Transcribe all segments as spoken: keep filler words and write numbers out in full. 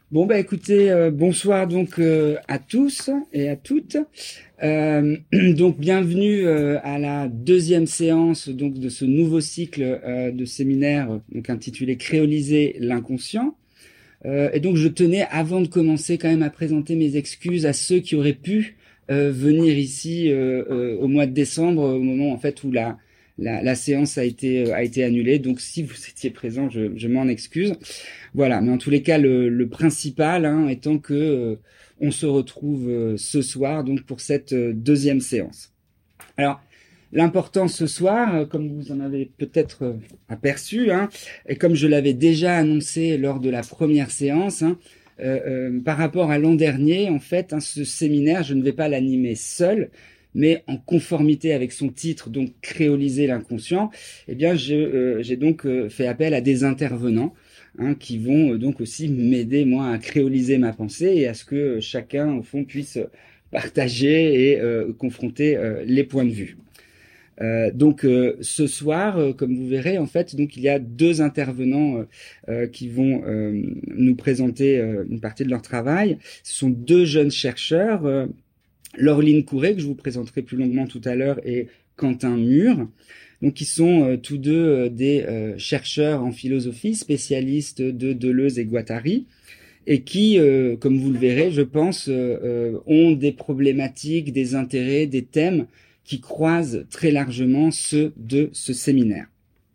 Bon bah écoutez, euh, bonsoir donc euh, à tous et à toutes. Euh, donc bienvenue euh, à la deuxième séance donc de ce nouveau cycle euh, de séminaire donc intitulé Créoliser l'inconscient. Euh, et donc je tenais avant de commencer quand même à présenter mes excuses à ceux qui auraient pu euh, venir ici euh, euh, au mois de décembre, au moment en fait où la la, la séance a été a été annulée. Donc si vous étiez présent, je, je m'en excuse. Voilà, mais en tous les cas, le, le principal hein, étant que euh, on se retrouve euh, ce soir donc pour cette euh, deuxième séance. Alors, l'important ce soir, euh, comme vous en avez peut-être euh, aperçu, hein, et comme je l'avais déjà annoncé lors de la première séance, hein, euh, euh, par rapport à l'an dernier, en fait, hein, ce séminaire, je ne vais pas l'animer seul, mais en conformité avec son titre, donc créoliser l'inconscient. Eh bien, je, euh, j'ai donc euh, fait appel à des intervenants. Hein, qui vont euh, donc aussi m'aider moi à créoliser ma pensée et à ce que chacun au fond puisse partager et euh, confronter euh, les points de vue. Euh, donc euh, ce soir, euh, comme vous verrez, en fait, donc il y a deux intervenants euh, euh, qui vont euh, nous présenter euh, une partie de leur travail. Ce sont deux jeunes chercheurs, euh, Laureline Courret, que je vous présenterai plus longuement tout à l'heure, et Quentin Mur. Donc, qui sont euh, tous deux euh, des euh, chercheurs en philosophie, spécialistes de Deleuze et Guattari, et qui, euh, comme vous le verrez, je pense, euh, euh, ont des problématiques, des intérêts, des thèmes qui croisent très largement ceux de ce séminaire.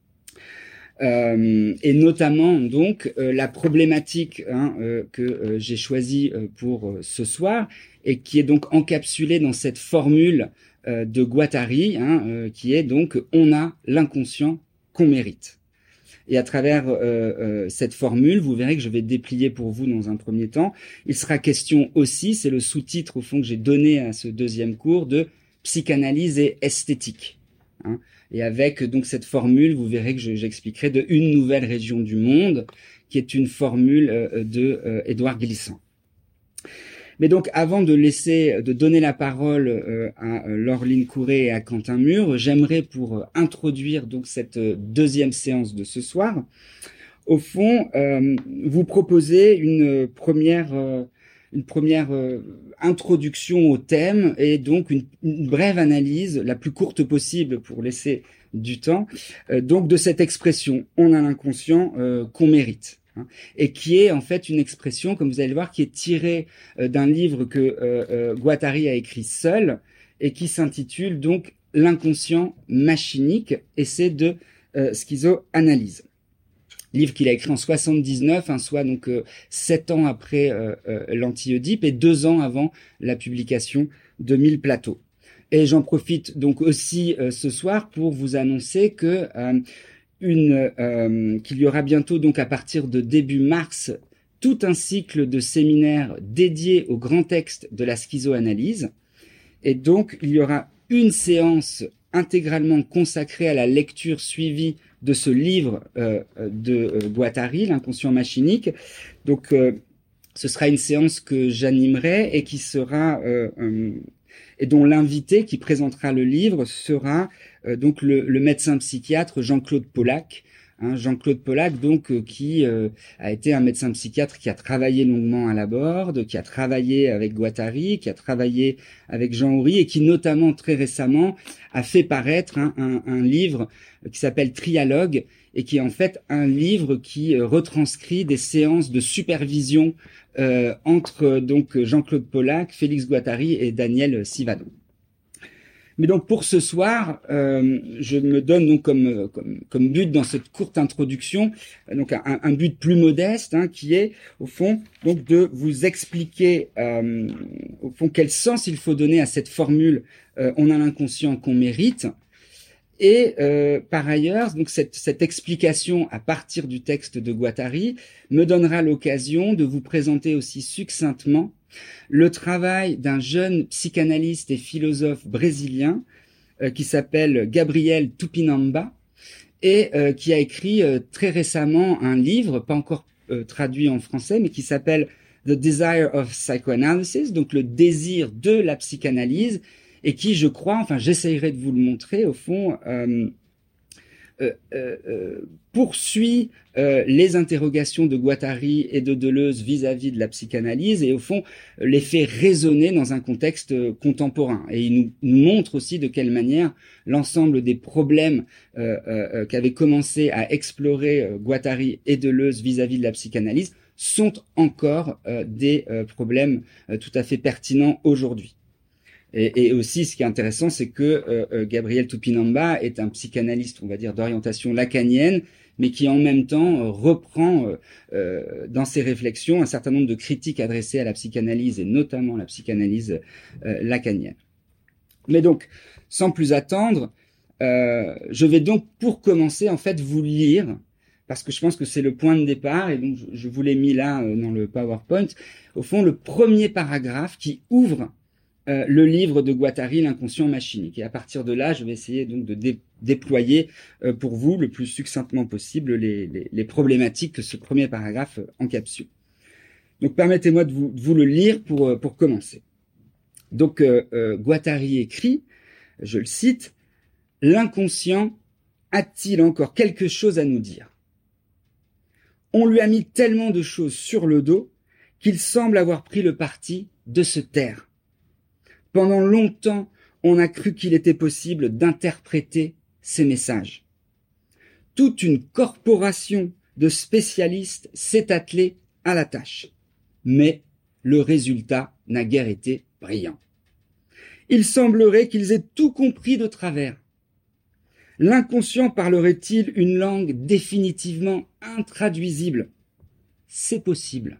Euh, et notamment donc euh, la problématique hein, euh, que euh, j'ai choisie euh, pour euh, ce soir et qui est donc encapsulée dans cette formule euh, de Guattari, hein, euh, qui est donc on a l'inconscient qu'on mérite. Et à travers euh, euh, cette formule, vous verrez que je vais déplier pour vous dans un premier temps. Il sera question aussi, c'est le sous-titre au fond que j'ai donné à ce deuxième cours, de psychanalyse et esthétique. Hein. Et avec donc cette formule, vous verrez que je, j'expliquerai de une nouvelle région du monde, qui est une formule euh, de euh, Édouard Glissant. Mais donc, avant de laisser, de donner la parole euh, à Laureline Courret et à Quentin Mur, j'aimerais, pour euh, introduire donc cette euh, deuxième séance de ce soir, au fond, euh, vous proposer une première, euh, une première euh, introduction au thème et donc une, une brève analyse, la plus courte possible pour laisser du temps, euh, donc de cette expression « on a l'inconscient euh, qu'on mérite ». Hein, et qui est en fait une expression, comme vous allez le voir, qui est tirée euh, d'un livre que euh, euh, Guattari a écrit seul et qui s'intitule donc L'inconscient machinique, essai de euh, schizoanalyse. Livre qu'il a écrit en soixante-dix-neuf, hein, soit donc euh, sept ans après euh, euh, l'Anti-Oedipe et deux ans avant la publication de Mille plateaux. Et j'en profite donc aussi euh, ce soir pour vous annoncer que euh, Une, euh, qu'il y aura bientôt, donc à partir de début mars, tout un cycle de séminaires dédiés aux grands textes de la schizoanalyse. Et donc, il y aura une séance intégralement consacrée à la lecture suivie de ce livre euh, de euh, Guattari, L'inconscient machinique. Donc, euh, ce sera une séance que j'animerai et qui sera... Euh, euh, et dont l'invité qui présentera le livre sera euh, donc le, le médecin psychiatre Jean-Claude Pollack. Hein, Jean-Claude Pollack, donc, euh, qui euh, a été un médecin psychiatre qui a travaillé longuement à la Borde, qui a travaillé avec Guattari, qui a travaillé avec Jean Oury et qui, notamment, très récemment, a fait paraître hein, un, un livre qui s'appelle Trialogue et qui est en fait un livre qui euh, retranscrit des séances de supervision euh, entre donc Jean-Claude Pollack, Félix Guattari et Daniel Sivado. Mais donc pour ce soir, euh, je me donne donc comme, comme, comme but dans cette courte introduction, donc un, un but plus modeste, hein, qui est au fond donc de vous expliquer euh, au fond quel sens il faut donner à cette formule euh, on a l'inconscient qu'on mérite. Et euh, par ailleurs, donc cette, cette explication à partir du texte de Guattari me donnera l'occasion de vous présenter aussi succinctement le travail d'un jeune psychanalyste et philosophe brésilien euh, qui s'appelle Gabriel Tupinamba et euh, qui a écrit euh, très récemment un livre, pas encore euh, traduit en français, mais qui s'appelle The Desire of Psychoanalysis, donc le désir de la psychanalyse, et qui, je crois, enfin j'essayerai de vous le montrer, au fond, euh, euh, euh, euh, poursuit euh, les interrogations de Guattari et de Deleuze vis-à-vis de la psychanalyse et au fond les fait résonner dans un contexte contemporain. Et il nous, nous montre aussi de quelle manière l'ensemble des problèmes euh, euh, qu'avaient commencé à explorer euh, Guattari et Deleuze vis-à-vis de la psychanalyse sont encore euh, des euh, problèmes euh, tout à fait pertinents aujourd'hui. Et, et aussi, ce qui est intéressant, c'est que euh, Gabriel Tupinamba est un psychanalyste, on va dire, d'orientation lacanienne, mais qui en même temps euh, reprend euh, euh, dans ses réflexions un certain nombre de critiques adressées à la psychanalyse, et notamment la psychanalyse euh, lacanienne. Mais donc, sans plus attendre, euh, je vais donc, pour commencer, en fait, vous lire, parce que je pense que c'est le point de départ, et donc je, je vous l'ai mis là euh, dans le PowerPoint, au fond, le premier paragraphe qui ouvre Euh, le livre de Guattari, l'inconscient machinique. Et à partir de là, je vais essayer donc de dé déployer euh, pour vous le plus succinctement possible les, les, les problématiques que ce premier paragraphe euh, encapsule. Donc permettez-moi de vous, de vous le lire pour, euh, pour commencer. Donc euh, euh, Guattari écrit, je le cite, « L'inconscient a-t-il encore quelque chose à nous dire ? On lui a mis tellement de choses sur le dos qu'il semble avoir pris le parti de se taire. Pendant longtemps, on a cru qu'il était possible d'interpréter ces messages. Toute une corporation de spécialistes s'est attelée à la tâche. Mais le résultat n'a guère été brillant. Il semblerait qu'ils aient tout compris de travers. L'inconscient parlerait-il une langue définitivement intraduisible ? C'est possible.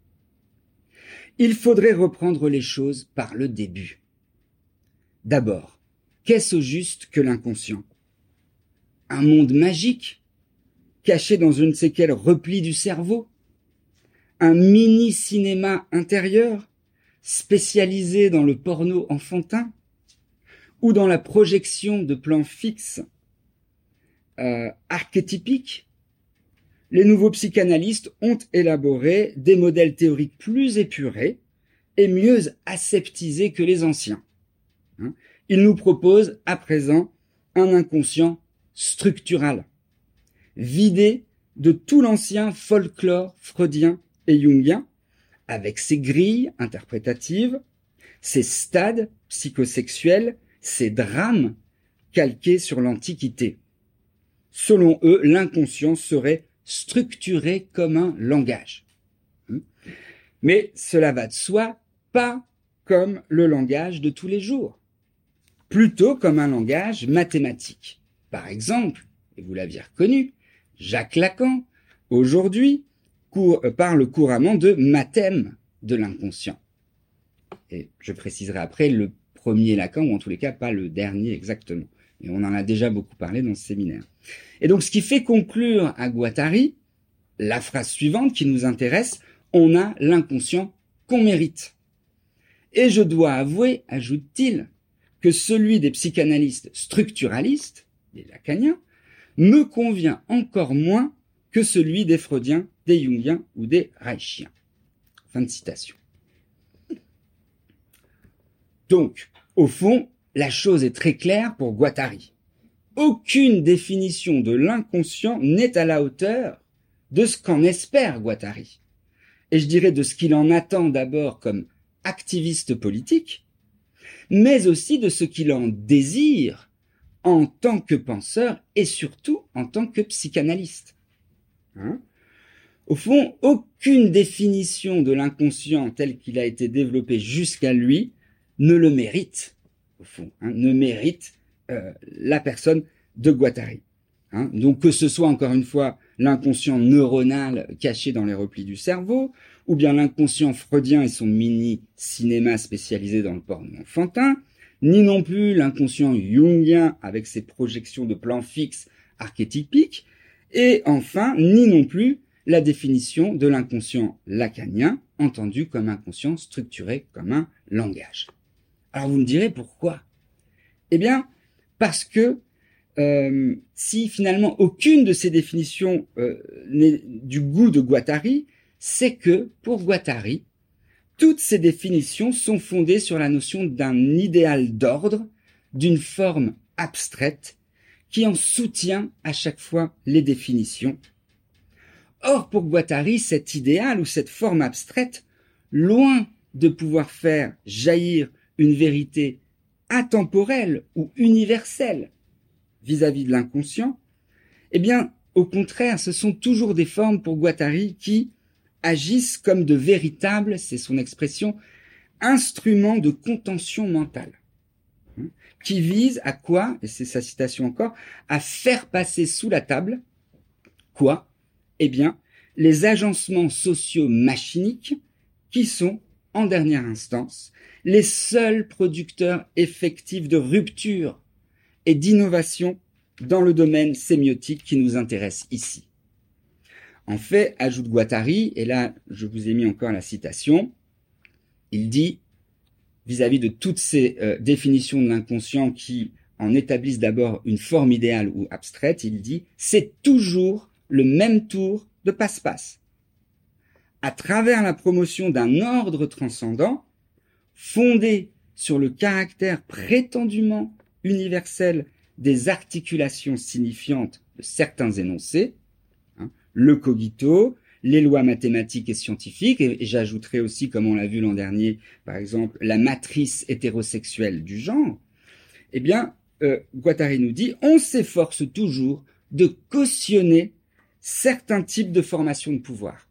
Il faudrait reprendre les choses par le début. D'abord, qu'est-ce au juste que l'inconscient ? Un monde magique, caché dans une séquelle replie du cerveau ? Un mini-cinéma intérieur, spécialisé dans le porno enfantin ? Ou dans la projection de plans fixes, euh, archétypiques ? Les nouveaux psychanalystes ont élaboré des modèles théoriques plus épurés et mieux aseptisés que les anciens. Ils nous proposent à présent un inconscient structural, vidé de tout l'ancien folklore freudien et jungien, avec ses grilles interprétatives, ses stades psychosexuels, ses drames calqués sur l'Antiquité. Selon eux, l'inconscient serait structuré comme un langage. Mais cela va de soi, pas comme le langage de tous les jours, plutôt comme un langage mathématique. Par exemple, et vous l'aviez reconnu, Jacques Lacan, aujourd'hui, cour, euh, parle couramment de mathème de l'inconscient. Et je préciserai après le premier Lacan, ou en tous les cas pas le dernier exactement. Et on en a déjà beaucoup parlé dans ce séminaire. Et donc ce qui fait conclure à Guattari, la phrase suivante qui nous intéresse, on a l'inconscient qu'on mérite. Et je dois avouer, ajoute-t-il, que celui des psychanalystes structuralistes, des lacaniens, me convient encore moins que celui des freudiens, des jungiens ou des reichiens. Fin de citation. Donc, au fond, la chose est très claire pour Guattari. Aucune définition de l'inconscient n'est à la hauteur de ce qu'en espère Guattari. Et je dirais de ce qu'il en attend d'abord comme activiste politique, mais aussi de ce qu'il en désire en tant que penseur et surtout en tant que psychanalyste. Hein ? Au fond, aucune définition de l'inconscient tel qu'il a été développé jusqu'à lui ne le mérite, au fond, hein, ne mérite euh, la personne de Guattari. Hein. Donc que ce soit encore une fois l'inconscient neuronal caché dans les replis du cerveau, ou bien l'inconscient freudien et son mini-cinéma spécialisé dans le porno enfantin, ni non plus l'inconscient jungien avec ses projections de plans fixes archétypiques, et enfin, ni non plus la définition de l'inconscient lacanien, entendu comme inconscient structuré comme un langage. Alors vous me direz pourquoi ? Eh bien, parce que euh, si finalement aucune de ces définitions euh, n'est du goût de Guattari, c'est que, pour Guattari, toutes ces définitions sont fondées sur la notion d'un idéal d'ordre, d'une forme abstraite, qui en soutient à chaque fois les définitions. Or, pour Guattari, cet idéal ou cette forme abstraite, loin de pouvoir faire jaillir une vérité atemporelle ou universelle vis-à-vis de l'inconscient, eh bien, au contraire, ce sont toujours des formes pour Guattari qui agissent comme de véritables, c'est son expression, instruments de contention mentale, qui visent à quoi, et c'est sa citation encore, à faire passer sous la table, quoi? Eh bien, les agencements sociaux machiniques qui sont, en dernière instance, les seuls producteurs effectifs de rupture et d'innovation dans le domaine sémiotique qui nous intéresse ici. En fait, ajoute Guattari, et là je vous ai mis encore la citation, il dit, vis-à-vis de toutes ces euh, définitions de l'inconscient qui en établissent d'abord une forme idéale ou abstraite, il dit, c'est toujours le même tour de passe-passe. À travers la promotion d'un ordre transcendant, fondé sur le caractère prétendument universel des articulations signifiantes de certains énoncés, hein, le cogito, les lois mathématiques et scientifiques, et, et j'ajouterai aussi, comme on l'a vu l'an dernier, par exemple, la matrice hétérosexuelle du genre, eh bien, euh, Guattari nous dit, on s'efforce toujours de cautionner certains types de formations de pouvoir,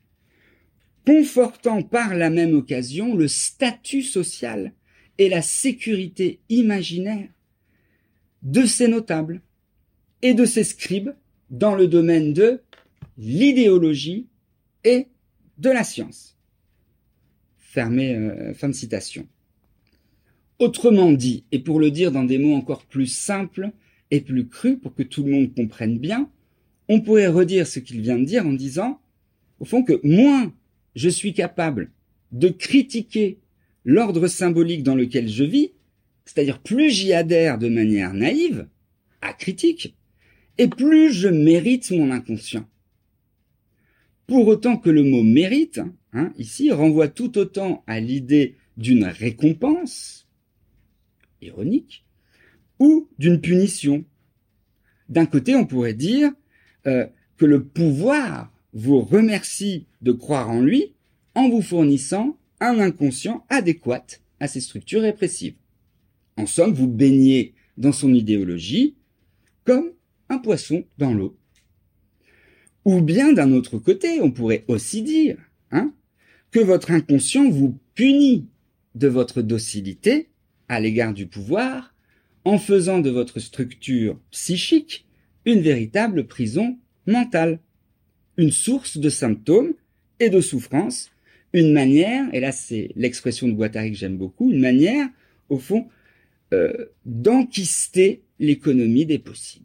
confortant par la même occasion le statut social et la sécurité imaginaire de ces notables et de ces scribes dans le domaine de l'idéologie et de la science. Fermez, euh, fin de citation. Autrement dit, et pour le dire dans des mots encore plus simples et plus crus pour que tout le monde comprenne bien, on pourrait redire ce qu'il vient de dire en disant, au fond, que moins je suis capable de critiquer l'ordre symbolique dans lequel je vis, c'est-à-dire plus j'y adhère de manière naïve, acritique, et plus je mérite mon inconscient. Pour autant que le mot mérite, hein, ici, renvoie tout autant à l'idée d'une récompense, ironique, ou d'une punition. D'un côté, on pourrait dire euh, que le pouvoir vous remercie de croire en lui en vous fournissant un inconscient adéquat à ses structures répressives. En somme, vous baignez dans son idéologie comme un poisson dans l'eau. Ou bien d'un autre côté, on pourrait aussi dire hein, que votre inconscient vous punit de votre docilité à l'égard du pouvoir en faisant de votre structure psychique une véritable prison mentale, une source de symptômes et de souffrances, une manière, et là c'est l'expression de Guattari que j'aime beaucoup, une manière, au fond, euh, d'enquister l'économie des possibles.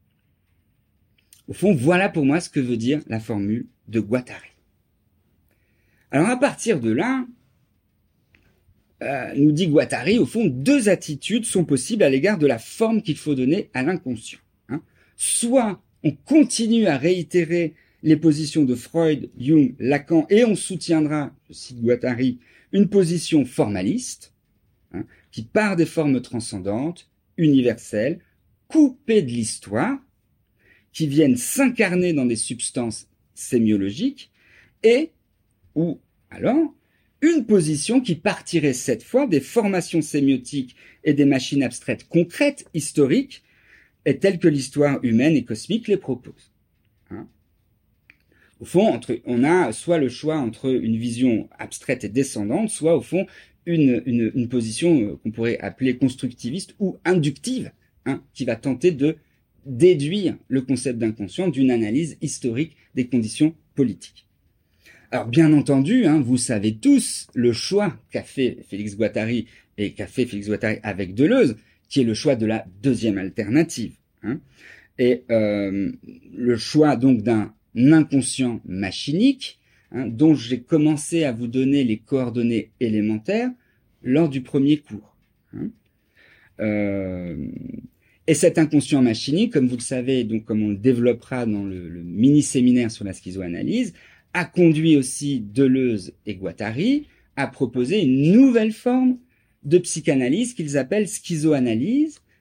Au fond, voilà pour moi ce que veut dire la formule de Guattari. Alors à partir de là, euh, nous dit Guattari, au fond, deux attitudes sont possibles à l'égard de la forme qu'il faut donner à l'inconscient. Hein. Soit on continue à réitérer les positions de Freud, Jung, Lacan, et on soutiendra, je cite Guattari, une position formaliste, hein, qui part des formes transcendantes, universelles, coupées de l'histoire, qui viennent s'incarner dans des substances sémiologiques, et, ou alors, une position qui partirait cette fois des formations sémiotiques et des machines abstraites concrètes, historiques, et telles que l'histoire humaine et cosmique les propose. Hein. Au fond, entre, on a soit le choix entre une vision abstraite et descendante, soit au fond une, une, une position qu'on pourrait appeler constructiviste ou inductive, hein, qui va tenter de déduire le concept d'inconscient d'une analyse historique des conditions politiques. Alors bien entendu, hein, vous savez tous le choix qu'a fait Félix Guattari et qu'a fait Félix Guattari avec Deleuze, qui est le choix de la deuxième alternative. Hein, et euh, le choix donc d'un inconscient machinique, hein, dont j'ai commencé à vous donner les coordonnées élémentaires lors du premier cours. Hein. Euh, et cet inconscient machinique, comme vous le savez, donc comme on le développera dans le, le mini-séminaire sur la schizoanalyse, a conduit aussi Deleuze et Guattari à proposer une nouvelle forme de psychanalyse qu'ils appellent schizoanalyse,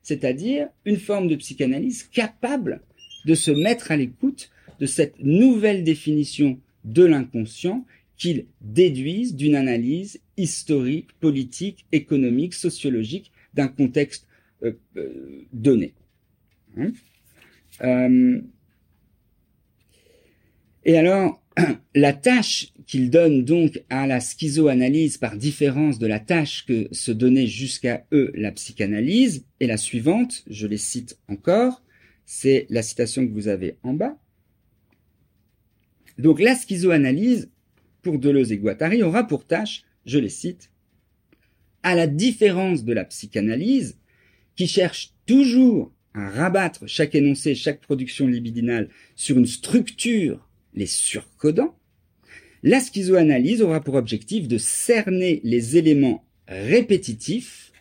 c'est-à-dire une forme de psychanalyse capable de se mettre à l'écoute de cette nouvelle définition de l'inconscient qu'il déduise d'une analyse historique, politique, économique, sociologique d'un contexte euh, euh, donné. Hein euh, et alors, la tâche qu'il donne donc à la schizoanalyse, par différence de la tâche que se donnait jusqu'à eux la psychanalyse, est la suivante, je les cite encore, c'est la citation que vous avez en bas. Donc la schizoanalyse, pour Deleuze et Guattari, aura pour tâche, je les cite, à la différence de la psychanalyse, qui cherche toujours à rabattre chaque énoncé, chaque production libidinale sur une structure, les surcodant, la schizoanalyse aura pour objectif de cerner les éléments répétitifs.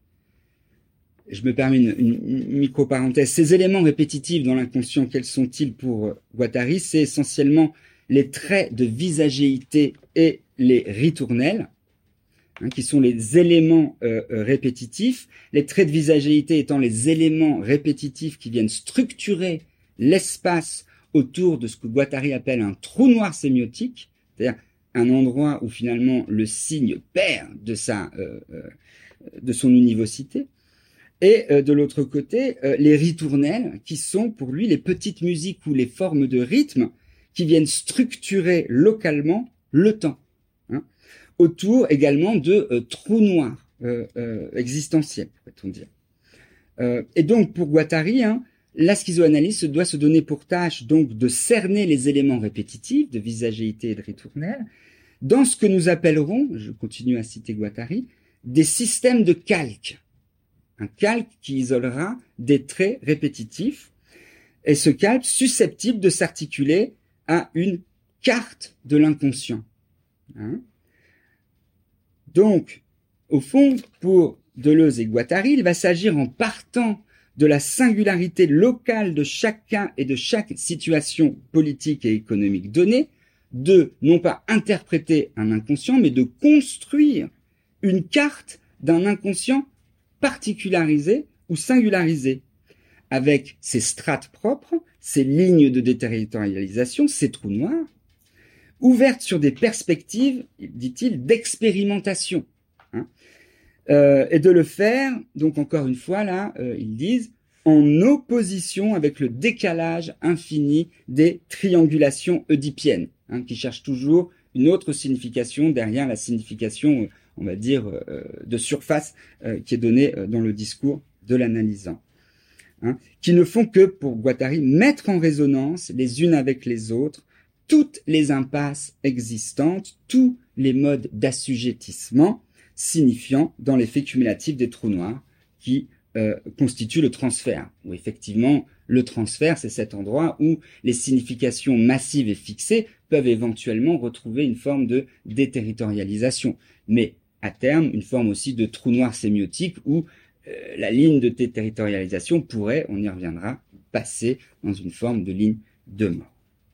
Je me permets une, une, une micro-parenthèse. Ces éléments répétitifs dans l'inconscient, quels sont-ils pour Guattari? C'est essentiellement les traits de visagéité et les ritournelles, hein, qui sont les éléments euh, répétitifs. Les traits de visagéité étant les éléments répétitifs qui viennent structurer l'espace autour de ce que Guattari appelle un trou noir sémiotique, c'est-à-dire un endroit où finalement le signe perd de sa, euh, euh, de son univocité. Et euh, de l'autre côté, euh, les ritournelles, qui sont pour lui les petites musiques ou les formes de rythme qui viennent structurer localement le temps, hein, autour également de euh, trous noirs euh, euh, existentiels, pourrait-on dire. Euh, et donc pour Guattari, hein, la schizoanalyse doit se donner pour tâche donc de cerner les éléments répétitifs de visagéité et de ritournelle dans ce que nous appellerons, je continue à citer Guattari, des systèmes de calque. Un calque qui isolera des traits répétitifs, et ce calque susceptible de s'articuler à une carte de l'inconscient. Hein? Donc, au fond, pour Deleuze et Guattari, il va s'agir en partant de la singularité locale de chaque cas et de chaque situation politique et économique donnée, de non pas interpréter un inconscient, mais de construire une carte d'un inconscient particularisé ou singularisé, avec ses strates propres, ses lignes de déterritorialisation, ses trous noirs, ouvertes sur des perspectives, dit-il, d'expérimentation. Hein, euh, et de le faire, donc encore une fois là, euh, ils disent, en opposition avec le décalage infini des triangulations oedipiennes, hein, qui cherchent toujours une autre signification derrière la signification, on va dire, euh, de surface euh, qui est donnée euh, dans le discours de l'analysant. Hein, qui ne font que, pour Guattari, mettre en résonance les unes avec les autres toutes les impasses existantes, tous les modes d'assujettissement signifiant dans l'effet cumulatif des trous noirs qui euh, constituent le transfert. Où effectivement, le transfert, c'est cet endroit où les significations massives et fixées peuvent éventuellement retrouver une forme de déterritorialisation. Mais à terme, une forme aussi de trou noir sémiotique où euh, la ligne de déterritorialisation pourrait, on y reviendra, passer dans une forme de ligne de mort.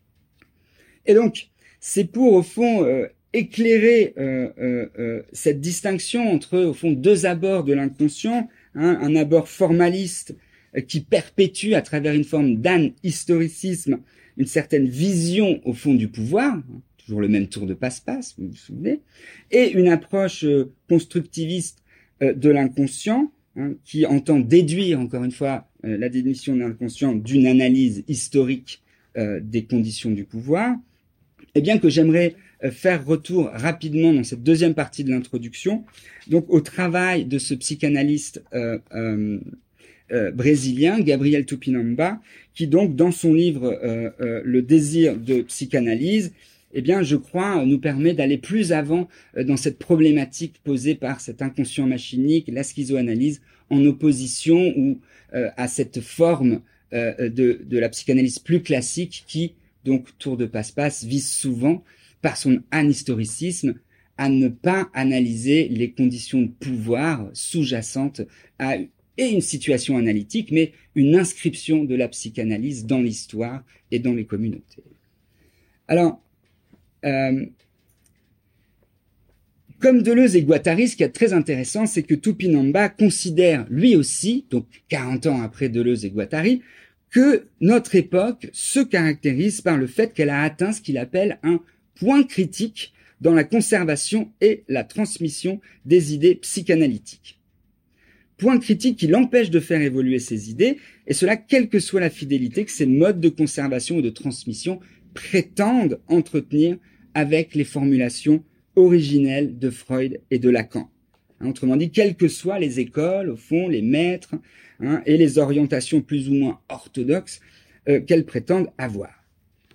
Et donc, c'est pour, au fond, euh, éclairer euh, euh, euh, cette distinction entre, au fond, deux abords de l'inconscient, hein, un abord formaliste euh, qui perpétue à travers une forme d'anhistoricisme une certaine vision, au fond, du pouvoir, hein, toujours le même tour de passe-passe, vous vous souvenez, et une approche euh, constructiviste euh, de l'inconscient, hein, qui entend déduire, encore une fois, euh, la définition de l'inconscient d'une analyse historique euh, des conditions du pouvoir, et bien que j'aimerais euh, faire retour rapidement dans cette deuxième partie de l'introduction, donc au travail de ce psychanalyste euh, euh, euh, brésilien, Gabriel Tupinamba, qui donc, dans son livre euh, euh, Le désir de psychanalyse, eh bien, je crois, nous permet d'aller plus avant euh, dans cette problématique posée par cet inconscient machinique, la schizoanalyse, en opposition ou euh, à cette forme euh, de, de la psychanalyse plus classique qui, donc, tour de passe-passe, vise souvent, par son anhistoricisme, à ne pas analyser les conditions de pouvoir sous-jacentes à et une situation analytique, mais une inscription de la psychanalyse dans l'histoire et dans les communautés. Alors, euh, Comme Deleuze et Guattari, ce qui est très intéressant, c'est que Tupinamba considère lui aussi, donc quarante ans après Deleuze et Guattari, que notre époque se caractérise par le fait qu'elle a atteint ce qu'il appelle un point critique dans la conservation et la transmission des idées psychanalytiques. Point critique qui l'empêche de faire évoluer ses idées, et cela quelle que soit la fidélité que ces modes de conservation et de transmission prétendent entretenir avec les formulations originelles de Freud et de Lacan. Hein, autrement dit, quelles que soient les écoles, au fond, les maîtres, hein, et les orientations plus ou moins orthodoxes euh, qu'elles prétendent avoir.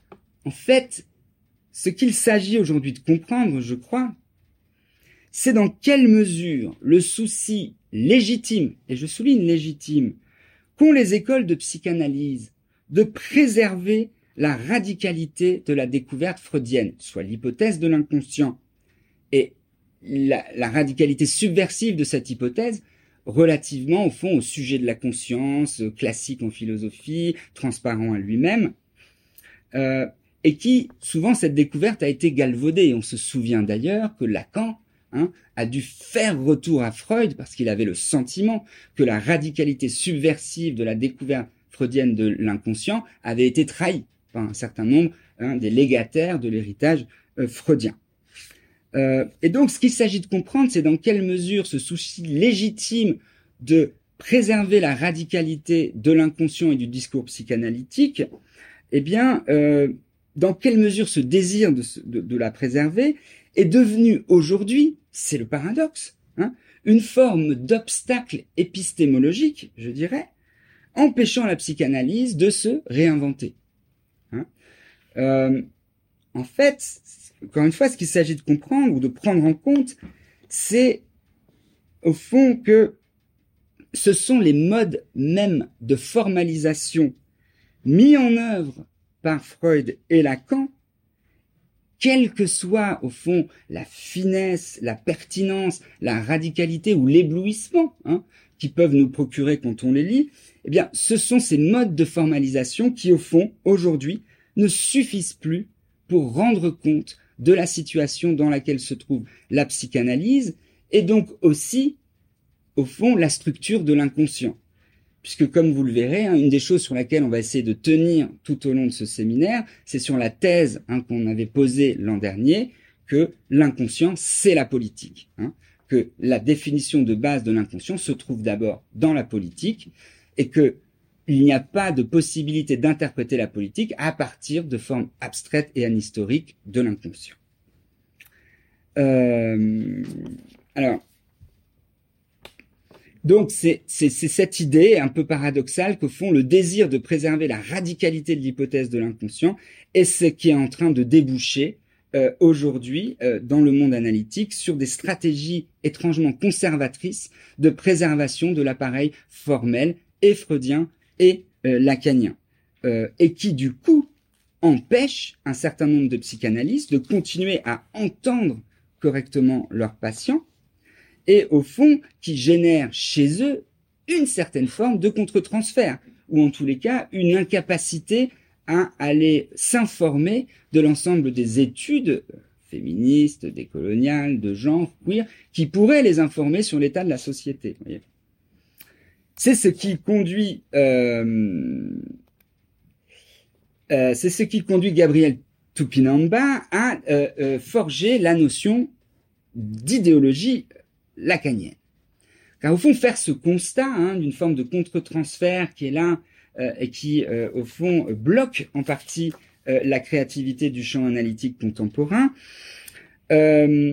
En fait, ce qu'il s'agit aujourd'hui de comprendre, je crois, c'est dans quelle mesure le souci légitime, et je souligne légitime, qu'ont les écoles de psychanalyse de préserver la radicalité de la découverte freudienne, soit l'hypothèse de l'inconscient, et la, la radicalité subversive de cette hypothèse relativement, au fond, au sujet de la conscience, classique en philosophie, transparent à lui-même, euh, et qui, souvent, cette découverte a été galvaudée. On se souvient d'ailleurs que Lacan hein, a dû faire retour à Freud parce qu'il avait le sentiment que la radicalité subversive de la découverte freudienne de l'inconscient avait été trahie par un certain nombre hein, des légataires de l'héritage euh, freudien. Euh, et donc, ce qu'il s'agit de comprendre, c'est dans quelle mesure ce souci légitime de préserver la radicalité de l'inconscient et du discours psychanalytique, eh bien, euh, dans quelle mesure ce désir de, de, de la préserver est devenu aujourd'hui, c'est le paradoxe, hein, une forme d'obstacle épistémologique, je dirais, empêchant la psychanalyse de se réinventer. Hein. Euh, en fait, encore une fois, ce qu'il s'agit de comprendre ou de prendre en compte, c'est au fond que ce sont les modes même de formalisation mis en œuvre par Freud et Lacan, quelle que soit au fond la finesse, la pertinence, la radicalité ou l'éblouissement hein, qui peuvent nous procurer quand on les lit, eh bien, ce sont ces modes de formalisation qui, au fond, aujourd'hui, ne suffisent plus pour rendre compte de la situation dans laquelle se trouve la psychanalyse et donc aussi, au fond, la structure de l'inconscient. Puisque, comme vous le verrez, hein, une des choses sur laquelle on va essayer de tenir tout au long de ce séminaire, c'est sur la thèse hein, qu'on avait posée l'an dernier, que l'inconscient, c'est la politique. Hein, que la définition de base de l'inconscient se trouve d'abord dans la politique, et que il n'y a pas de possibilité d'interpréter la politique à partir de formes abstraites et anhistoriques de l'inconscient. Euh, alors, donc c'est, c'est, c'est cette idée un peu paradoxale qu'au fond, le désir de préserver la radicalité de l'hypothèse de l'inconscient est ce qui est en train de déboucher euh, aujourd'hui euh, dans le monde analytique sur des stratégies étrangement conservatrices de préservation de l'appareil formel et freudien et euh, lacanien, euh, et qui du coup empêche un certain nombre de psychanalystes de continuer à entendre correctement leurs patients et au fond qui génère chez eux une certaine forme de contre-transfert ou en tous les cas une incapacité à aller s'informer de l'ensemble des études féministes, décoloniales, de genre, queer, qui pourraient les informer sur l'état de la société. Vous voyez. C'est ce qui conduit, euh, euh, c'est ce qui conduit Gabriel Tupinamba à euh, euh, forger la notion d'idéologie lacanienne. Car au fond, faire ce constat hein, d'une forme de contre-transfert qui est là euh, et qui, euh, au fond, bloque en partie euh, la créativité du champ analytique contemporain, euh,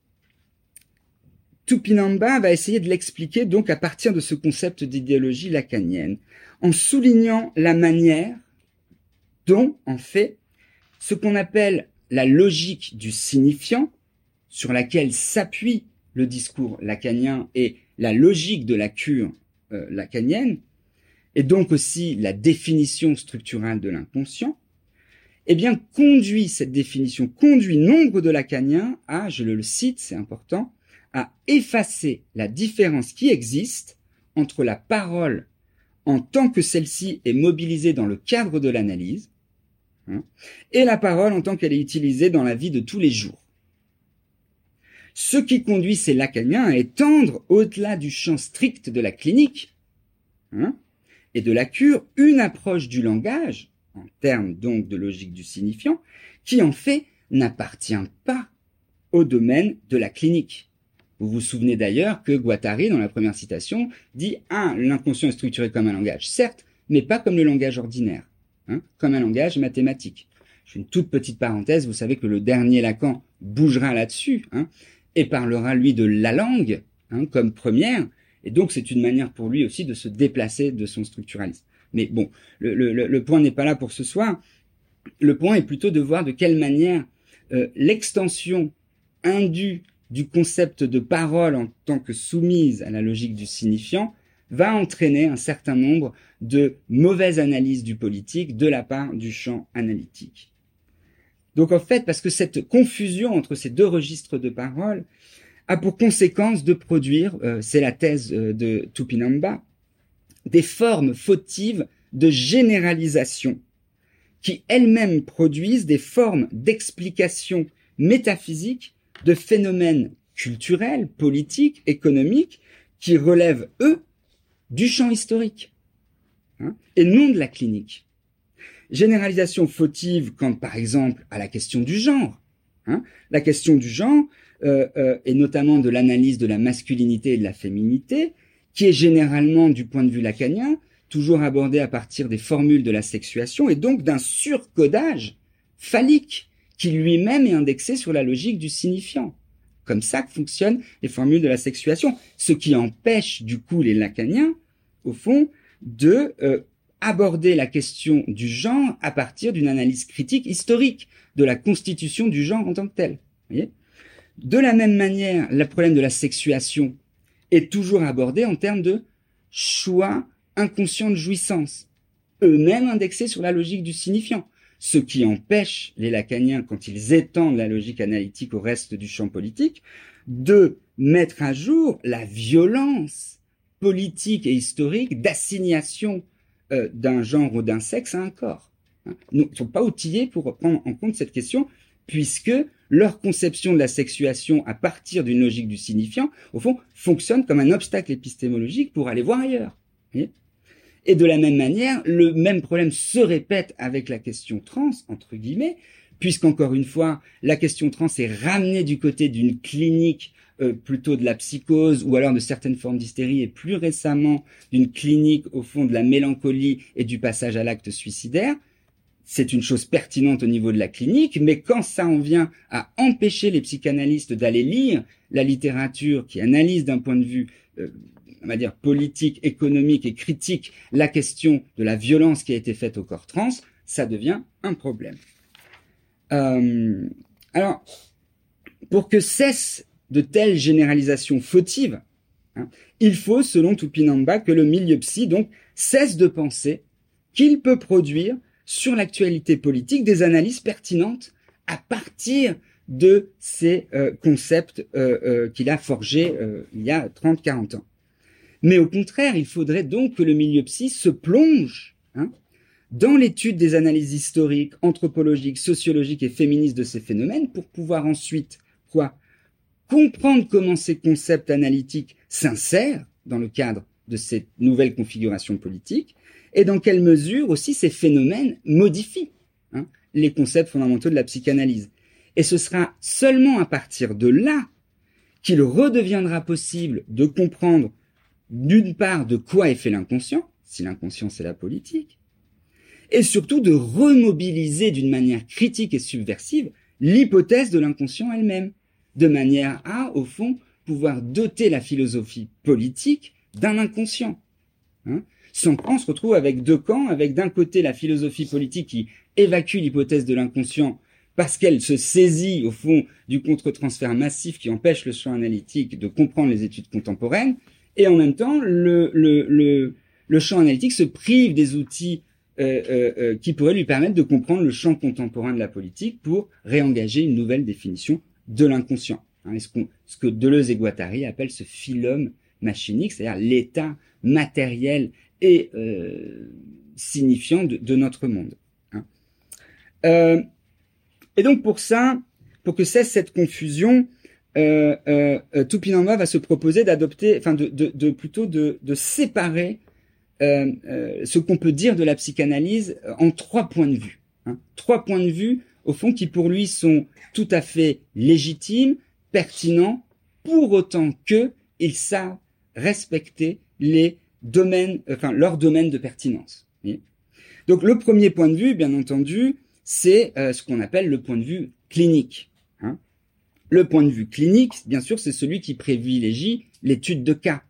Tupinamba va essayer de l'expliquer donc à partir de ce concept d'idéologie lacanienne, en soulignant la manière dont, en fait, ce qu'on appelle la logique du signifiant, sur laquelle s'appuie le discours lacanien et la logique de la cure euh, lacanienne, et donc aussi la définition structurale de l'inconscient, eh bien, conduit cette définition, conduit nombre de lacaniens à, je le cite, c'est important, à effacer la différence qui existe entre la parole en tant que celle-ci est mobilisée dans le cadre de l'analyse hein, et la parole en tant qu'elle est utilisée dans la vie de tous les jours. Ce qui conduit ces lacaniens à étendre au-delà du champ strict de la clinique, hein, et de la cure, une approche du langage, en termes donc de logique du signifiant, qui en fait n'appartient pas au domaine de la clinique. Vous vous souvenez d'ailleurs que Guattari, dans la première citation, dit « Ah, l'inconscient est structuré comme un langage, certes, mais pas comme le langage ordinaire, hein, comme un langage mathématique. » Je fais une toute petite parenthèse, vous savez que le dernier Lacan bougera là-dessus, hein, et parlera, lui, de la langue, hein, comme première, et donc c'est une manière pour lui aussi de se déplacer de son structuralisme. Mais bon, le, le, le point n'est pas là pour ce soir. Le point est plutôt de voir de quelle manière euh, l'extension indue du concept de parole en tant que soumise à la logique du signifiant va entraîner un certain nombre de mauvaises analyses du politique de la part du champ analytique. Donc en fait, parce que cette confusion entre ces deux registres de parole a pour conséquence de produire, euh, c'est la thèse euh, de Tupinamba, des formes fautives de généralisation qui elles-mêmes produisent des formes d'explication métaphysique de phénomènes culturels, politiques, économiques, qui relèvent, eux, du champ historique, hein, et non de la clinique. Généralisation fautive quant, par exemple, à la question du genre. Hein, la question du genre, euh, euh, et notamment de l'analyse de la masculinité et de la féminité, qui est généralement, du point de vue lacanien, toujours abordée à partir des formules de la sexuation, et donc d'un surcodage phallique, qui lui-même est indexé sur la logique du signifiant. Comme ça que fonctionnent les formules de la sexuation, ce qui empêche du coup les lacaniens, au fond, de euh, aborder la question du genre à partir d'une analyse critique historique de la constitution du genre en tant que tel. Vous voyez ? De la même manière, le problème de la sexuation est toujours abordé en termes de choix inconscient de jouissance, eux-mêmes indexés sur la logique du signifiant. Ce qui empêche les lacaniens, quand ils étendent la logique analytique au reste du champ politique, de mettre à jour la violence politique et historique d'assignation euh, d'un genre ou d'un sexe à un corps. Hein. Ils ne sont pas outillés pour prendre en compte cette question, puisque leur conception de la sexuation à partir d'une logique du signifiant, au fond, fonctionne comme un obstacle épistémologique pour aller voir ailleurs. Vous voyez ? Et de la même manière, le même problème se répète avec la question trans, entre guillemets, puisqu'encore une fois, la question trans est ramenée du côté d'une clinique euh, plutôt de la psychose ou alors de certaines formes d'hystérie et plus récemment d'une clinique au fond de la mélancolie et du passage à l'acte suicidaire. C'est une chose pertinente au niveau de la clinique, mais quand ça en vient à empêcher les psychanalystes d'aller lire la littérature qui analyse d'un point de vue euh, on va dire politique, économique et critique la question de la violence qui a été faite au corps trans, ça devient un problème. Euh, alors, pour que cesse de telles généralisations fautives, hein, il faut, selon Tupinamba, que le milieu psy donc cesse de penser qu'il peut produire sur l'actualité politique des analyses pertinentes à partir de ces euh, concepts euh, euh, qu'il a forgés euh, il y a trente à quarante ans. Mais au contraire, il faudrait donc que le milieu psy se plonge hein, dans l'étude des analyses historiques, anthropologiques, sociologiques et féministes de ces phénomènes pour pouvoir ensuite, quoi, comprendre comment ces concepts analytiques s'insèrent dans le cadre de cette nouvelle configuration politique et dans quelle mesure aussi ces phénomènes modifient hein, les concepts fondamentaux de la psychanalyse. Et ce sera seulement à partir de là qu'il redeviendra possible de comprendre d'une part de quoi est fait l'inconscient, si l'inconscient c'est la politique, et surtout de remobiliser d'une manière critique et subversive l'hypothèse de l'inconscient elle-même, de manière à, au fond, pouvoir doter la philosophie politique d'un inconscient. Hein. Sans quoi on se retrouve avec deux camps, avec d'un côté la philosophie politique qui évacue l'hypothèse de l'inconscient parce qu'elle se saisit, au fond, du contre-transfert massif qui empêche le champ analytique de comprendre les études contemporaines, et en même temps, le, le, le, le champ analytique se prive des outils euh, euh, euh, qui pourraient lui permettre de comprendre le champ contemporain de la politique pour réengager une nouvelle définition de l'inconscient. Hein, ce, qu'on, ce que Deleuze et Guattari appellent ce phylum machinique, c'est-à-dire l'état matériel et euh, signifiant de, de notre monde. Hein. Euh, et donc pour ça, pour que cesse cette confusion, euh, euh, euh, Tupinamba va se proposer d'adopter, enfin de, de, de plutôt de, de séparer euh, euh, ce qu'on peut dire de la psychanalyse en trois points de vue. Hein. Trois points de vue, au fond, qui pour lui sont tout à fait légitimes, pertinents, pour autant que ils savent respecter les domaines, enfin leur domaine de pertinence. Donc le premier point de vue, bien entendu, c'est euh, ce qu'on appelle le point de vue clinique. Hein. Le point de vue clinique, bien sûr, c'est celui qui privilégie l'étude de cas.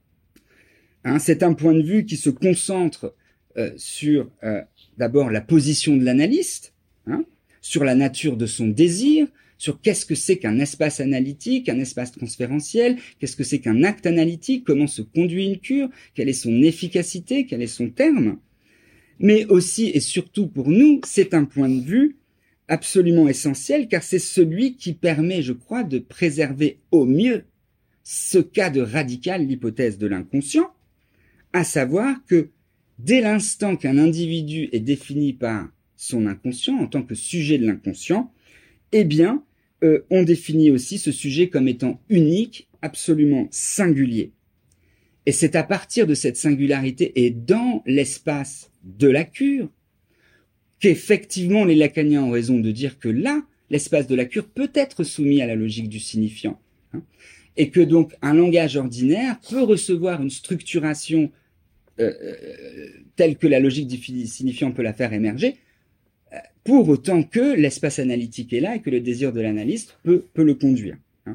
Hein, c'est un point de vue qui se concentre euh, sur euh, d'abord la position de l'analyste, hein, sur la nature de son désir, sur qu'est-ce que c'est qu'un espace analytique, un espace transférentiel, qu'est-ce que c'est qu'un acte analytique, comment se conduit une cure, quelle est son efficacité, quel est son terme. Mais aussi et surtout pour nous, c'est un point de vue absolument essentiel car c'est celui qui permet, je crois, de préserver au mieux ce cas de radical, l'hypothèse de l'inconscient, à savoir que dès l'instant qu'un individu est défini par son inconscient en tant que sujet de l'inconscient, eh bien, euh, on définit aussi ce sujet comme étant unique, absolument singulier. Et c'est à partir de cette singularité et dans l'espace de la cure qu'effectivement les lacaniens ont raison de dire que là, l'espace de la cure peut être soumis à la logique du signifiant. Hein, et que donc un langage ordinaire peut recevoir une structuration euh, telle que la logique du signifiant peut la faire émerger, pour autant que l'espace analytique est là et que le désir de l'analyste peut, peut le conduire. Hein.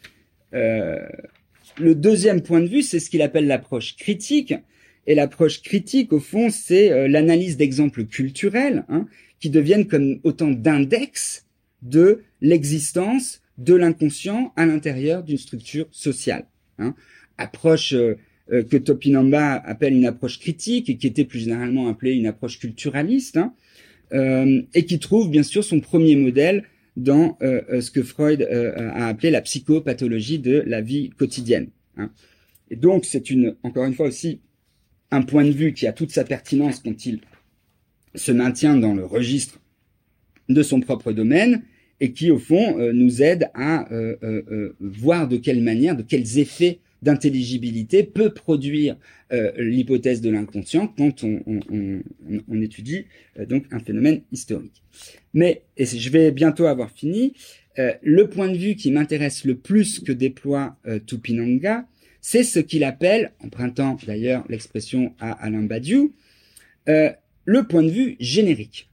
Euh, le deuxième point de vue, c'est ce qu'il appelle l'approche critique. Et l'approche critique, au fond, c'est euh, l'analyse d'exemples culturels hein, qui deviennent comme autant d'index de l'existence de l'inconscient à l'intérieur d'une structure sociale. Hein. Approche euh, euh, que Topinamba appelle une approche critique et qui était plus généralement appelée une approche culturaliste, hein, euh, et qui trouve bien sûr son premier modèle dans euh, ce que Freud euh, a appelé la psychopathologie de la vie quotidienne. Hein. Et donc c'est une, encore une fois aussi, un point de vue qui a toute sa pertinence quand il se maintient dans le registre de son propre domaine et qui, au fond, euh, nous aide à euh, euh, voir de quelle manière, de quels effets d'intelligibilité peut produire euh, l'hypothèse de l'inconscient quand on, on, on, on étudie euh, donc un phénomène historique. Mais, et je vais bientôt avoir fini, euh, le point de vue qui m'intéresse le plus que déploie euh, Tupinamba, c'est ce qu'il appelle, empruntant d'ailleurs l'expression à Alain Badiou, euh, le point de vue générique.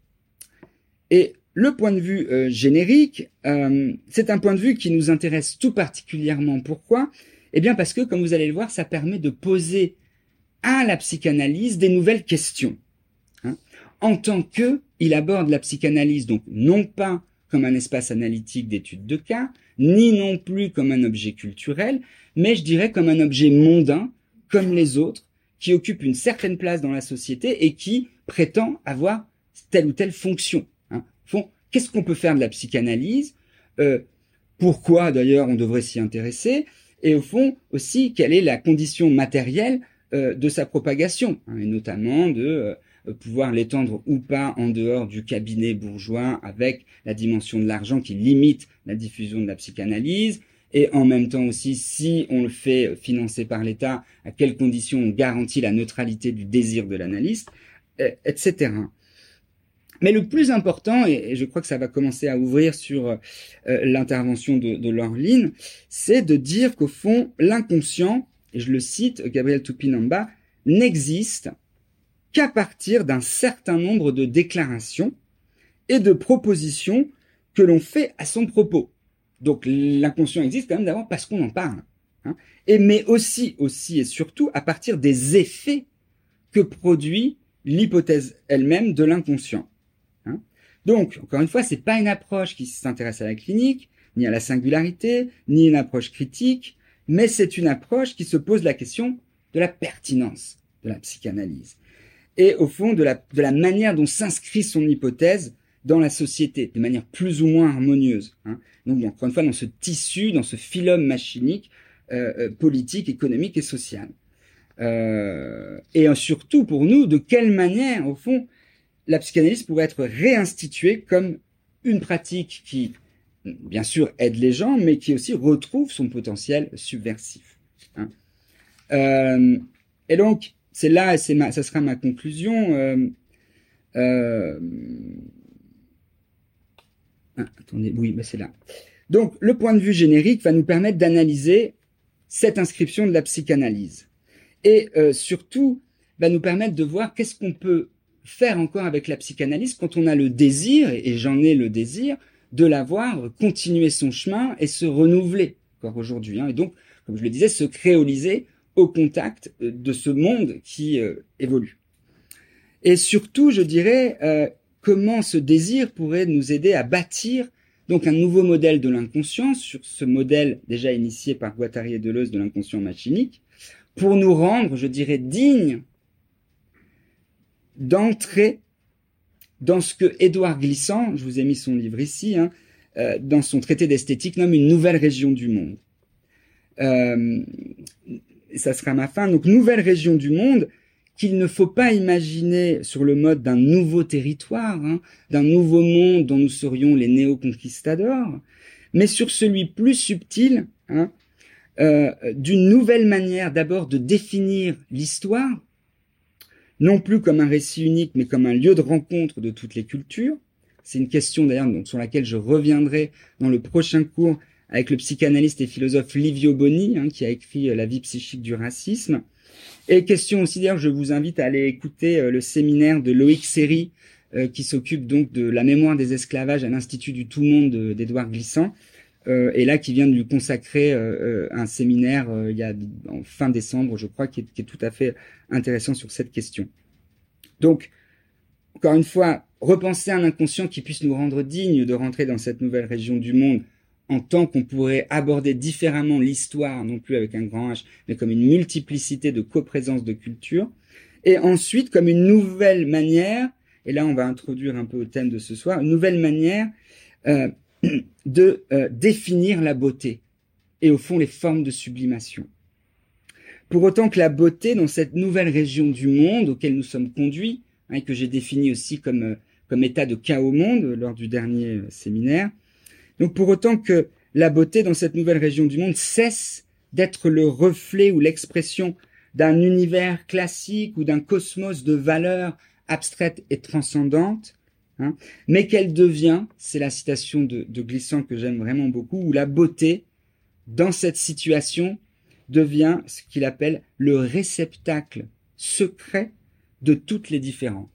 Et le point de vue euh, générique, euh, c'est un point de vue qui nous intéresse tout particulièrement. Pourquoi ? Eh bien parce que, comme vous allez le voir, ça permet de poser à la psychanalyse des nouvelles questions. Hein, en tant que, il aborde la psychanalyse, donc non pas comme un espace analytique d'étude de cas, ni non plus comme un objet culturel, mais je dirais comme un objet mondain, comme les autres, qui occupe une certaine place dans la société et qui prétend avoir telle ou telle fonction. Hein. Font, qu'est-ce qu'on peut faire de la psychanalyse ? euh, Pourquoi d'ailleurs on devrait s'y intéresser ? Et au fond aussi, quelle est la condition matérielle euh, de sa propagation, hein, et notamment de euh, pouvoir l'étendre ou pas en dehors du cabinet bourgeois avec la dimension de l'argent qui limite la diffusion de la psychanalyse, et en même temps aussi, si on le fait financer par l'État, à quelles conditions on garantit la neutralité du désir de l'analyste, euh, et cetera. Mais le plus important, et je crois que ça va commencer à ouvrir sur euh, l'intervention de, de Laureline, c'est de dire qu'au fond, l'inconscient, et je le cite, Gabriel Tupinamba, n'existe qu'à partir d'un certain nombre de déclarations et de propositions que l'on fait à son propos. Donc l'inconscient existe quand même d'abord parce qu'on en parle. Hein, et mais aussi, aussi et surtout à partir des effets que produit l'hypothèse elle-même de l'inconscient. Hein. Donc, encore une fois, c'est pas une approche qui s'intéresse à la clinique, ni à la singularité, ni une approche critique, mais c'est une approche qui se pose la question de la pertinence de la psychanalyse. Et au fond, de la, de la manière dont s'inscrit son hypothèse dans la société, de manière plus ou moins harmonieuse. Hein. Donc, encore une fois, dans ce tissu, dans ce phylum machinique, euh, politique, économique et social. Euh, et surtout, pour nous, de quelle manière, au fond, la psychanalyse pourrait être réinstituée comme une pratique qui bien sûr, aide les gens, mais qui aussi retrouve son potentiel subversif. Hein. Euh, et donc, c'est là, c'est ma, ça sera ma conclusion. Euh, euh, ah, attendez, oui, ben c'est là. Donc, le point de vue générique va nous permettre d'analyser cette inscription de la psychanalyse. Et euh, surtout, va nous permettre de voir qu'est-ce qu'on peut faire encore avec la psychanalyse quand on a le désir, et j'en ai le désir, de la voir continuer son chemin et se renouveler encore aujourd'hui. Hein. Et donc, comme je le disais, se créoliser au contact de ce monde qui euh, évolue. Et surtout, je dirais, euh, comment ce désir pourrait nous aider à bâtir donc un nouveau modèle de l'inconscient, sur ce modèle déjà initié par Guattari et Deleuze de l'inconscient machinique, pour nous rendre, je dirais, dignes d'entrer dans ce que Édouard Glissant, je vous ai mis son livre ici, hein, euh, dans son traité d'esthétique, nomme une nouvelle région du monde. Euh, ça sera ma fin. Donc, nouvelle région du monde qu'il ne faut pas imaginer sur le mode d'un nouveau territoire, hein, d'un nouveau monde dont nous serions les néo-conquistadors, mais sur celui plus subtil, hein, euh, d'une nouvelle manière d'abord de définir l'histoire, non plus comme un récit unique, mais comme un lieu de rencontre de toutes les cultures. C'est une question d'ailleurs donc, sur laquelle je reviendrai dans le prochain cours avec le psychanalyste et philosophe Livio Boni, hein, qui a écrit euh, La vie psychique du racisme. Et question aussi, d'ailleurs, je vous invite à aller écouter euh, le séminaire de Loïc Séry, euh, qui s'occupe donc de la mémoire des esclavages à l'Institut du Tout-Monde d'Édouard Glissant, euh, et là qui vient de lui consacrer euh, un séminaire euh, il y a en fin décembre, je crois, qui est, qui est tout à fait intéressant sur cette question. Donc, encore une fois, repenser un inconscient qui puisse nous rendre dignes de rentrer dans cette nouvelle région du monde, en tant qu'on pourrait aborder différemment l'histoire, non plus avec un grand H, mais comme une multiplicité de coprésence de cultures, et ensuite comme une nouvelle manière, et là on va introduire un peu au thème de ce soir, une nouvelle manière euh, de euh, définir la beauté, et au fond les formes de sublimation. Pour autant que la beauté, dans cette nouvelle région du monde auquel nous sommes conduits, hein, et que j'ai défini aussi comme, euh, comme état de chaos monde lors du dernier euh, séminaire, donc pour autant que la beauté dans cette nouvelle région du monde cesse d'être le reflet ou l'expression d'un univers classique ou d'un cosmos de valeurs abstraites et transcendantes, hein, mais qu'elle devient, c'est la citation de, de Glissant que j'aime vraiment beaucoup, où la beauté, dans cette situation, devient ce qu'il appelle le réceptacle secret de toutes les différences.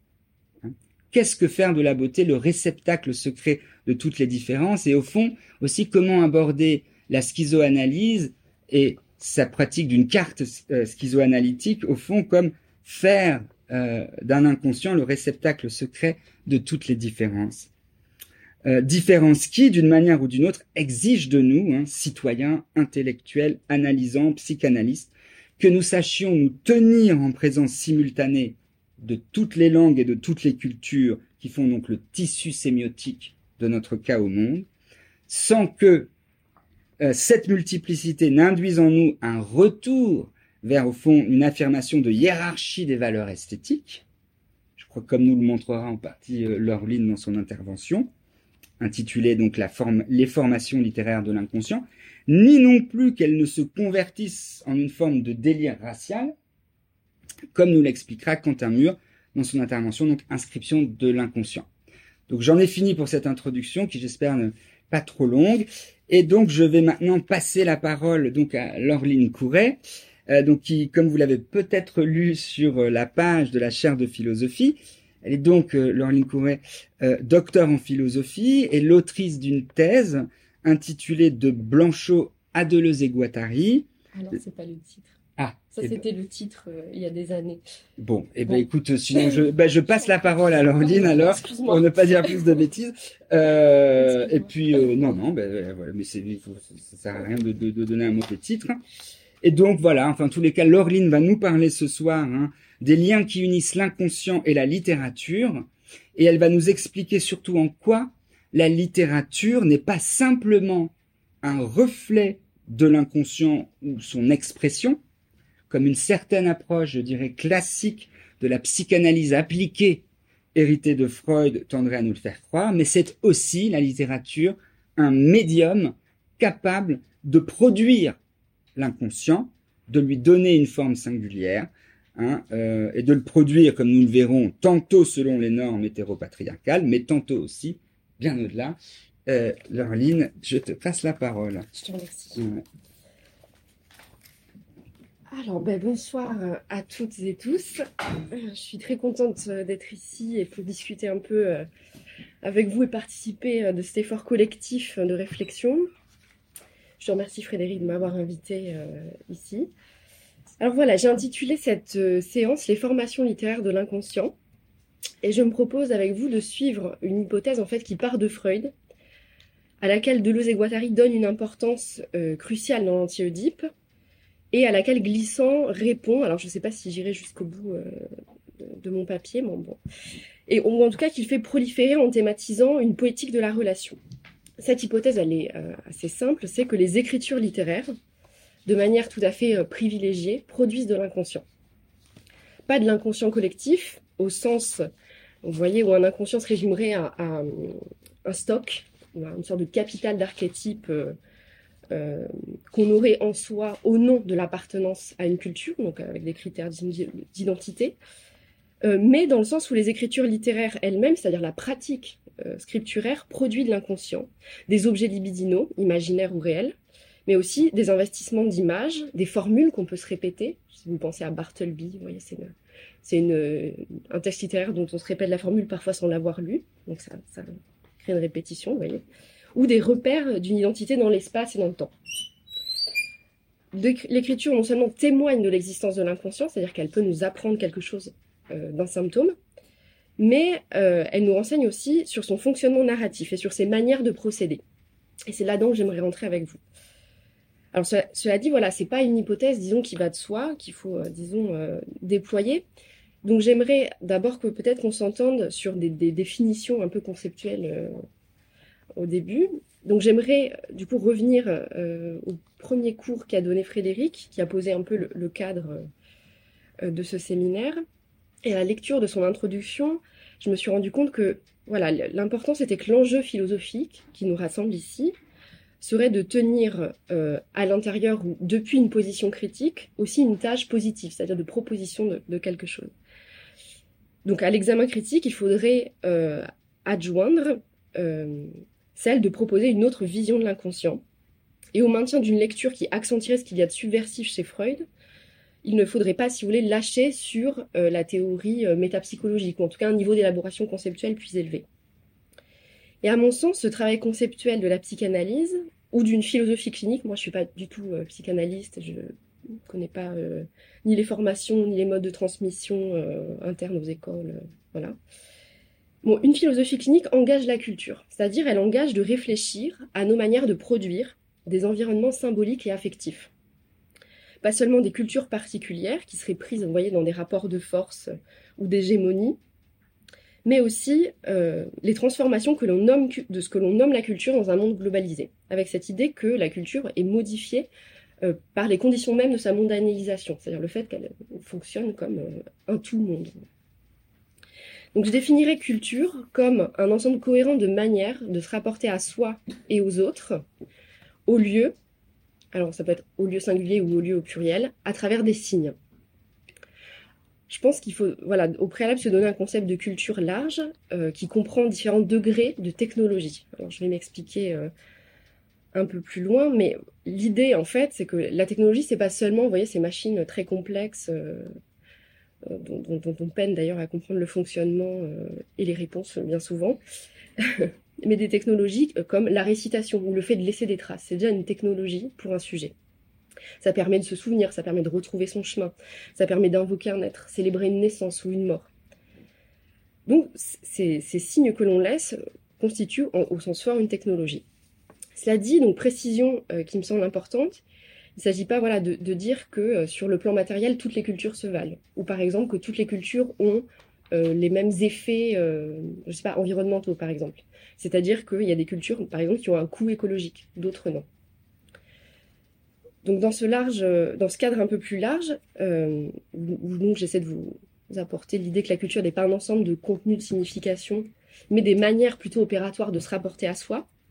Qu'est-ce que faire de la beauté, le réceptacle secret de toutes les différences, et au fond aussi comment aborder la schizoanalyse et sa pratique d'une carte euh, schizoanalytique, au fond comme faire euh, d'un inconscient le réceptacle secret de toutes les différences. Euh, différences qui, d'une manière ou d'une autre, exigent de nous, hein, citoyens, intellectuels, analysants, psychanalystes, que nous sachions nous tenir en présence simultanée de toutes les langues et de toutes les cultures qui font donc le tissu sémiotique de notre cas au monde, sans que euh, cette multiplicité n'induise en nous un retour vers, au fond, une affirmation de hiérarchie des valeurs esthétiques, je crois comme nous le montrera en partie euh, Laureline dans son intervention, intitulée donc la forme, les formations littéraires de l'inconscient, ni non plus qu'elle ne se convertisse en une forme de délire racial, comme nous l'expliquera Quentin Mur dans son intervention, donc inscription de l'inconscient. Donc j'en ai fini pour cette introduction qui j'espère ne pas trop longue, et donc je vais maintenant passer la parole donc à Laureline Couret, euh, donc qui, comme vous l'avez peut-être lu sur euh, la page de la chaire de philosophie, elle est donc euh, Laureline Couret, euh, docteur en philosophie et l'autrice d'une thèse intitulée De Blanchot à Deleuze et Guattari. Alors c'est pas le titre. Ah, ça c'était ben... le titre euh, il y a des années. Bon, et eh bon. ben écoute, sinon je, ben, je passe la parole à Laureline alors, pour ne pas dire plus de bêtises. Euh, et puis euh, non, non, ben voilà, mais c'est, faut, ça sert à rien de, de, de donner un mauvais titre. Et donc voilà, enfin en tous les cas, Laureline va nous parler ce soir hein, des liens qui unissent l'inconscient et la littérature, et elle va nous expliquer surtout en quoi la littérature n'est pas simplement un reflet de l'inconscient ou son expression, comme une certaine approche, je dirais, classique de la psychanalyse appliquée, héritée de Freud, tendrait à nous le faire croire, mais c'est aussi, la littérature, un médium capable de produire l'inconscient, de lui donner une forme singulière, hein, euh, et de le produire, comme nous le verrons, tantôt selon les normes hétéropatriarcales, mais tantôt aussi, bien au-delà. Euh, Laureline, je te passe la parole. Je te remercie. Ouais. Alors, ben, bonsoir à toutes et tous. Je suis très contente d'être ici et pour discuter un peu avec vous et participer de cet effort collectif de réflexion. Je te remercie Frédéric de m'avoir invité ici. Alors voilà, j'ai intitulé cette séance « Les formations littéraires de l'inconscient ». Et je me propose avec vous de suivre une hypothèse en fait qui part de Freud, à laquelle Deleuze et Guattari donnent une importance euh, cruciale dans l'anti-Oedipe, et à laquelle Glissant répond, alors je ne sais pas si j'irai jusqu'au bout euh, de, de mon papier, mais bon, et ou en tout cas qu'il fait proliférer en thématisant une poétique de la relation. Cette hypothèse, elle est euh, assez simple, c'est que les écritures littéraires, de manière tout à fait euh, privilégiée, produisent de l'inconscient. Pas de l'inconscient collectif, au sens, vous voyez, où un inconscient se résumerait à, à, à un stock, une sorte de capital d'archétypes euh, euh, qu'on aurait en soi au nom de l'appartenance à une culture, donc avec des critères d'identité, euh, mais dans le sens où les écritures littéraires elles-mêmes, c'est-à-dire la pratique euh, scripturaire, produit de l'inconscient, des objets libidinaux, imaginaires ou réels, mais aussi des investissements d'images, des formules qu'on peut se répéter. Si vous pensez à Bartleby, vous voyez, c'est, une, c'est une, un texte littéraire dont on se répète la formule parfois sans l'avoir lu, donc ça, ça crée une répétition, vous voyez, ou des repères d'une identité dans l'espace et dans le temps. L'écriture non seulement témoigne de l'existence de l'inconscient, c'est-à-dire qu'elle peut nous apprendre quelque chose euh, d'un symptôme, mais euh, elle nous renseigne aussi sur son fonctionnement narratif et sur ses manières de procéder. Et c'est là-dedans que j'aimerais rentrer avec vous. Alors cela, cela dit, voilà, c'est pas une hypothèse, disons, qui va de soi, qu'il faut, euh, disons, euh, déployer. Donc j'aimerais d'abord que peut-être qu'on s'entende sur des, des définitions un peu conceptuelles euh, au début. Donc j'aimerais du coup revenir euh, au premier cours qu'a donné Frédéric, qui a posé un peu le, le cadre euh, de ce séminaire. Et à la lecture de son introduction, je me suis rendu compte que voilà, l'important c'était que l'enjeu philosophique qui nous rassemble ici serait de tenir euh, à l'intérieur ou depuis une position critique aussi une tâche positive, c'est-à-dire de proposition de, de quelque chose. Donc à l'examen critique, il faudrait euh, adjoindre euh, celle de proposer une autre vision de l'inconscient. Et au maintien d'une lecture qui accentuerait ce qu'il y a de subversif chez Freud, il ne faudrait pas, si vous voulez, lâcher sur euh, la théorie euh, métapsychologique, ou en tout cas un niveau d'élaboration conceptuelle plus élevé. Et à mon sens, ce travail conceptuel de la psychanalyse, ou d'une philosophie clinique, moi je ne suis pas du tout euh, psychanalyste, je ne connais pas euh, ni les formations, ni les modes de transmission euh, internes aux écoles, euh, voilà. Bon, une philosophie clinique engage la culture, c'est-à-dire elle engage de réfléchir à nos manières de produire des environnements symboliques et affectifs. Pas seulement des cultures particulières qui seraient prises, vous voyez, dans des rapports de force ou d'hégémonie, mais aussi euh, les transformations que l'on nomme, de ce que l'on nomme la culture dans un monde globalisé, avec cette idée que la culture est modifiée euh, par les conditions mêmes de sa mondialisation, c'est-à-dire le fait qu'elle fonctionne comme euh, un tout-monde. Donc je définirais culture comme un ensemble cohérent de manières de se rapporter à soi et aux autres, au lieu, alors ça peut être au lieu singulier ou au lieu au pluriel, à travers des signes. Je pense qu'il faut, voilà, au préalable se donner un concept de culture large euh, qui comprend différents degrés de technologie. Alors je vais m'expliquer euh, un peu plus loin, mais l'idée en fait, c'est que la technologie, c'est pas seulement, vous voyez, ces machines très complexes euh, Dont, dont, dont on peine d'ailleurs à comprendre le fonctionnement euh, et les réponses bien souvent, mais des technologies comme la récitation ou le fait de laisser des traces. C'est déjà une technologie pour un sujet. Ça permet de se souvenir, ça permet de retrouver son chemin, ça permet d'invoquer un être, célébrer une naissance ou une mort. Donc ces, ces signes que l'on laisse constituent en, au sens fort une technologie. Cela dit, donc précision euh, qui me semble importante, il ne s'agit pas voilà, de, de dire que euh, sur le plan matériel, toutes les cultures se valent. Ou par exemple que toutes les cultures ont euh, les mêmes effets euh, je sais pas, environnementaux, par exemple. C'est-à-dire qu'il y a des cultures, par exemple, qui ont un coût écologique, d'autres non. Donc dans ce, large, dans ce cadre un peu plus large, euh, où donc j'essaie de vous apporter l'idée que la culture n'est pas un ensemble de contenus de signification, mais des manières plutôt opératoires de se rapporter à soi,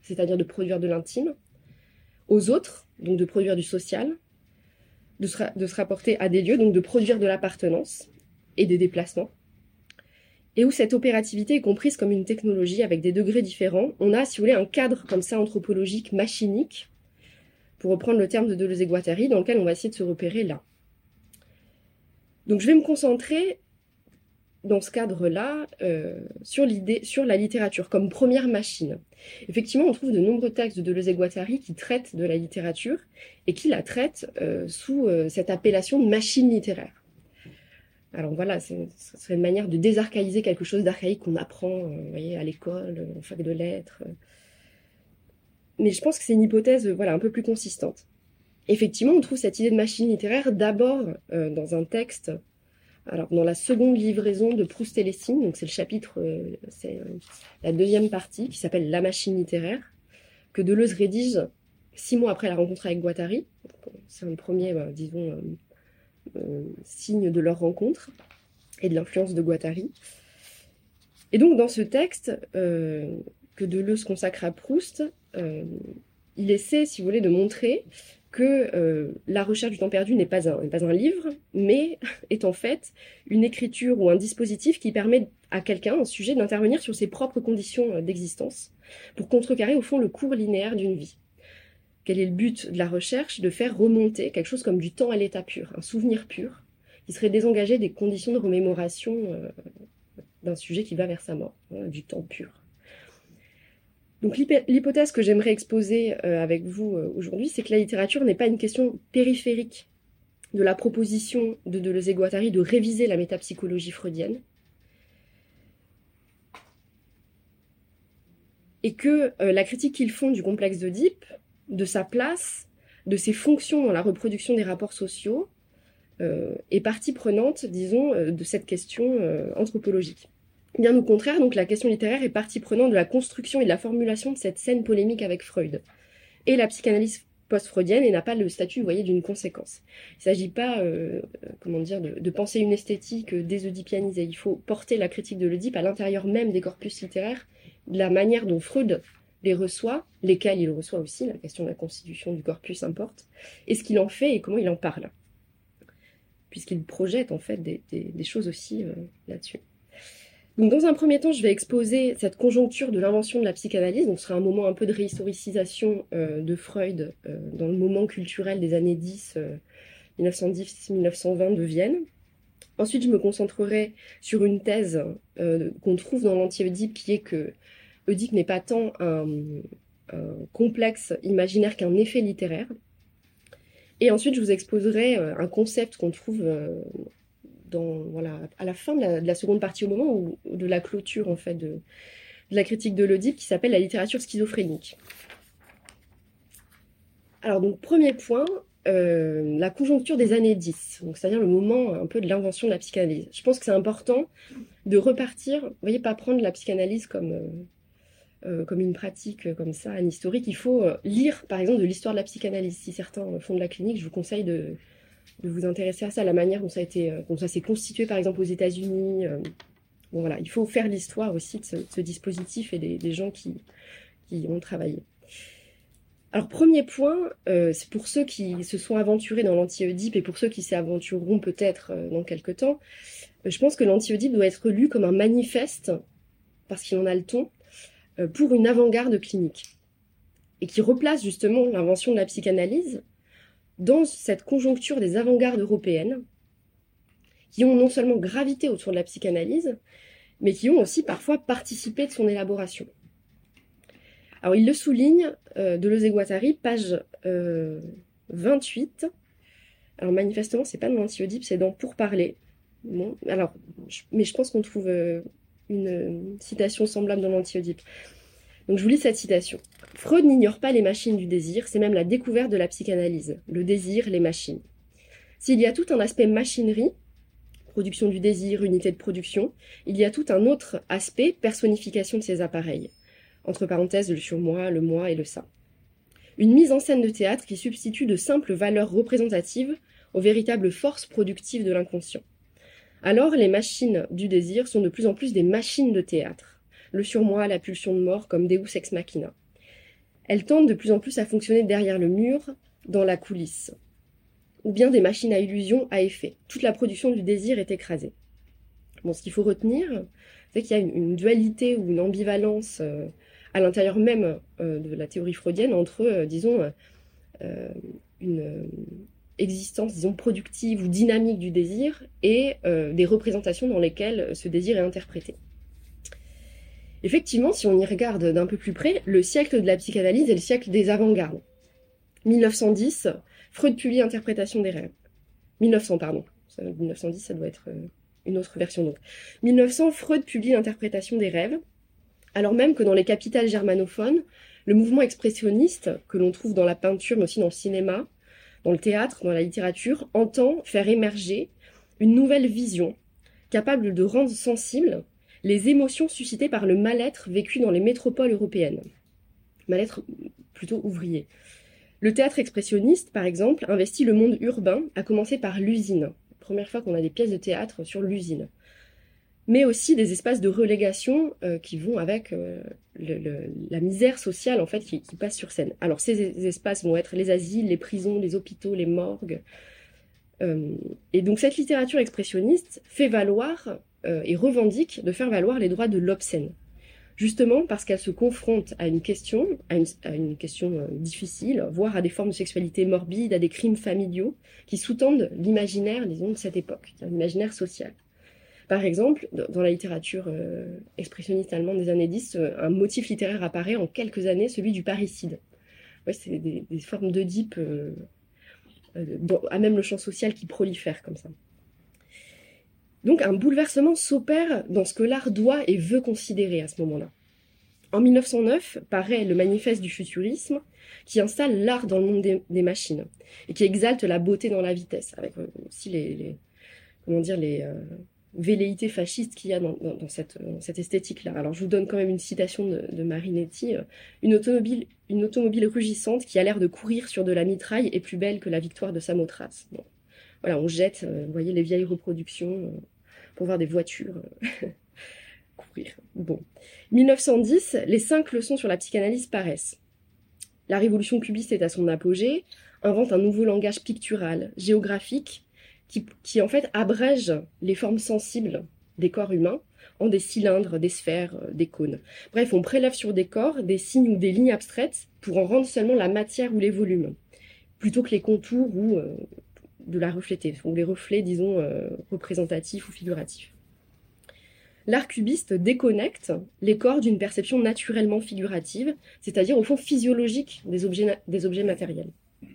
c'est-à-dire de produire de l'intime, aux autres, donc de produire du social, de se, de se rapporter à des lieux, donc de produire de l'appartenance et des déplacements, et où cette opérativité est comprise comme une technologie avec des degrés différents. On a, si vous voulez, un cadre comme ça anthropologique, machinique, pour reprendre le terme de Deleuze et Guattari, dans lequel on va essayer de se repérer là. Donc je vais me concentrer dans ce cadre-là euh, sur l'idée, sur la littérature comme première machine. Effectivement, on trouve de nombreux textes de Deleuze et Guattari qui traitent de la littérature et qui la traitent euh, sous euh, cette appellation de machine littéraire. Alors voilà, ce serait une manière de désarchaïser quelque chose d'archaïque qu'on apprend euh, vous voyez, à l'école, en fac de lettres. Mais je pense que c'est une hypothèse voilà, un peu plus consistante. Effectivement, on trouve cette idée de machine littéraire d'abord euh, dans un texte, alors dans la seconde livraison de Proust et Lessing, donc c'est le chapitre, euh, c'est euh, la deuxième partie qui s'appelle La machine littéraire, que Deleuze rédige six mois après la rencontre avec Guattari. C'est un premier, bah, disons, euh, euh, signe de leur rencontre et de l'influence de Guattari. Et donc dans ce texte euh, que Deleuze consacre à Proust, euh, il essaie, si vous voulez, de montrer que euh, La recherche du temps perdu n'est pas, un, n'est pas un livre, mais est en fait une écriture ou un dispositif qui permet à quelqu'un, un sujet, d'intervenir sur ses propres conditions d'existence pour contrecarrer au fond le cours linéaire d'une vie. Quel est le but de la recherche? De faire remonter quelque chose comme du temps à l'état pur, un souvenir pur, qui serait désengagé des conditions de remémoration euh, d'un sujet qui va vers sa mort, hein, du temps pur. Donc l'hypothèse que j'aimerais exposer euh, avec vous euh, aujourd'hui, c'est que la littérature n'est pas une question périphérique de la proposition de Deleuze et Guattari de réviser la métapsychologie freudienne, et que euh, la critique qu'ils font du complexe d'Oedipe, de sa place, de ses fonctions dans la reproduction des rapports sociaux, euh, est partie prenante, disons, euh, de cette question euh, anthropologique. Bien au contraire, donc, la question littéraire est partie prenante de la construction et de la formulation de cette scène polémique avec Freud. Et la psychanalyse post-freudienne n'a pas le statut, vous voyez, d'une conséquence. Il ne s'agit pas, euh, comment dire, de, de penser une esthétique désœdipianisée. Il faut porter la critique de l'Oedipe à l'intérieur même des corpus littéraires, de la manière dont Freud les reçoit, lesquels il reçoit aussi, la question de la constitution du corpus importe, et ce qu'il en fait et comment il en parle. Puisqu'il projette, en fait, des, des, des choses aussi euh, là-dessus. Donc, dans un premier temps, je vais exposer cette conjoncture de l'invention de la psychanalyse. Donc, ce sera un moment un peu de réhistoricisation euh, de Freud euh, dans le moment culturel des années dix, euh, mille neuf cent dix à mille neuf cent vingt de Vienne. Ensuite, je me concentrerai sur une thèse euh, qu'on trouve dans l'anti-Oedipe, qui est que Oedipe n'est pas tant un, un complexe imaginaire qu'un effet littéraire. Et ensuite, je vous exposerai euh, un concept qu'on trouve... Euh, Dans, voilà, à la fin de la, de la seconde partie, au moment où, de la clôture en fait, de, de la critique de l'Oedipe, qui s'appelle la littérature schizophrénique. Alors, donc, premier point, euh, la conjoncture des années dix, donc, c'est-à-dire le moment un peu de l'invention de la psychanalyse. Je pense que c'est important de repartir, vous voyez, pas prendre la psychanalyse comme, euh, euh, comme une pratique euh, comme ça, un historique. Il faut euh, lire, par exemple, de l'histoire de la psychanalyse. Si certains font de la clinique, je vous conseille de... de vous intéresser à ça, la manière dont ça a été, dont ça s'est constitué par exemple aux États-Unis. Euh, bon voilà, il faut faire l'histoire aussi de ce, de ce dispositif et des, des gens qui, qui ont travaillé. Alors premier point, euh, c'est pour ceux qui se sont aventurés dans l'anti-Oedipe et pour ceux qui s'y aventureront peut-être euh, dans quelques temps, euh, je pense que l'anti-Oedipe doit être lu comme un manifeste, parce qu'il en a le ton, euh, pour une avant-garde clinique et qui replace justement l'invention de la psychanalyse dans cette conjoncture des avant-gardes européennes, qui ont non seulement gravité autour de la psychanalyse, mais qui ont aussi parfois participé de son élaboration. Alors il le souligne, euh, Deleuze et Guattari, page euh, vingt-huit. Alors manifestement, c'est pas dans l'anti-Oedipe, c'est dans Pourparler. Bon, alors, je, mais je pense qu'on trouve euh, une, une citation semblable dans l'anti-Oedipe. Donc je vous lis cette citation. « Freud n'ignore pas les machines du désir, c'est même la découverte de la psychanalyse. Le désir, les machines. S'il y a tout un aspect machinerie, production du désir, unité de production, il y a tout un autre aspect, personnification de ces appareils. Entre parenthèses, le surmoi, le moi et le ça. Une mise en scène de théâtre qui substitue de simples valeurs représentatives aux véritables forces productives de l'inconscient. Alors les machines du désir sont de plus en plus des machines de théâtre. Le surmoi, la pulsion de mort comme Deus ex machina. elles tendent de plus en plus à fonctionner derrière le mur, dans la coulisse, ou bien des machines à illusion à effet. Toute la production du désir est écrasée. Bon, ce qu'il faut retenir, c'est qu'il y a une, une dualité ou une ambivalence euh, à l'intérieur même euh, de la théorie freudienne entre, euh, disons, euh, une euh, existence, disons, productive ou dynamique du désir et euh, des représentations dans lesquelles ce désir est interprété. Effectivement, si on y regarde d'un peu plus près, le siècle de la psychanalyse est le siècle des avant-gardes. mille neuf cent dix, Freud publie Interprétation des rêves. mille neuf cents, pardon. mille neuf cent dix, ça doit être une autre version. Donc. mille neuf cents, Freud publie L'interprétation des rêves, alors même que dans les capitales germanophones, le mouvement expressionniste, que l'on trouve dans la peinture, mais aussi dans le cinéma, dans le théâtre, dans la littérature, entend faire émerger une nouvelle vision, capable de rendre sensibles les émotions suscitées par le mal-être vécu dans les métropoles européennes. Mal-être plutôt ouvrier. Le théâtre expressionniste, par exemple, investit le monde urbain, à commencer par l'usine. Première fois qu'on a des pièces de théâtre sur l'usine. Mais aussi des espaces de relégation euh, qui vont avec euh, le, le, la misère sociale en fait qui, qui passe sur scène. Alors ces espaces vont être les asiles, les prisons, les hôpitaux, les morgues. Euh, et donc cette littérature expressionniste fait valoir euh, et revendique de faire valoir les droits de l'obscène. Justement parce qu'elle se confronte à une question, à une, à une question euh, difficile, voire à des formes de sexualité morbide, à des crimes familiaux qui sous-tendent l'imaginaire, disons, de cette époque, l'imaginaire social. Par exemple, dans la littérature euh, expressionniste allemande des années dix, euh, un motif littéraire apparaît en quelques années, celui du parricide. Ouais, c'est des, des formes d'Oedipe, euh, euh, à même le champ social qui prolifèrent comme ça. Donc un bouleversement s'opère dans ce que l'art doit et veut considérer à ce moment-là. En mille neuf cent neuf paraît le manifeste du futurisme qui installe l'art dans le monde des, des machines et qui exalte la beauté dans la vitesse, avec aussi les, les comment dire, les euh, velléités fascistes qu'il y a dans, dans, dans, cette, dans cette esthétique-là. Alors je vous donne quand même une citation de, de Marinetti. Une automobile, une automobile rugissante qui a l'air de courir sur de la mitraille est plus belle que la victoire de Samothrace. Bon. Voilà, on jette, euh, vous voyez, les vieilles reproductions euh, pour voir des voitures euh, courir. Bon. mille neuf cent dix, les cinq leçons sur la psychanalyse paraissent. La révolution cubiste est à son apogée, invente un nouveau langage pictural, géographique, qui, qui en fait abrège les formes sensibles des corps humains en des cylindres, des sphères, euh, des cônes. Bref, on prélève sur des corps des signes ou des lignes abstraites pour en rendre seulement la matière ou les volumes, plutôt que les contours ou euh, de la refléter, ou les reflets, disons, euh, représentatifs ou figuratifs. L'art cubiste déconnecte les corps d'une perception naturellement figurative, c'est-à-dire au fond physiologique des objets, des objets matériels.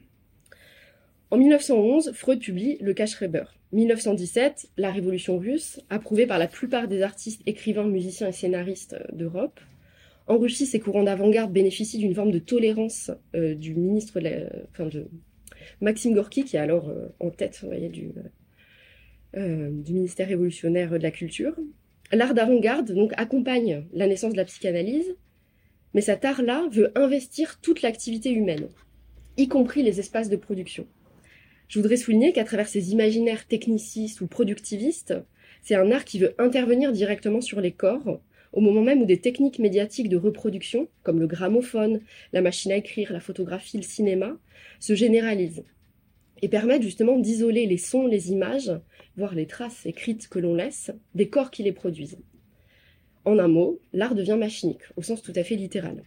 En mille neuf cent onze, Freud publie Le Cas-Schreiber. mille neuf cent dix-sept, la Révolution russe, approuvée par la plupart des artistes, écrivains, musiciens et scénaristes d'Europe. En Russie, ces courants d'avant-garde bénéficient d'une forme de tolérance euh, du ministre, de, la, enfin de Maxime Gorky, qui est alors euh, en tête, vous voyez, du, euh, du ministère révolutionnaire de la Culture. L'art d'avant-garde donc accompagne la naissance de la psychanalyse, mais cet art-là veut investir toute l'activité humaine, y compris les espaces de production. Je voudrais souligner qu'à travers ces imaginaires technicistes ou productivistes, c'est un art qui veut intervenir directement sur les corps, au moment même où des techniques médiatiques de reproduction, comme le gramophone, la machine à écrire, la photographie, le cinéma, se généralisent et permettent justement d'isoler les sons, les images, voire les traces écrites que l'on laisse, des corps qui les produisent. En un mot, l'art devient machinique, au sens tout à fait littéral.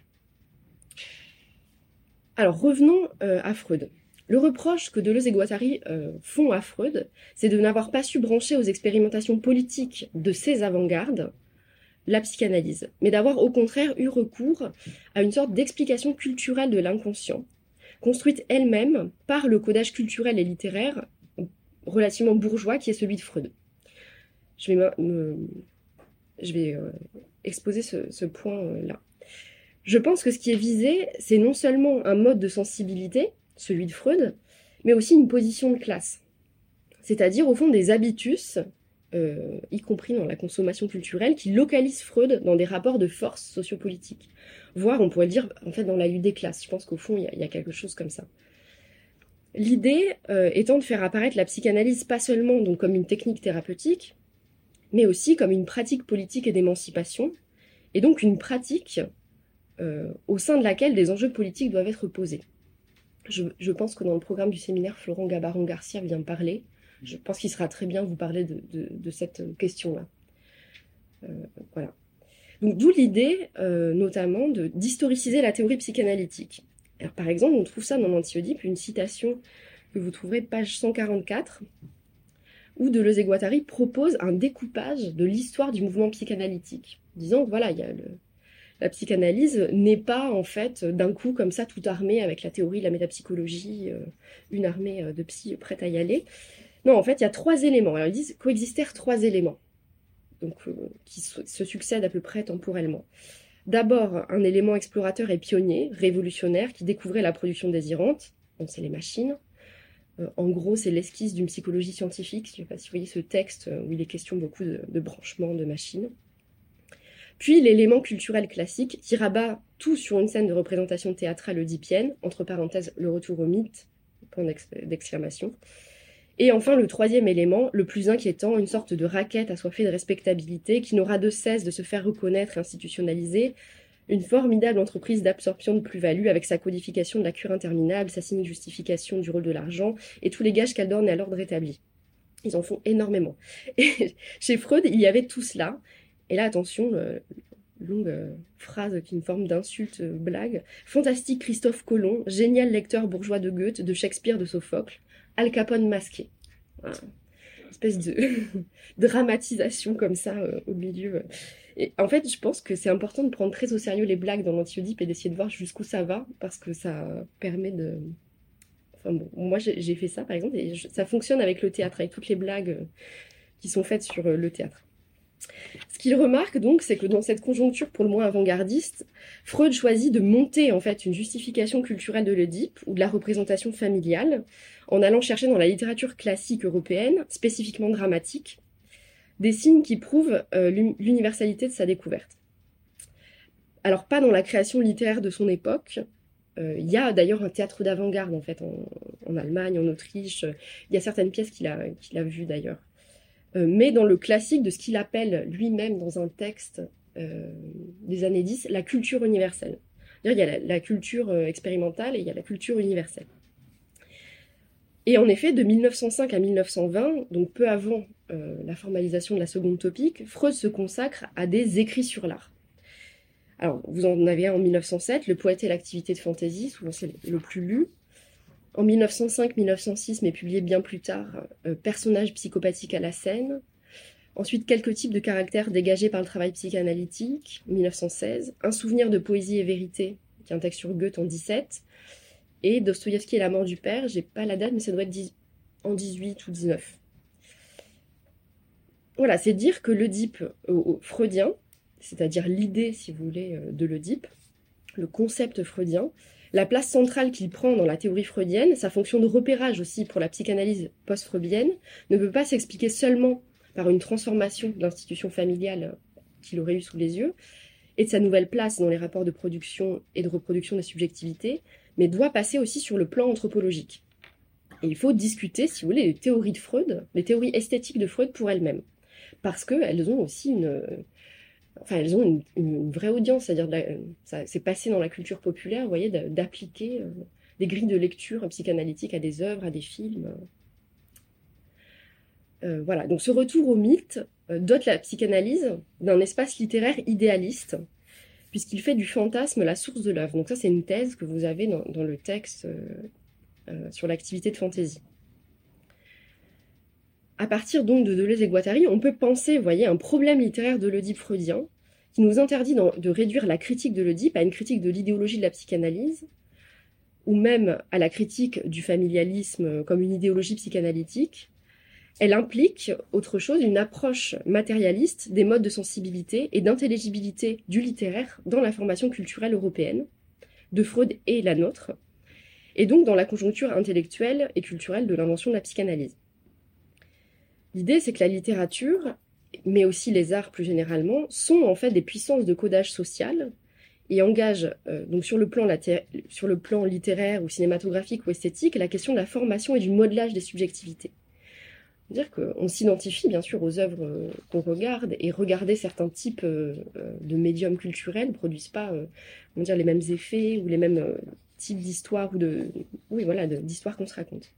Alors revenons euh, à Freud. Le reproche que Deleuze et Guattari euh, font à Freud, c'est de n'avoir pas su brancher aux expérimentations politiques de ces avant-gardes la psychanalyse, mais d'avoir au contraire eu recours à une sorte d'explication culturelle de l'inconscient, construite elle-même par le codage culturel et littéraire relativement bourgeois qui est celui de Freud. Je vais, me, je vais euh, exposer ce, ce point-là. Je pense que ce qui est visé, c'est non seulement un mode de sensibilité, celui de Freud, mais aussi une position de classe. C'est-à-dire, au fond, des habitus, euh, y compris dans la consommation culturelle, qui localisent Freud dans des rapports de force sociopolitiques. Voire, on pourrait le dire, en fait, dans la lutte des classes. Je pense qu'au fond, il y, y a quelque chose comme ça. L'idée euh, étant de faire apparaître la psychanalyse pas seulement donc, comme une technique thérapeutique, mais aussi comme une pratique politique et d'émancipation, et donc une pratique euh, au sein de laquelle des enjeux politiques doivent être posés. Je, je pense que dans le programme du séminaire, Florent Gabaron-Garcia vient parler. Je pense qu'il sera très bien vous parler de, de, de cette question-là. Euh, voilà. Donc, d'où l'idée, euh, notamment, de, d'historiciser la théorie psychanalytique. Alors, par exemple, on trouve ça dans l'Anti-Oedipe, une citation que vous trouverez page cent quarante-quatre, où Deleuze et Guattari proposent un découpage de l'histoire du mouvement psychanalytique, disant que voilà, il y a le, la psychanalyse n'est pas en fait d'un coup comme ça tout armée avec la théorie, la métapsychologie, euh, une armée de psy prête à y aller. Non, en fait, il y a trois éléments. Alors, ils disent coexistèrent trois éléments, donc euh, qui se succèdent à peu près temporellement. D'abord, un élément explorateur et pionnier, révolutionnaire, qui découvrait la production désirante, donc c'est les machines. Euh, en gros, c'est l'esquisse d'une psychologie scientifique. Je ne sais pas si vous voyez ce texte où il est question beaucoup de, de branchements de machines. Puis l'élément culturel classique qui rabat tout sur une scène de représentation théâtrale oedipienne, entre parenthèses le retour au mythe, point d'exclamation. Et enfin le troisième élément, le plus inquiétant, une sorte de raquette assoiffée de respectabilité qui n'aura de cesse de se faire reconnaître et institutionnaliser, une formidable entreprise d'absorption de plus-value avec sa codification de la cure interminable, sa cynique justification du rôle de l'argent et tous les gages qu'Adorn est à l'ordre établi. Ils en font énormément. Et chez Freud, il y avait tout cela. Et là, attention, euh, longue euh, phrase qui est une forme d'insulte, euh, blague. Fantastique Christophe Colomb, génial lecteur bourgeois de Goethe, de Shakespeare, de Sophocle, Al Capone masqué. Voilà. Une espèce de dramatisation comme ça euh, au milieu. Et en fait, je pense que c'est important de prendre très au sérieux les blagues dans l'Anti-Oedipe et d'essayer de voir jusqu'où ça va, parce que ça permet de... Enfin bon, moi j'ai, j'ai fait ça par exemple, et je, ça fonctionne avec le théâtre, avec toutes les blagues euh, qui sont faites sur euh, le théâtre. Ce qu'il remarque donc, c'est que dans cette conjoncture pour le moins avant-gardiste, Freud choisit de monter en fait une justification culturelle de l'Oedipe ou de la représentation familiale en allant chercher dans la littérature classique européenne, spécifiquement dramatique, des signes qui prouvent euh, l'universalité de sa découverte. Alors pas dans la création littéraire de son époque. Euh, il y a d'ailleurs un théâtre d'avant-garde en fait en, en Allemagne, en Autriche. Il y a certaines pièces qu'il a, qu'il a vues d'ailleurs. Euh, mais dans le classique de ce qu'il appelle lui-même dans un texte euh, des années dix, la culture universelle. C'est-à-dire, il y a la, la culture euh, expérimentale et il y a la culture universelle. Et en effet, de mille neuf cent cinq à mille neuf cent vingt, donc peu avant euh, la formalisation de la seconde topique, Freud se consacre à des écrits sur l'art. Alors, vous en avez un en mille neuf cent sept, Le poète et l'activité de fantaisie, souvent c'est le plus lu. En mille neuf cent cinq mille neuf cent six, mais publié bien plus tard, euh, Personnage psychopathique à la scène. Ensuite, Quelques types de caractères dégagés par le travail psychanalytique, mille neuf cent seize. Un souvenir de poésie et vérité, qui est un texte sur Goethe en dix-sept. Et Dostoïevski et la mort du père, j'ai pas la date, mais ça doit être en dix-huit ou dix-neuf. Voilà, c'est dire que l'Oedipe euh, freudien, c'est-à-dire l'idée, si vous voulez, de l'Oedipe, le concept freudien, la place centrale qu'il prend dans la théorie freudienne, sa fonction de repérage aussi pour la psychanalyse post-freudienne, ne peut pas s'expliquer seulement par une transformation de l'institution familiale qu'il aurait eue sous les yeux, et de sa nouvelle place dans les rapports de production et de reproduction des subjectivités, mais doit passer aussi sur le plan anthropologique. Et il faut discuter, si vous voulez, les théories de Freud, les théories esthétiques de Freud pour elles-mêmes, parce qu'elles ont aussi une... Enfin, elles ont une, une vraie audience, c'est-à-dire la, ça c'est passé dans la culture populaire, vous voyez, d'appliquer euh, des grilles de lecture psychanalytiques à des œuvres, à des films. Euh, voilà, donc ce retour au mythe euh, dote la psychanalyse d'un espace littéraire idéaliste, puisqu'il fait du fantasme la source de l'œuvre. Donc ça, c'est une thèse que vous avez dans, dans le texte euh, euh, sur l'activité de fantaisie. À partir donc de Deleuze et Guattari, on peut penser, vous voyez, un problème littéraire de l'Oedipe freudien qui nous interdit de réduire la critique de l'Oedipe à une critique de l'idéologie de la psychanalyse, ou même à la critique du familialisme comme une idéologie psychanalytique. Elle implique, autre chose, une approche matérialiste des modes de sensibilité et d'intelligibilité du littéraire dans la formation culturelle européenne, de Freud et la nôtre, et donc dans la conjoncture intellectuelle et culturelle de l'invention de la psychanalyse. L'idée, c'est que la littérature, mais aussi les arts plus généralement, sont en fait des puissances de codage social et engagent euh, donc sur le plan laté- sur le plan littéraire ou cinématographique ou esthétique la question de la formation et du modelage des subjectivités. Dire qu'on s'identifie bien sûr aux œuvres qu'on regarde, et regarder certains types de médiums culturels ne produisent pas on dire, les mêmes effets ou les mêmes types d'histoires ou de, oui, voilà, d'histoires qu'on se raconte.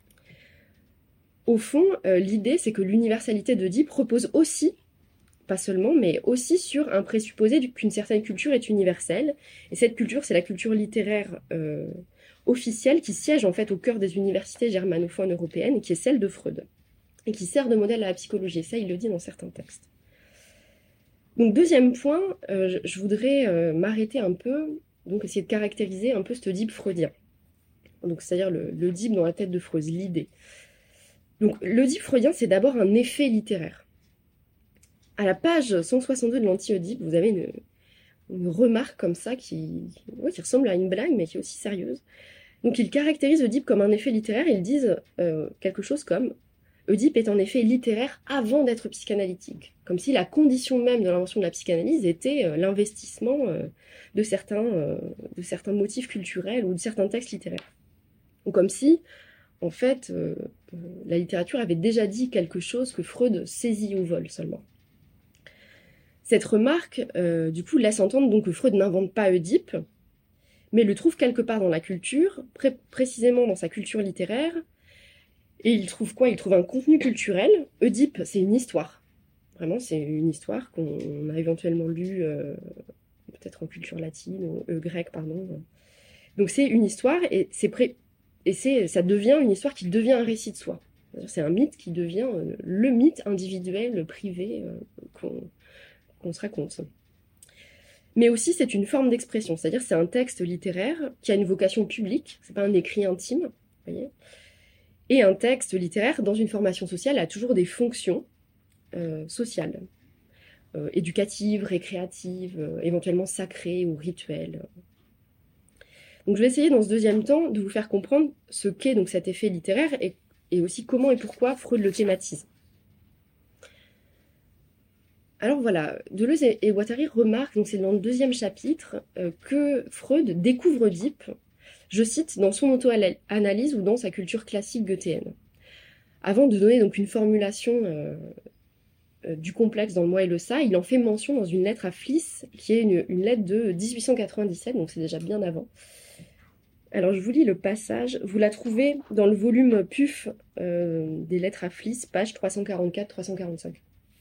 Au fond, euh, l'idée, c'est que l'universalité d'Oedipe repose aussi, pas seulement, mais aussi sur un présupposé qu'une certaine culture est universelle. Et cette culture, c'est la culture littéraire euh, officielle qui siège en fait au cœur des universités germanophones européennes, qui est celle de Freud, et qui sert de modèle à la psychologie. Et ça, il le dit dans certains textes. Donc, deuxième point, euh, je, je voudrais euh, m'arrêter un peu, donc essayer de caractériser un peu cet Oedipe freudien. Donc, c'est-à-dire le, l'Oedipe dans la tête de Freud, l'idée. Donc, l'Oedipe freudien, c'est d'abord un effet littéraire. À la page cent soixante-deux de l'Anti-Oedipe, vous avez une, une remarque comme ça qui, ouais, qui ressemble à une blague, mais qui est aussi sérieuse. Donc, ils caractérisent Oedipe comme un effet littéraire. Ils disent euh, quelque chose comme « Oedipe est en effet littéraire avant d'être psychanalytique », comme si la condition même de l'invention de la psychanalyse était euh, l'investissement euh, de, certains, euh, de certains motifs culturels ou de certains textes littéraires. Ou comme si... En fait, euh, euh, la littérature avait déjà dit quelque chose que Freud saisit au vol seulement. Cette remarque, euh, du coup, laisse entendre donc que Freud n'invente pas Oedipe, mais le trouve quelque part dans la culture, pré- précisément dans sa culture littéraire. Et il trouve quoi? Il trouve un contenu culturel. Oedipe, c'est une histoire. Vraiment, c'est une histoire qu'on a éventuellement lue, euh, peut-être en culture latine, ou euh, grecque, pardon. Donc c'est une histoire, et c'est pré- Et c'est, ça devient une histoire qui devient un récit de soi. C'est un mythe qui devient le mythe individuel, privé, euh, qu'on, qu'on se raconte. Mais aussi, c'est une forme d'expression. C'est-à-dire, c'est un texte littéraire qui a une vocation publique. C'est pas un écrit intime, vous voyez. Et un texte littéraire, dans une formation sociale, a toujours des fonctions euh, sociales, euh, éducatives, récréatives, euh, éventuellement sacrées ou rituelles. Donc je vais essayer dans ce deuxième temps de vous faire comprendre ce qu'est donc cet effet littéraire et, et aussi comment et pourquoi Freud le thématise. Alors voilà, Deleuze et, et Guattari remarquent, donc c'est dans le deuxième chapitre, euh, que Freud découvre Oedipe, je cite, dans son auto-analyse ou dans sa culture classique goethéenne. Avant de donner donc une formulation euh, euh, du complexe dans le moi et le ça, il en fait mention dans une lettre à Fliss, qui est une, une lettre de dix-huit cent quatre-vingt-dix-sept, donc c'est déjà bien avant. Alors, je vous lis le passage. Vous la trouvez dans le volume P U F euh, des lettres à Fliss, page trois cent quarante-quatre à trois cent quarante-cinq.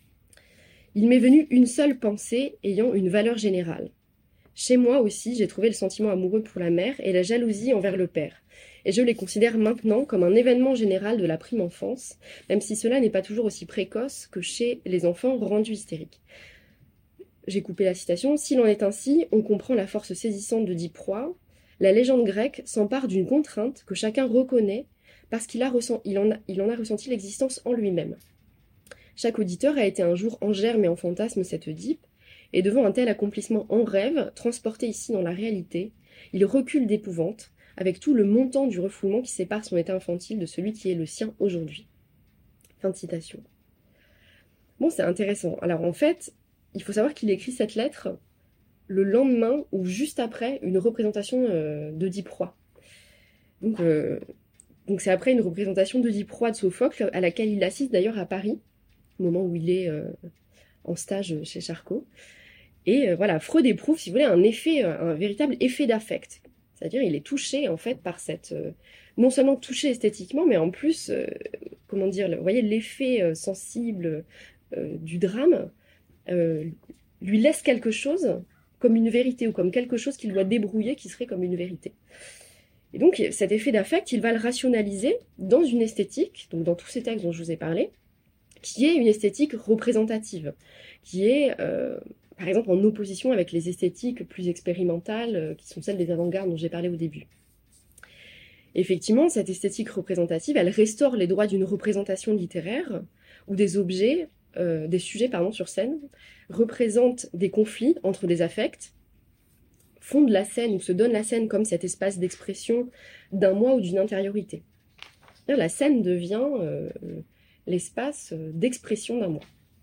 Il m'est venu une seule pensée ayant une valeur générale. Chez moi aussi, j'ai trouvé le sentiment amoureux pour la mère et la jalousie envers le père. Et je les considère maintenant comme un événement général de la prime enfance, même si cela n'est pas toujours aussi précoce que chez les enfants rendus hystériques. J'ai coupé la citation. S'il en est ainsi, on comprend la force saisissante de dix proies. La légende grecque s'empare d'une contrainte que chacun reconnaît parce qu'il a ressent, il en a, il en a ressenti l'existence en lui-même. Chaque auditeur a été un jour en germe et en fantasme cet Oedipe, et devant un tel accomplissement en rêve, transporté ici dans la réalité, il recule d'épouvante, avec tout le montant du refoulement qui sépare son état infantile de celui qui est le sien aujourd'hui. Fin de citation. Bon, c'est intéressant. Alors en fait, il faut savoir qu'il écrit cette lettre le lendemain ou juste après une représentation euh, d'Oedipe roi. Donc, euh, donc c'est après une représentation d'Oedipe roi de Sophocle, à laquelle il assiste d'ailleurs à Paris, au moment où il est euh, en stage chez Charcot. Et euh, voilà, Freud éprouve, si vous voulez, un effet, un véritable effet d'affect. C'est-à-dire, il est touché en fait par cette, euh, non seulement touché esthétiquement, mais en plus, euh, comment dire, vous voyez, l'effet euh, sensible euh, du drame euh, lui laisse quelque chose comme une vérité, ou comme quelque chose qu'il doit débrouiller qui serait comme une vérité. Et donc cet effet d'affect, il va le rationaliser dans une esthétique, donc dans tous ces textes dont je vous ai parlé, qui est une esthétique représentative, qui est euh, par exemple en opposition avec les esthétiques plus expérimentales, euh, qui sont celles des avant-gardes dont j'ai parlé au début. Effectivement, cette esthétique représentative, elle restaure les droits d'une représentation littéraire, où des objets, euh, des sujets pardon, sur scène, représentent des conflits entre des affects, font de la scène ou se donnent la scène comme cet espace d'expression d'un moi ou d'une intériorité. La scène devient euh, l'espace d'expression d'un moi.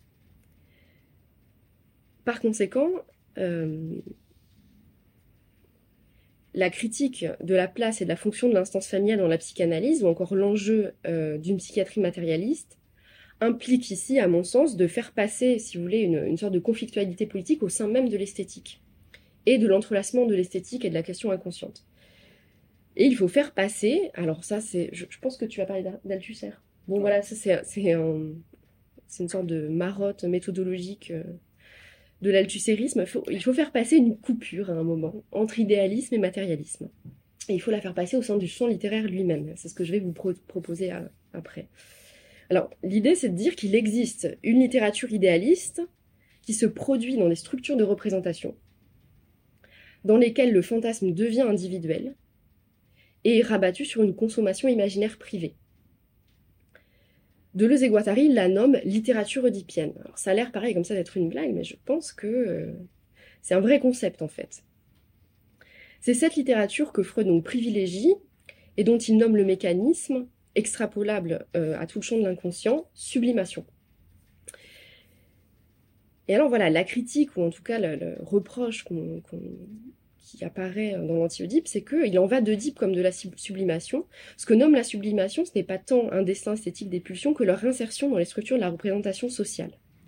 Par conséquent, euh, la critique de la place et de la fonction de l'instance familiale dans la psychanalyse, ou encore l'enjeu euh, d'une psychiatrie matérialiste, implique ici, à mon sens, de faire passer, si vous voulez, une, une sorte de conflictualité politique au sein même de l'esthétique, et de l'entrelacement de l'esthétique et de la question inconsciente. Et il faut faire passer, alors ça c'est, je, je pense que tu vas parler d'Althusser. Bon voilà, ça c'est, c'est, un, c'est une sorte de marotte méthodologique euh, de l'althussérisme. Il faut, il faut faire passer une coupure à un moment entre idéalisme et matérialisme. Et il faut la faire passer au sein du champ littéraire lui-même. C'est ce que je vais vous pro- proposer à, après. Alors l'idée c'est de dire qu'il existe une littérature idéaliste qui se produit dans des structures de représentation, dans lesquelles le fantasme devient individuel, et est rabattu sur une consommation imaginaire privée. Deleuze et Guattari la nomment littérature oedipienne. Alors ça a l'air pareil comme ça d'être une blague, mais je pense que euh, c'est un vrai concept en fait. C'est cette littérature que Freud donc privilégie et dont il nomme le mécanisme, extrapolable euh, à tout le champ de l'inconscient, sublimation. Et alors voilà, la critique, ou en tout cas le, le reproche qu'on, qu'on, qui apparaît dans l'anti-Oedipe, c'est qu'il en va d'Oedipe comme de la sublimation. Ce que nomme la sublimation, ce n'est pas tant un dessin esthétique des pulsions que leur insertion dans les structures de la représentation sociale.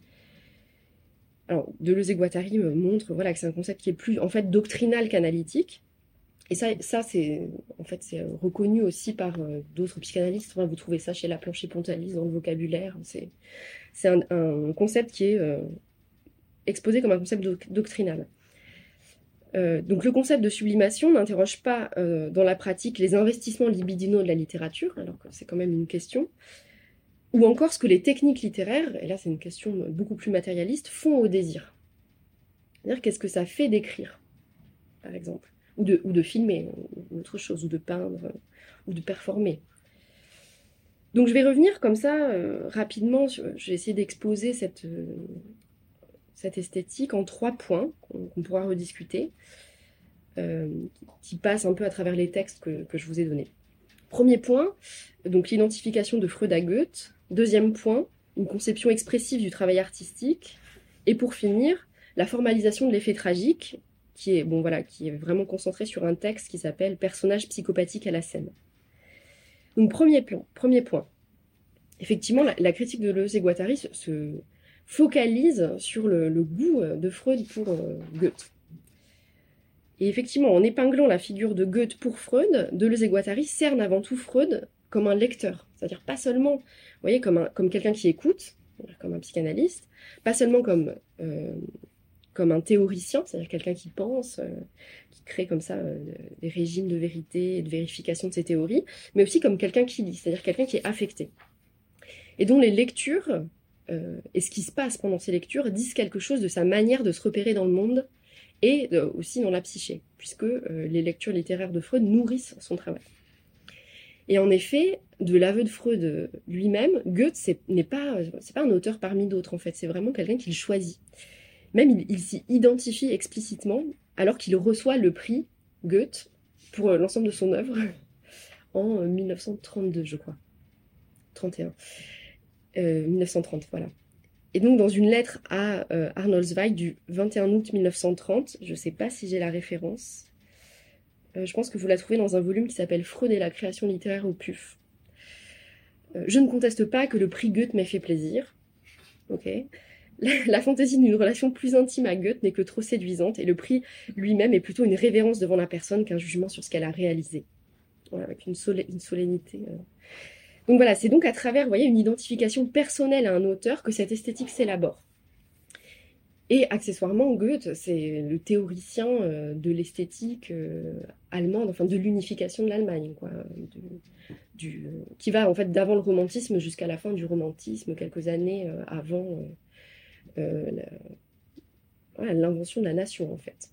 Alors, Deleuze et Guattari montrent voilà, que c'est un concept qui est plus en fait doctrinal qu'analytique. Et ça, ça c'est en fait c'est reconnu aussi par euh, d'autres psychanalystes. Enfin, vous trouvez ça chez Laplanche et Pontalis dans le vocabulaire. C'est, c'est un, un concept qui est euh, exposé comme un concept do- doctrinal. Euh, donc le concept de sublimation n'interroge pas euh, dans la pratique les investissements libidinaux de la littérature, alors que c'est quand même une question, ou encore ce que les techniques littéraires, et là c'est une question beaucoup plus matérialiste, font au désir. C'est-à-dire qu'est-ce que ça fait d'écrire, par exemple, ou de, ou de filmer, ou autre chose, ou de peindre, ou de performer. Donc je vais revenir comme ça euh, rapidement, je vais essayer d'exposer cette... Euh, cette esthétique en trois points qu'on, qu'on pourra rediscuter, euh, qui passent un peu à travers les textes que, que je vous ai donnés. Premier point, donc l'identification de Freud à Goethe. Deuxième point, une conception expressive du travail artistique. Et pour finir, la formalisation de l'effet tragique, qui est, bon, voilà, qui est vraiment concentrée sur un texte qui s'appelle « Personnage psychopathique à la scène ». Donc premier, plan, premier point. Effectivement, la, la critique de Deleuze et Guattari se... se focalise sur le, le goût de Freud pour euh, Goethe. Et effectivement, en épinglant la figure de Goethe pour Freud, Deleuze et Guattari cernent avant tout Freud comme un lecteur, c'est-à-dire pas seulement, vous voyez, comme, un, comme quelqu'un qui écoute, comme un psychanalyste, pas seulement comme, euh, comme un théoricien, c'est-à-dire quelqu'un qui pense, euh, qui crée comme ça euh, des régimes de vérité et de vérification de ses théories, mais aussi comme quelqu'un qui lit, c'est-à-dire quelqu'un qui est affecté. Et dont les lectures... Euh, et ce qui se passe pendant ces lectures disent quelque chose de sa manière de se repérer dans le monde et euh, aussi dans la psyché, puisque euh, les lectures littéraires de Freud nourrissent son travail. Et en effet, de l'aveu de Freud lui-même, Goethe c'est, n'est pas, c'est pas un auteur parmi d'autres, en fait, c'est vraiment quelqu'un qu'il choisit. Même il, il s'y identifie explicitement, alors qu'il reçoit le prix Goethe pour euh, l'ensemble de son œuvre en euh, mille neuf cent trente-deux, je crois. trente et un. Euh, mille neuf cent trente, voilà. Et donc, dans une lettre à euh, Arnold Zweig du vingt et un août mille neuf cent trente, je ne sais pas si j'ai la référence, euh, je pense que vous la trouvez dans un volume qui s'appelle Freud et la création littéraire au P U F. Euh, je ne conteste pas que le prix Goethe m'ait fait plaisir. Ok. La, la fantaisie d'une relation plus intime à Goethe n'est que trop séduisante, et le prix lui-même est plutôt une révérence devant la personne qu'un jugement sur ce qu'elle a réalisé. Voilà, avec une, solé- une solennité... Euh... Donc voilà, c'est donc à travers, vous voyez, une identification personnelle à un auteur que cette esthétique s'élabore. Et accessoirement, Goethe, c'est le théoricien euh, de l'esthétique euh, allemande, enfin de l'unification de l'Allemagne, quoi, du, du, euh, qui va en fait d'avant le romantisme jusqu'à la fin du romantisme, quelques années euh, avant euh, euh, la, voilà, l'invention de la nation, en fait.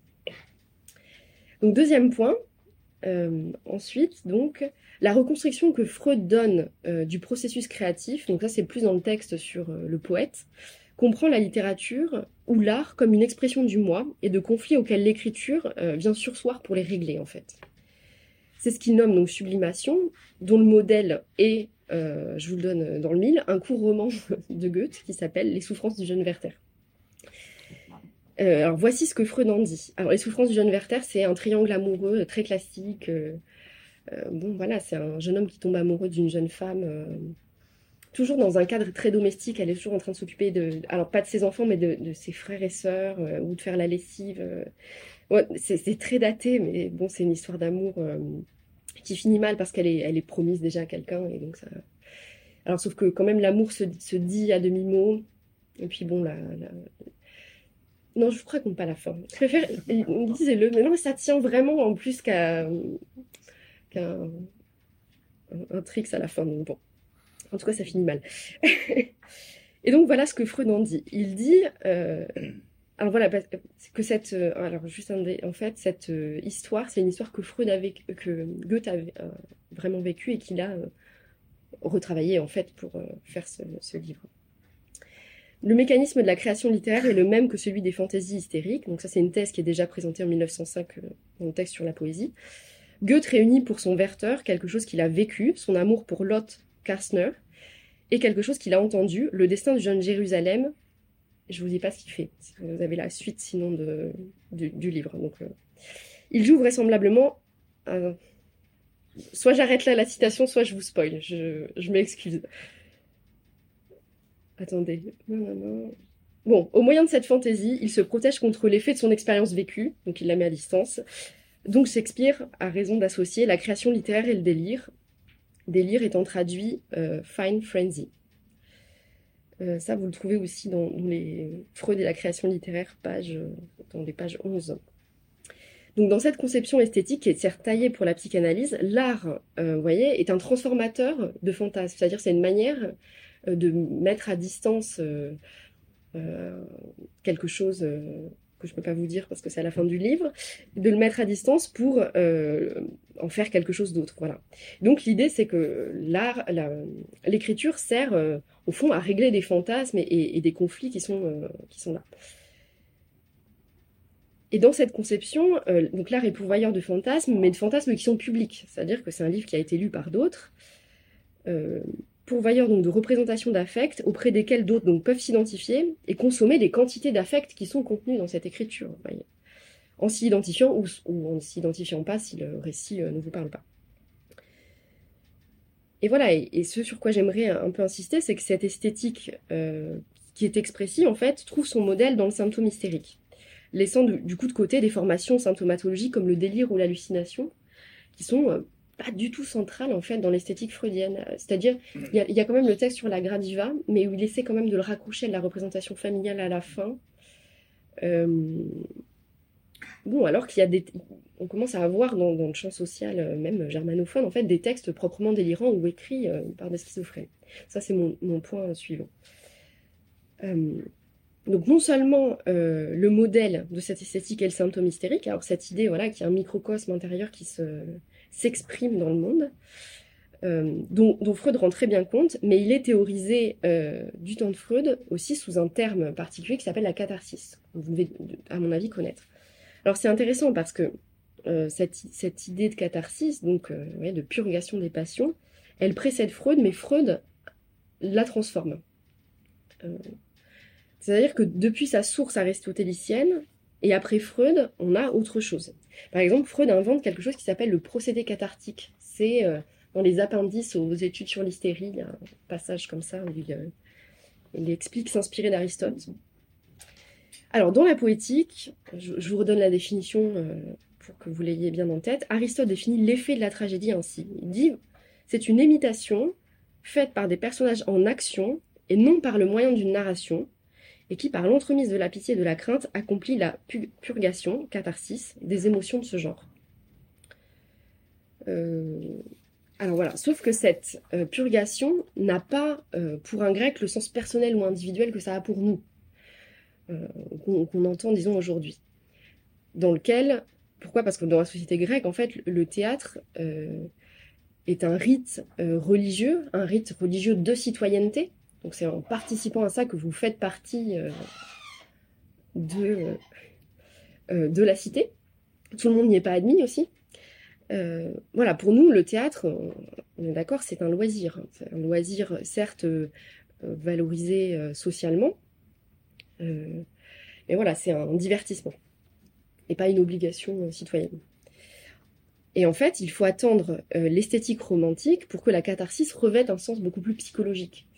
Donc deuxième point, euh, ensuite, donc, la reconstruction que Freud donne euh, du processus créatif, donc ça c'est plus dans le texte sur euh, le poète, comprend la littérature ou l'art comme une expression du moi et de conflits auxquels l'écriture euh, vient surseoir pour les régler en fait. C'est ce qu'il nomme donc sublimation, dont le modèle est, euh, je vous le donne dans le mille, un court roman de Goethe qui s'appelle Les souffrances du jeune Werther. Euh, alors voici ce que Freud en dit. Alors les souffrances du jeune Werther, c'est un triangle amoureux très classique. Euh, euh, bon voilà, c'est un jeune homme qui tombe amoureux d'une jeune femme euh, toujours dans un cadre très domestique. Elle est toujours en train de s'occuper de, alors pas de ses enfants, mais de, de ses frères et sœurs, euh, ou de faire la lessive. Euh. Ouais, c'est, c'est très daté, mais bon, c'est une histoire d'amour euh, qui finit mal parce qu'elle est, elle est promise déjà à quelqu'un, et donc ça. Alors sauf que quand même l'amour se, se dit à demi-mot, et puis bon, la, la... non, je vous raconte pas la fin. Je préfère, disez-le, mais non, mais ça tient vraiment en plus qu'à, qu'à un, un, un tricks à la fin, donc bon. En tout cas, ça finit mal. Et donc, voilà ce que Freud en dit. Il dit, euh, alors voilà, que cette, euh, alors juste un, en fait, cette euh, histoire, c'est une histoire que Freud avait, que Goethe avait euh, vraiment vécue et qu'il a euh, retravaillé en fait pour euh, faire ce, ce livre. Le mécanisme de la création littéraire est le même que celui des fantaisies hystériques. Donc ça, c'est une thèse qui est déjà présentée en mille neuf cent cinq euh, dans le texte sur la poésie. Goethe réunit pour son Werther quelque chose qu'il a vécu, son amour pour Lotte Kastner, et quelque chose qu'il a entendu, le destin du jeune Jérusalem. Je vous dis pas ce qu'il fait. Vous avez la suite sinon de, du, du livre. Donc, euh, il joue vraisemblablement... Euh, soit j'arrête là la citation, soit je vous spoil. Je, je m'excuse. Attendez. Non, non, non. Bon, au moyen de cette fantaisie, il se protège contre l'effet de son expérience vécue, donc il la met à distance. Donc Shakespeare a raison d'associer la création littéraire et le délire, délire étant traduit euh, fine frenzy. Euh, ça, vous le trouvez aussi dans, dans les Freud et la création littéraire, page, dans les pages onze. Donc dans cette conception esthétique qui est certes taillée pour la psychanalyse, l'art, euh, vous voyez, est un transformateur de fantasmes. C'est-à-dire c'est une manière euh, de mettre à distance euh, euh, quelque chose... Euh, que je ne peux pas vous dire parce que c'est à la fin du livre, de le mettre à distance pour euh, en faire quelque chose d'autre. Voilà. Donc l'idée, c'est que l'art, la, l'écriture sert euh, au fond à régler des fantasmes et, et, et des conflits qui sont, euh, qui sont là. Et dans cette conception, euh, donc l'art est pourvoyeur de fantasmes, mais de fantasmes qui sont publics. C'est-à-dire que c'est un livre qui a été lu par d'autres, euh, pourvoyeur donc de représentations d'affects auprès desquels d'autres donc peuvent s'identifier et consommer les quantités d'affects qui sont contenues dans cette écriture, voyez, en s'y identifiant ou, ou en ne s'identifiant pas si le récit euh, ne vous parle pas. Et voilà, et, et ce sur quoi j'aimerais un peu insister, c'est que cette esthétique euh, qui est expressive, en fait, trouve son modèle dans le symptôme hystérique, laissant du, du coup de côté des formations symptomatologiques comme le délire ou l'hallucination, qui sont... Euh, pas du tout central en fait dans l'esthétique freudienne. C'est-à-dire, il y, y a quand même le texte sur la gradiva, mais où il essaie quand même de le raccrocher à la représentation familiale à la fin. Euh... Bon, alors qu'il y a des... On commence à avoir dans, dans le champ social, même germanophone, en fait, des textes proprement délirants ou écrits euh, par des schizophrènes. Ça, c'est mon, mon point suivant. Euh... Donc non seulement euh, le modèle de cette esthétique est le symptôme hystérique, alors cette idée voilà, qu'il y a un microcosme intérieur qui se... s'exprime dans le monde, euh, dont, dont Freud rend très bien compte, mais il est théorisé euh, du temps de Freud aussi sous un terme particulier qui s'appelle la catharsis, que vous devez, à mon avis, connaître. Alors c'est intéressant parce que euh, cette, cette idée de catharsis, donc euh, ouais, de purgation des passions, elle précède Freud, mais Freud la transforme. Euh, c'est-à-dire que depuis sa source aristotélicienne, et après Freud, on a autre chose. Par exemple, Freud invente quelque chose qui s'appelle le procédé cathartique. C'est euh, dans les appendices aux études sur l'hystérie, il y a un passage comme ça où il, euh, il explique s'inspirer d'Aristote. Alors, dans la poétique, je, je vous redonne la définition euh, pour que vous l'ayez bien en tête. Aristote définit l'effet de la tragédie ainsi. Il dit « c'est une imitation faite par des personnages en action et non par le moyen d'une narration ». Et qui, par l'entremise de la pitié et de la crainte, accomplit la purgation, catharsis, des émotions de ce genre. Euh... Alors voilà, sauf que cette euh, purgation n'a pas, euh, pour un grec, le sens personnel ou individuel que ça a pour nous, euh, qu'on, qu'on entend, disons, aujourd'hui. Dans lequel, pourquoi ? Parce que dans la société grecque, en fait, le théâtre euh, est un rite euh, religieux, un rite religieux de citoyenneté. Donc c'est en participant à ça que vous faites partie euh, de, euh, de la cité. Tout le monde n'y est pas admis aussi. Euh, voilà, pour nous, le théâtre, on est d'accord, c'est un loisir. C'est un loisir, certes, euh, valorisé euh, socialement. Euh, mais voilà, c'est un divertissement. Et pas une obligation euh, citoyenne. Et en fait, il faut attendre euh, l'esthétique romantique pour que la catharsis revête un sens beaucoup plus psychologique.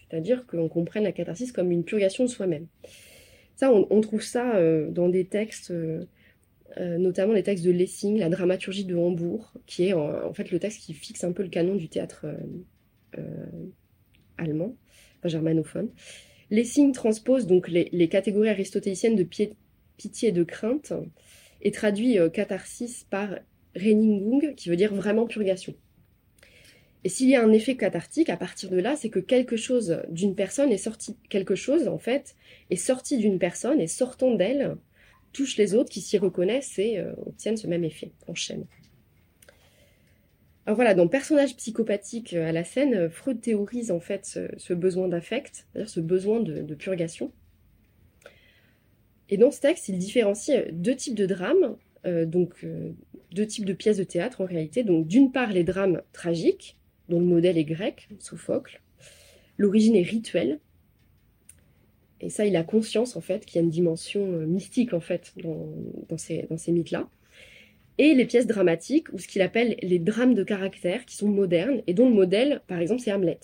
c'est-à-dire qu'on comprenne la catharsis comme une purgation de soi-même. Ça, on, on trouve ça euh, dans des textes, euh, euh, notamment les textes de Lessing, la dramaturgie de Hambourg, qui est en, en fait le texte qui fixe un peu le canon du théâtre euh, euh, allemand, enfin germanophone. Lessing transpose donc les, les catégories aristotéliciennes de pied, pitié et de crainte et traduit euh, catharsis par Reinigung, qui veut dire vraiment purgation. Et s'il y a un effet cathartique, à partir de là, c'est que quelque chose d'une personne est sorti, quelque chose en fait, est sorti d'une personne et sortant d'elle, touche les autres qui s'y reconnaissent et euh, obtiennent ce même effet en chaîne. Alors voilà, dans Personnage psychopathique à la scène, Freud théorise en fait ce, ce besoin d'affect, c'est-à-dire ce besoin de, de purgation. Et dans ce texte, il différencie deux types de drames, euh, donc euh, deux types de pièces de théâtre en réalité. Donc d'une part les drames tragiques, dont le modèle est grec, Sophocle. L'origine est rituelle. Et ça, il a conscience, en fait, qu'il y a une dimension mystique, en fait, dans, dans ces, dans ces mythes-là. Et les pièces dramatiques, ou ce qu'il appelle les drames de caractère, qui sont modernes, et dont le modèle, par exemple, c'est Hamlet.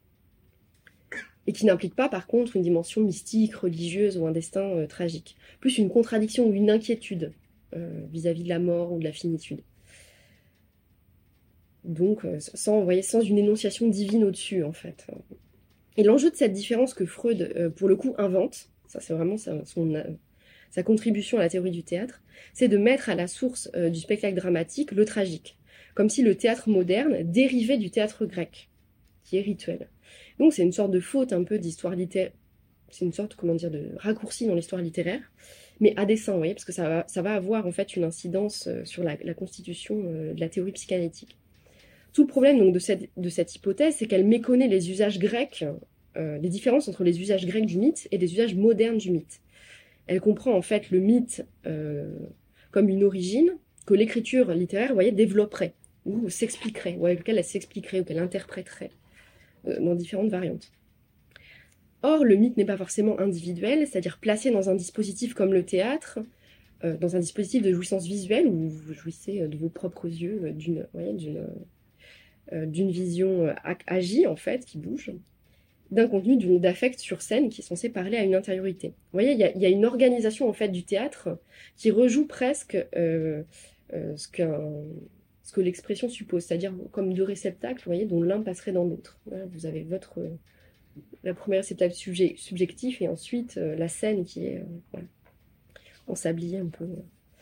Et qui n'implique pas, par contre, une dimension mystique, religieuse, ou un destin euh, tragique. Plus une contradiction ou une inquiétude euh, vis-à-vis de la mort ou de la finitude. Donc, sans, vous voyez, sans une énonciation divine au-dessus, en fait. Et l'enjeu de cette différence que Freud, euh, pour le coup, invente, ça c'est vraiment sa, son, euh, sa contribution à la théorie du théâtre, c'est de mettre à la source euh, du spectacle dramatique le tragique, comme si le théâtre moderne dérivait du théâtre grec, qui est rituel. Donc c'est une sorte de faute un peu d'histoire littéraire, c'est une sorte, comment dire, de raccourci dans l'histoire littéraire, mais à dessein, vous voyez, parce que ça va, ça va avoir en fait une incidence euh, sur la, la constitution euh, de la théorie psychanalytique. Tout le problème donc, de, cette, de cette hypothèse, c'est qu'elle méconnaît les usages grecs, euh, les différences entre les usages grecs du mythe et les usages modernes du mythe. Elle comprend en fait le mythe euh, comme une origine que l'écriture littéraire, vous voyez, développerait, ou s'expliquerait, ou avec laquelle elle s'expliquerait, ou qu'elle interpréterait euh, dans différentes variantes. Or, le mythe n'est pas forcément individuel, c'est-à-dire placé dans un dispositif comme le théâtre, euh, dans un dispositif de jouissance visuelle, où vous jouissez de vos propres yeux, d'une... Voyez, d'une d'une vision agie, en fait, qui bouge, d'un contenu d'affect sur scène qui est censé parler à une intériorité. Vous voyez, il y a, il y a une organisation, en fait, du théâtre qui rejoue presque euh, euh, ce, ce que l'expression suppose, c'est-à-dire comme deux réceptacles, vous voyez, dont l'un passerait dans l'autre. Voilà, vous avez votre... Euh, la première réceptacle subje subjectif et ensuite euh, la scène qui est euh, voilà, en sablier un peu... Euh.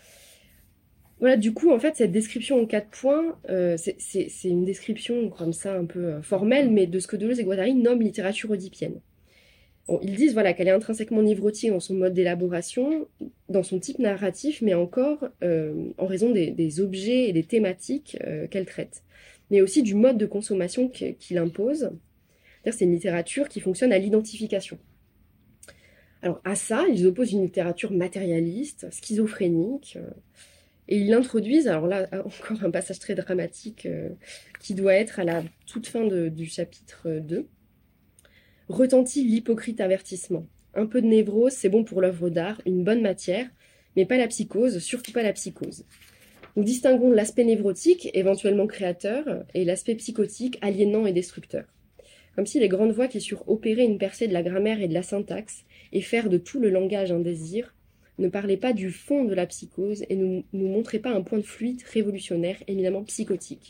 Voilà, du coup, en fait, cette description en quatre points, euh, c'est une description comme ça un peu euh, formelle, mais de ce que Deleuze et Guattari nomment littérature oedipienne. Bon, ils disent voilà, qu'elle est intrinsèquement névrotique dans son mode d'élaboration, dans son type narratif, mais encore euh, en raison des, des objets et des thématiques euh, qu'elle traite, mais aussi du mode de consommation qu'il qu impose. C'est une littérature qui fonctionne à l'identification. Alors à ça, ils opposent une littérature matérialiste, schizophrénique, euh, et ils l'introduisent, alors là, encore un passage très dramatique euh, qui doit être à la toute fin de, du chapitre deux. Retentit l'hypocrite avertissement. Un peu de névrose, c'est bon pour l'œuvre d'art, une bonne matière, mais pas la psychose, surtout pas la psychose. Nous distinguons l'aspect névrotique, éventuellement créateur, et l'aspect psychotique, aliénant et destructeur. Comme si les grandes voix qui surent opérer une percée de la grammaire et de la syntaxe, et faire de tout le langage un désir, ne parlait pas du fond de la psychose et ne nous montrait pas un point de fuite révolutionnaire, éminemment psychotique.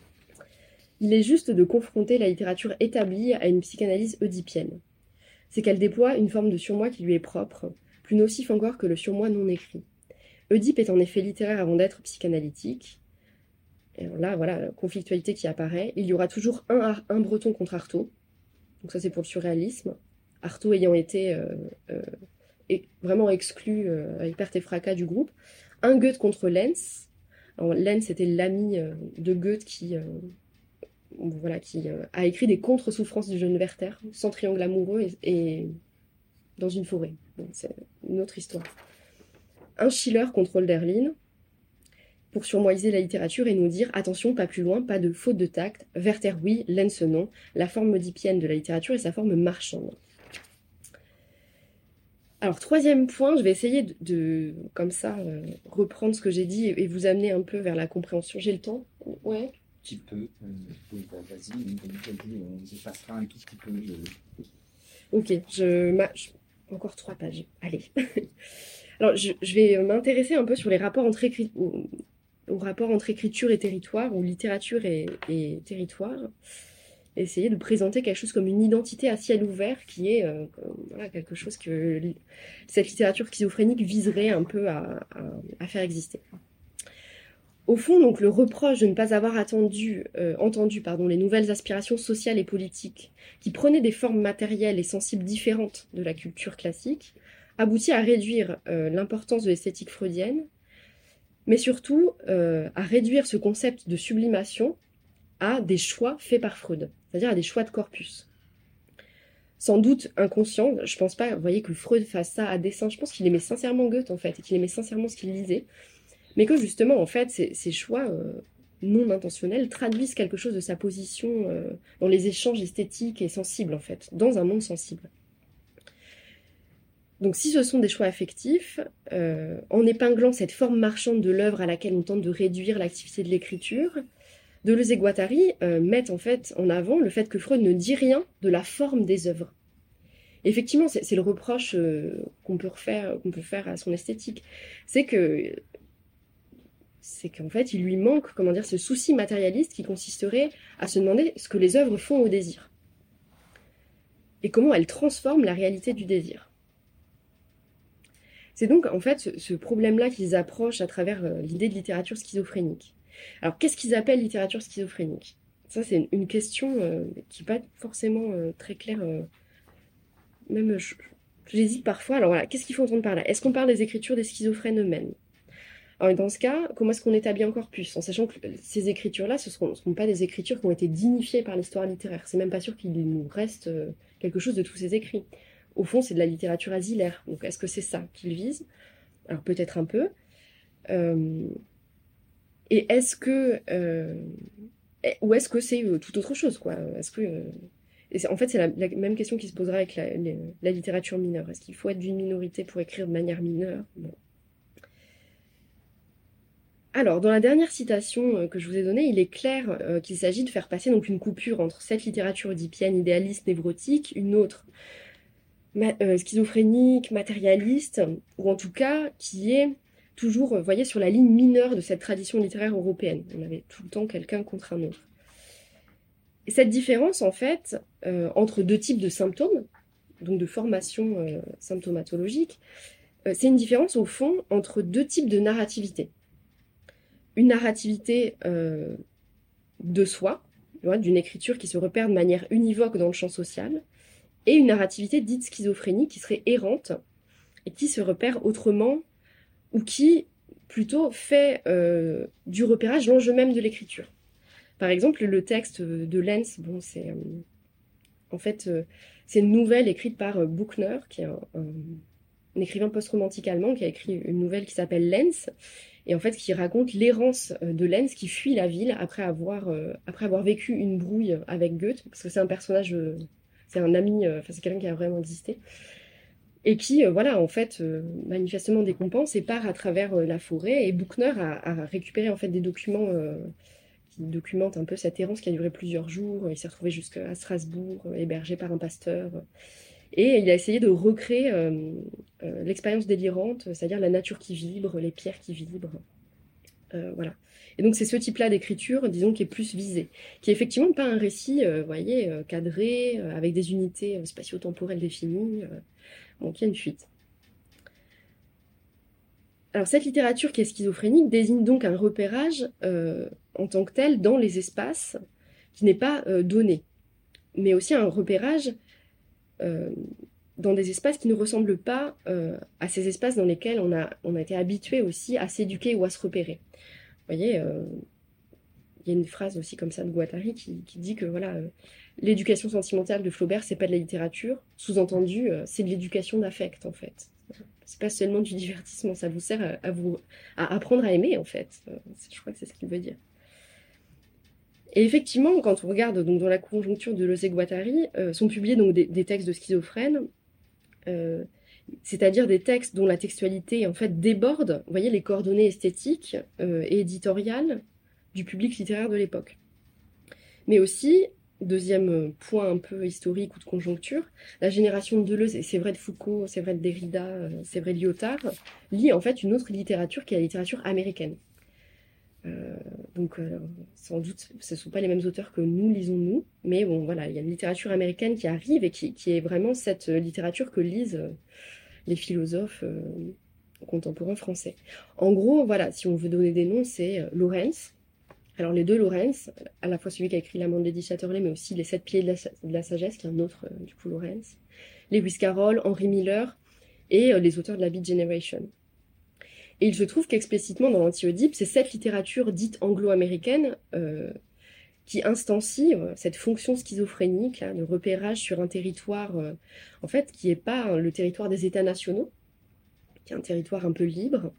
Il est juste de confronter la littérature établie à une psychanalyse oedipienne. C'est qu'elle déploie une forme de surmoi qui lui est propre, plus nocif encore que le surmoi non écrit. Oedipe est en effet littéraire avant d'être psychanalytique. Et alors là, voilà, la conflictualité qui apparaît. Il y aura toujours un, un Breton contre Artaud. Donc ça, c'est pour le surréalisme. Artaud ayant été... Euh, euh, est vraiment exclu euh, avec perte et fracas du groupe. Un Goethe contre Lenz. Alors, Lenz était l'ami euh, de Goethe qui, euh, voilà, qui euh, a écrit des contre-souffrances du jeune Werther, sans triangle amoureux et, et dans une forêt. C'est une autre histoire. Un Schiller contre Hölderlin pour surmoiser la littérature et nous dire attention, pas plus loin, pas de faute de tact. Werther oui, Lenz non. La forme oedipienne de la littérature et sa forme marchande. Alors, troisième point, je vais essayer de, de comme ça, euh, reprendre ce que j'ai dit et, et vous amener un peu vers la compréhension. J'ai le temps? Ouais. petit peu. Euh, oui, bah, vas-y, vas-y, on dépassera un tout petit peu. Je... Ok, je, ma, je, encore trois pages. Allez. Alors, je, je vais m'intéresser un peu sur les rapports entre écrit, au, au rapport entre écriture et territoire, ou littérature et, et territoire. Essayer de présenter quelque chose comme une identité à ciel ouvert, qui est euh, voilà, quelque chose que cette littérature schizophrénique viserait un peu à, à, à faire exister. Au fond, donc, le reproche de ne pas avoir attendu, euh, entendu pardon, les nouvelles aspirations sociales et politiques qui prenaient des formes matérielles et sensibles différentes de la culture classique aboutit à réduire euh, l'importance de l'esthétique freudienne, mais surtout euh, à réduire ce concept de sublimation à des choix faits par Freud, c'est-à-dire à des choix de corpus. Sans doute inconscient, je pense pas, vous voyez, que Freud fasse ça à dessein, je pense qu'il aimait sincèrement Goethe, en fait, et qu'il aimait sincèrement ce qu'il lisait, mais que justement, en fait, ces, ces choix euh, non intentionnels traduisent quelque chose de sa position euh, dans les échanges esthétiques et sensibles, en fait, dans un monde sensible. Donc si ce sont des choix affectifs, euh, en épinglant cette forme marchande de l'œuvre à laquelle on tente de réduire l'activité de l'écriture, Deleuze et Guattari euh, mettent en fait en avant le fait que Freud ne dit rien de la forme des œuvres. Et effectivement, c'est, c'est le reproche euh, qu'on peut refaire, qu'on peut faire à son esthétique, c'est que c'est qu'en fait, il lui manque, comment dire, ce souci matérialiste qui consisterait à se demander ce que les œuvres font au désir et comment elles transforment la réalité du désir. C'est donc en fait ce, ce problème-là qu'ils approchent à travers euh, l'idée de littérature schizophrénique. Alors, qu'est-ce qu'ils appellent littérature schizophrénique ? Ça, c'est une question euh, qui n'est pas forcément euh, très claire. Euh, même, je, j'hésite parfois. Alors voilà, qu'est-ce qu'il faut entendre par là ? Est-ce qu'on parle des écritures des schizophrènes eux-mêmes ? Alors, dans ce cas, comment est-ce qu'on établit un corpus ? En sachant que ces écritures-là, ce ne seront, seront pas des écritures qui ont été dignifiées par l'histoire littéraire. C'est même pas sûr qu'il nous reste euh, quelque chose de tous ces écrits. Au fond, c'est de la littérature asilaire. Donc, est-ce que c'est ça qu'ils visent ? Alors, peut-être un peu. Euh... Et est-ce que... Euh, ou est-ce que c'est euh, tout autre chose, quoi ? Est-ce que... Euh, et c'est, en fait, c'est la, la même question qui se posera avec la, la, la littérature mineure. Est-ce qu'il faut être d'une minorité pour écrire de manière mineure ? Bon. Alors, dans la dernière citation euh, que je vous ai donnée, il est clair euh, qu'il s'agit de faire passer donc une coupure entre cette littérature oedipienne idéaliste, névrotique, une autre ma- euh, schizophrénique, matérialiste, ou en tout cas qui est toujours, vous voyez, sur la ligne mineure de cette tradition littéraire européenne. On avait tout le temps quelqu'un contre un autre. Et cette différence, en fait, euh, entre deux types de symptômes, donc de formation euh, symptomatologique, euh, c'est une différence, au fond, entre deux types de narrativité. Une narrativité euh, de soi, d'une écriture qui se repère de manière univoque dans le champ social, et une narrativité dite schizophrénique qui serait errante et qui se repère autrement, ou qui, plutôt, fait euh, du repérage l'enjeu même de l'écriture. Par exemple, le texte de Lenz, bon, c'est, euh, en fait, euh, c'est une nouvelle écrite par euh, Buchner, qui est un, un, un écrivain post-romantique allemand, qui a écrit une nouvelle qui s'appelle Lenz, et en fait, qui raconte l'errance de Lenz, qui fuit la ville après avoir, euh, après avoir vécu une brouille avec Goethe, parce que c'est un personnage, euh, c'est un ami, euh, enfin, c'est quelqu'un qui a vraiment existé, et qui, euh, voilà, en fait, euh, manifestement décompense et part à travers euh, la forêt. Et Buchner a, a récupéré, en fait, des documents euh, qui documentent un peu cette errance qui a duré plusieurs jours. Il s'est retrouvé jusqu'à Strasbourg, euh, hébergé par un pasteur. Et il a essayé de recréer euh, euh, l'expérience délirante, c'est-à-dire la nature qui vibre, les pierres qui vibrent. Euh, voilà. Et donc, c'est ce type-là d'écriture, disons, qui est plus visé, qui est effectivement pas un récit, euh, vous voyez, euh, cadré, euh, avec des unités euh, spatio-temporelles définies. Euh, donc, il y a une fuite. Alors, cette littérature qui est schizophrénique désigne donc un repérage euh, en tant que tel dans les espaces qui n'est pas euh, donné, mais aussi un repérage euh, dans des espaces qui ne ressemblent pas euh, à ces espaces dans lesquels on a, on a été habitué aussi à s'éduquer ou à se repérer. Vous voyez, euh, il y a une phrase aussi comme ça de Guattari qui, qui dit que voilà, euh, l'éducation sentimentale de Flaubert, c'est pas de la littérature. Sous-entendu, euh, c'est de l'éducation d'affect, en fait. C'est pas seulement du divertissement, ça vous sert à, à, vous, à apprendre à aimer, en fait. Euh, je crois que c'est ce qu'il veut dire. Et effectivement, quand on regarde donc, dans la conjoncture de Deleuze et Guattari, euh, sont publiés donc, des, des textes de schizophrènes, euh, c'est-à-dire des textes dont la textualité en fait déborde, vous voyez, les coordonnées esthétiques euh, et éditoriales du public littéraire de l'époque. Mais aussi, deuxième point un peu historique ou de conjoncture, la génération de Deleuze, et c'est vrai de Foucault, c'est vrai de Derrida, c'est vrai de Lyotard, lit en fait une autre littérature qui est la littérature américaine. Euh, donc euh, sans doute ce ne sont pas les mêmes auteurs que nous lisons nous, mais bon voilà, il y a une littérature américaine qui arrive et qui, qui est vraiment cette littérature que lisent euh, les philosophes euh, contemporains français. En gros, voilà, si on veut donner des noms, c'est euh, Lawrence. Alors les deux Lawrence, à la fois celui qui a écrit L'Amant de Lady Chatterley, mais aussi Les Sept Pieds de la, de la Sagesse, qui est un autre euh, du coup Lawrence, Lewis Carroll, Henry Miller et euh, les auteurs de la Beat Generation. Et il se trouve qu'explicitement dans l'Anti-Oedipe, c'est cette littérature dite anglo-américaine euh, qui instancie euh, cette fonction schizophrénique là, de repérage sur un territoire, euh, en fait, qui n'est pas hein, le territoire des États nationaux, qui est un territoire un peu libre.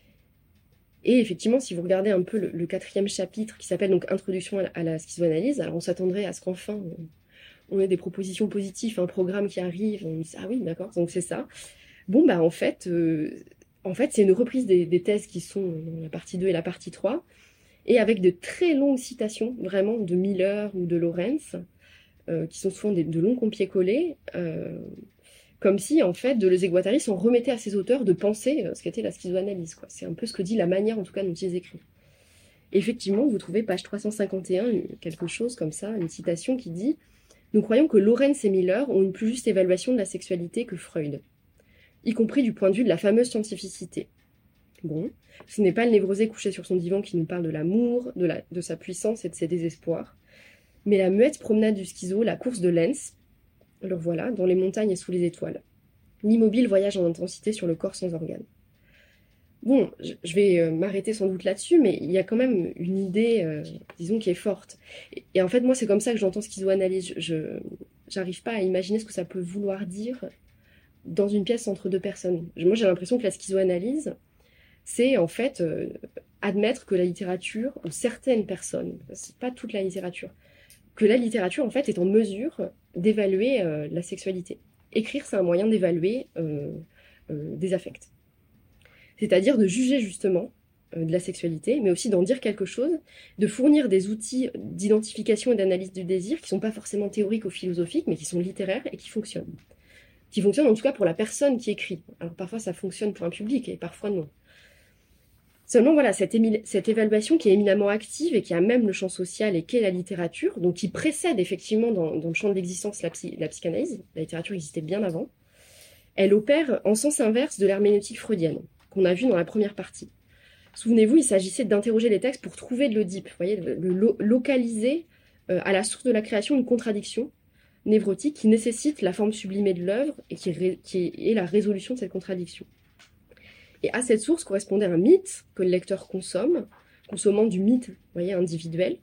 Et effectivement, si vous regardez un peu le, le quatrième chapitre qui s'appelle donc Introduction à la, à la schizoanalyse, alors on s'attendrait à ce qu'enfin on, on ait des propositions positives, un programme qui arrive, on dit ah oui d'accord, donc c'est ça. Bon bah en fait. Euh, En fait, c'est une reprise des, des thèses qui sont dans la partie deux et la partie trois, et avec de très longues citations, vraiment, de Miller ou de Lawrence, euh, qui sont souvent des, de longs copier-coller, euh, comme si, en fait, Deleuze et Guattari s'en remettaient à ces auteurs de penser euh, ce qu'était la schizoanalyse, quoi. C'est un peu ce que dit la manière, en tout cas, dont ils écrivent. Et effectivement, vous trouvez, page trois cent cinquante et un, quelque chose comme ça, une citation qui dit « Nous croyons que Lawrence et Miller ont une plus juste évaluation de la sexualité que Freud. » y compris du point de vue de la fameuse scientificité. Bon, ce n'est pas le névrosé couché sur son divan qui nous parle de l'amour, de, la, de sa puissance et de ses désespoirs, mais la muette promenade du schizo, la course de Lenz, le voilà, dans les montagnes et sous les étoiles. L'immobile voyage en intensité sur le corps sans organes. Bon, je vais m'arrêter sans doute là-dessus, mais il y a quand même une idée, euh, disons, qui est forte. Et, et en fait, moi, c'est comme ça que j'entends schizoanalyse. Je n'arrive pas à imaginer ce que ça peut vouloir dire dans une pièce entre deux personnes. Moi, j'ai l'impression que la schizoanalyse, c'est en fait euh, admettre que la littérature, ou certaines personnes, c'est pas toute la littérature, que la littérature, en fait, est en mesure d'évaluer euh, la sexualité. Écrire, c'est un moyen d'évaluer euh, euh, des affects. C'est-à-dire de juger, justement, euh, de la sexualité, mais aussi d'en dire quelque chose, de fournir des outils d'identification et d'analyse du désir qui sont pas forcément théoriques ou philosophiques, mais qui sont littéraires et qui fonctionnent. Qui fonctionne en tout cas pour la personne qui écrit. Alors parfois ça fonctionne pour un public et parfois non. Seulement voilà, cette, cette évaluation qui est éminemment active et qui a même le champ social et qu'est la littérature, donc qui précède effectivement dans, dans le champ de l'existence la, psy, la psychanalyse, la littérature existait bien avant, elle opère en sens inverse de l'herméneutique freudienne, qu'on a vu dans la première partie. Souvenez-vous, il s'agissait d'interroger les textes pour trouver de l'Oedipe, vous voyez, le, le lo localiser euh, à la source de la création une contradiction névrotique qui nécessite la forme sublimée de l'œuvre et qui, qui est la résolution de cette contradiction. Et à cette source correspondait un mythe que le lecteur consomme, consommant du mythe, vous voyez, individuel.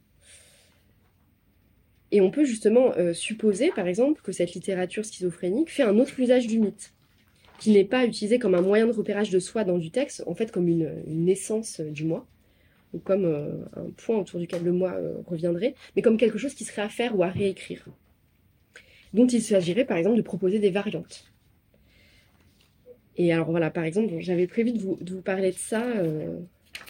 Et on peut justement euh, supposer, par exemple, que cette littérature schizophrénique fait un autre usage du mythe, qui n'est pas utilisé comme un moyen de repérage de soi dans du texte, en fait comme une, une essence du moi, ou comme euh, un point autour duquel le moi euh, reviendrait, mais comme quelque chose qui serait à faire ou à réécrire, dont il s'agirait par exemple de proposer des variantes. Et alors voilà, par exemple, j'avais prévu de vous, de vous parler de ça. Euh...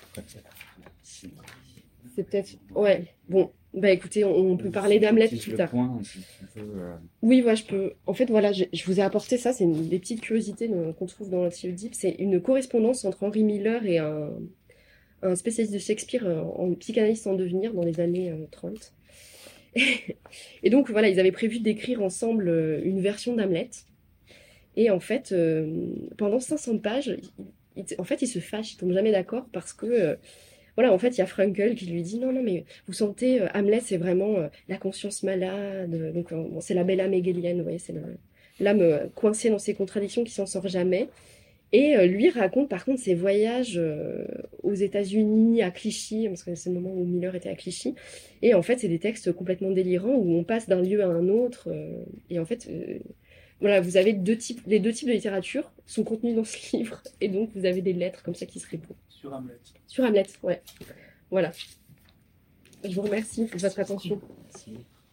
C'est peut-être... Ouais, bon, bah écoutez, on, on peut parler d'Hamlet plus tard. Point, si tu veux, euh... Oui, ouais, je peux... En fait, voilà, je, je vous ai apporté ça, c'est une des petites curiosités qu'on trouve dans l'Anti-Oedipe. C'est une correspondance entre Henry Miller et un, un spécialiste de Shakespeare en psychanalyste en devenir dans les années euh, trente. Et donc voilà, ils avaient prévu d'écrire ensemble une version d'Hamlet. Et en fait, euh, pendant cinq cents pages, il, il, en fait, ils se fâchent, ils tombent jamais d'accord parce que, euh, voilà, en fait, il y a Frankel qui lui dit non, non, mais vous sentez, euh, Hamlet, c'est vraiment euh, la conscience malade. Donc, euh, bon, c'est la belle âme hegelienne, vous voyez, c'est l'âme euh, coincée dans ses contradictions qui s'en sort jamais. Et euh, lui raconte par contre ses voyages euh, aux États-Unis, à Clichy, parce que c'est le moment où Miller était à Clichy. Et en fait, c'est des textes complètement délirants où on passe d'un lieu à un autre. Euh, et en fait, euh, voilà, vous avez deux types, les deux types de littérature sont contenus dans ce livre. Et donc, vous avez des lettres comme ça qui se répondent. Sur Hamlet. Sur Hamlet, ouais. Voilà. Je vous remercie de votre attention. Merci.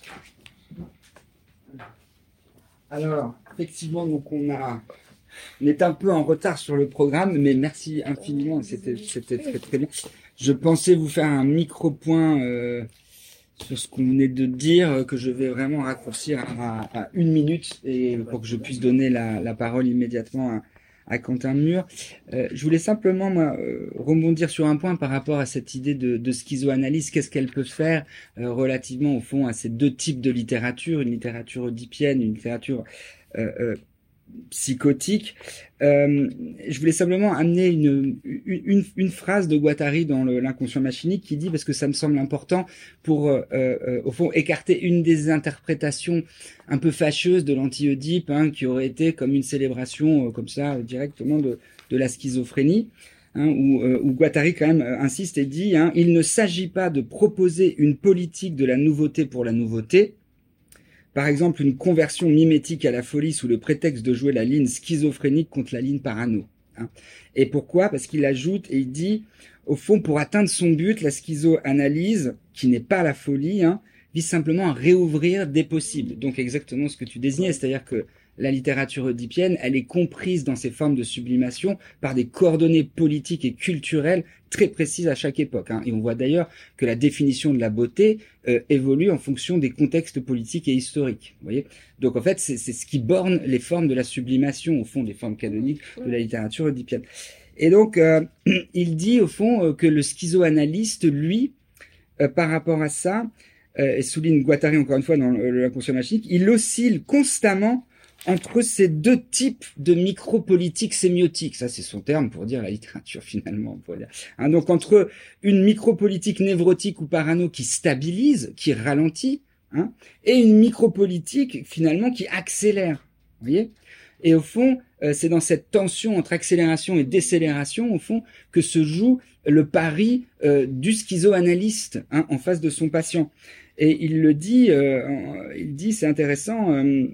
Alors, effectivement, donc on a... On est un peu en retard sur le programme, mais merci infiniment, c'était c'était très très bien. Je pensais vous faire un micro-point euh, sur ce qu'on venait de dire, que je vais vraiment raccourcir à, à une minute et pour que je puisse donner la, la parole immédiatement à, à Quentin Mur. Euh, je voulais simplement moi, euh, rebondir sur un point par rapport à cette idée de, de schizoanalyse. Qu'est-ce qu'elle peut faire euh, relativement au fond à ces deux types de littérature, une littérature oedipienne, une littérature euh, euh, psychotique. Euh, je voulais simplement amener une, une, une phrase de Guattari dans le, l'inconscient machinique qui dit, parce que ça me semble important pour, euh, euh, au fond, écarter une des interprétations un peu fâcheuses de l'anti-Oedipe, hein, qui aurait été comme une célébration, euh, comme ça, euh, directement de, de la schizophrénie, hein, où, euh, où Guattari quand même euh, insiste et dit, hein, il ne s'agit pas de proposer une politique de la nouveauté pour la nouveauté, par exemple, une conversion mimétique à la folie sous le prétexte de jouer la ligne schizophrénique contre la ligne parano. Hein. Et pourquoi ? Parce qu'il ajoute et il dit, au fond, pour atteindre son but, la schizoanalyse, qui n'est pas la folie, hein, vise simplement à réouvrir des possibles. Donc exactement ce que tu désignais, c'est-à-dire que la littérature oedipienne, elle est comprise dans ses formes de sublimation par des coordonnées politiques et culturelles très précises à chaque époque. Hein. Et on voit d'ailleurs que la définition de la beauté euh, évolue en fonction des contextes politiques et historiques. Vous voyez ? Donc en fait, c'est, c'est ce qui borne les formes de la sublimation, au fond, des formes canoniques de la littérature oedipienne. Et donc, euh, il dit au fond euh, que le schizoanalyste, lui, euh, par rapport à ça, euh, et souligne Guattari encore une fois dans l'inconscient machinique, il oscille constamment entre ces deux types de micropolitique sémiotique. Ça, c'est son terme pour dire la littérature, finalement. Pour dire. Hein, donc, entre une micropolitique névrotique ou parano qui stabilise, qui ralentit, hein, et une micropolitique, finalement, qui accélère. Vous voyez ? Et au fond, euh, c'est dans cette tension entre accélération et décélération, au fond, que se joue le pari euh, du schizoanalyste, hein, en face de son patient. Et il le dit, euh, il dit, c'est intéressant... Euh,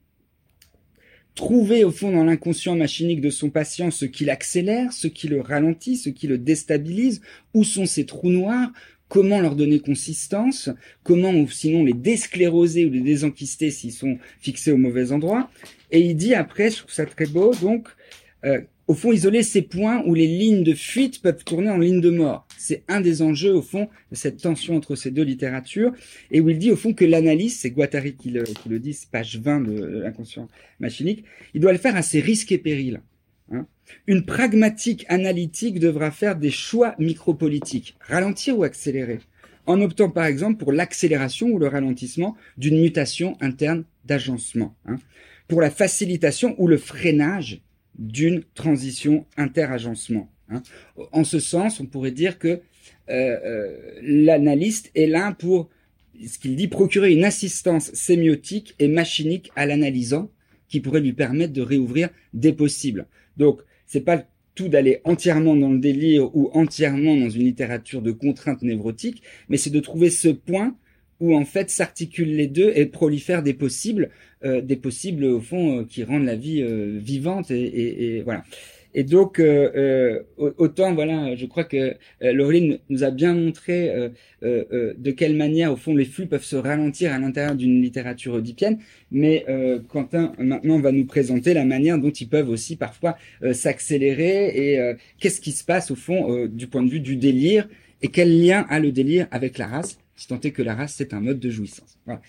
trouver au fond dans l'inconscient machinique de son patient ce qui l'accélère, ce qui le ralentit, ce qui le déstabilise, où sont ces trous noirs, comment leur donner consistance, comment ou sinon les déscléroser ou les désenquister s'ils sont fixés au mauvais endroit. Et il dit après, je trouve ça très beau, donc, euh, au fond, isoler ces points où les lignes de fuite peuvent tourner en ligne de mort. C'est un des enjeux, au fond, de cette tension entre ces deux littératures, et où il dit, au fond, que l'analyse, c'est Guattari qui le, qui le dit, c'est page vingt de, de l'inconscient machinique, il doit le faire à ses risques et périls. Hein. Une pragmatique analytique devra faire des choix micropolitiques, ralentir ou accélérer, en optant par exemple pour l'accélération ou le ralentissement d'une mutation interne d'agencement, hein, pour la facilitation ou le freinage d'une transition interagencement. Hein. En ce sens, on pourrait dire que euh, euh, l'analyste est là pour, ce qu'il dit, procurer une assistance sémiotique et machinique à l'analysant qui pourrait lui permettre de réouvrir des possibles. Donc, c'est pas tout d'aller entièrement dans le délire ou entièrement dans une littérature de contraintes névrotiques, mais c'est de trouver ce point où en fait s'articulent les deux et prolifèrent des possibles, euh, des possibles au fond euh, qui rendent la vie euh, vivante et, et, et voilà. Et donc euh, euh, autant voilà, je crois que euh, Laureline nous a bien montré euh, euh, euh, de quelle manière au fond les flux peuvent se ralentir à l'intérieur d'une littérature oedipienne, mais euh, Quentin maintenant va nous présenter la manière dont ils peuvent aussi parfois euh, s'accélérer et euh, qu'est-ce qui se passe au fond euh, du point de vue du délire et quel lien a le délire avec la race. Si tant est que la race, c'est un mode de jouissance. Voilà.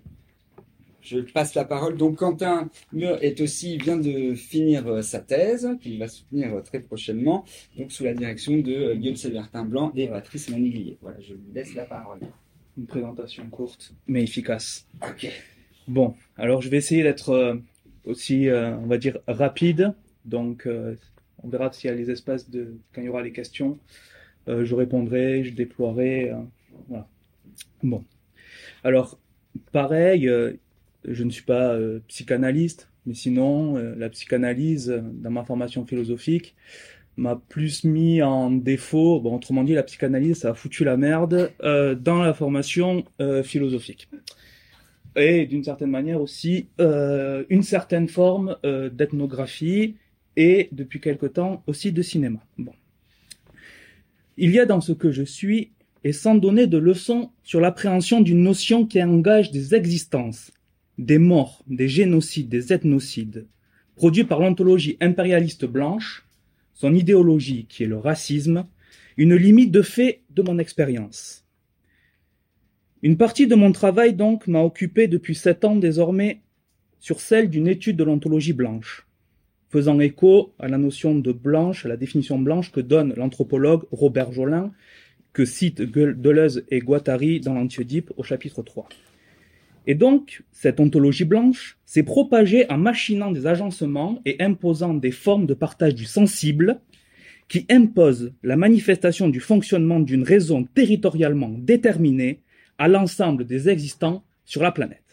Je passe la parole. Donc, Quentin Mur est aussi, vient de finir euh, sa thèse, qu'il va soutenir euh, très prochainement, donc sous la direction de euh, Guillaume Sévertin-Blanc et Patrice Maniglier. Voilà, je vous laisse la parole. Une présentation courte, mais efficace. Ok. Bon, alors je vais essayer d'être euh, aussi, euh, on va dire, rapide. Donc, euh, on verra s'il y a les espaces de, quand il y aura les questions. Euh, je répondrai, je déploierai. Euh, voilà. Bon, alors pareil, euh, je ne suis pas euh, psychanalyste, mais sinon euh, la psychanalyse euh, dans ma formation philosophique m'a plus mis en défaut, bon autrement dit la psychanalyse ça a foutu la merde euh, dans la formation euh, philosophique. Et d'une certaine manière aussi euh, une certaine forme euh, d'ethnographie et depuis quelque temps aussi de cinéma. Bon. Il y a dans ce que je suis et sans donner de leçons sur l'appréhension d'une notion qui engage des existences, des morts, des génocides, des ethnocides, produits par l'ontologie impérialiste blanche, son idéologie qui est le racisme, une limite de fait de mon expérience. Une partie de mon travail, donc, m'a occupé depuis sept ans désormais sur celle d'une étude de l'ontologie blanche, faisant écho à la notion de blanche, à la définition blanche que donne l'anthropologue Robert Jolin, que citent Deleuze et Guattari dans l'Anti-Oedipe au chapitre trois. Et donc, cette ontologie blanche s'est propagée en machinant des agencements et imposant des formes de partage du sensible qui imposent la manifestation du fonctionnement d'une raison territorialement déterminée à l'ensemble des existants sur la planète.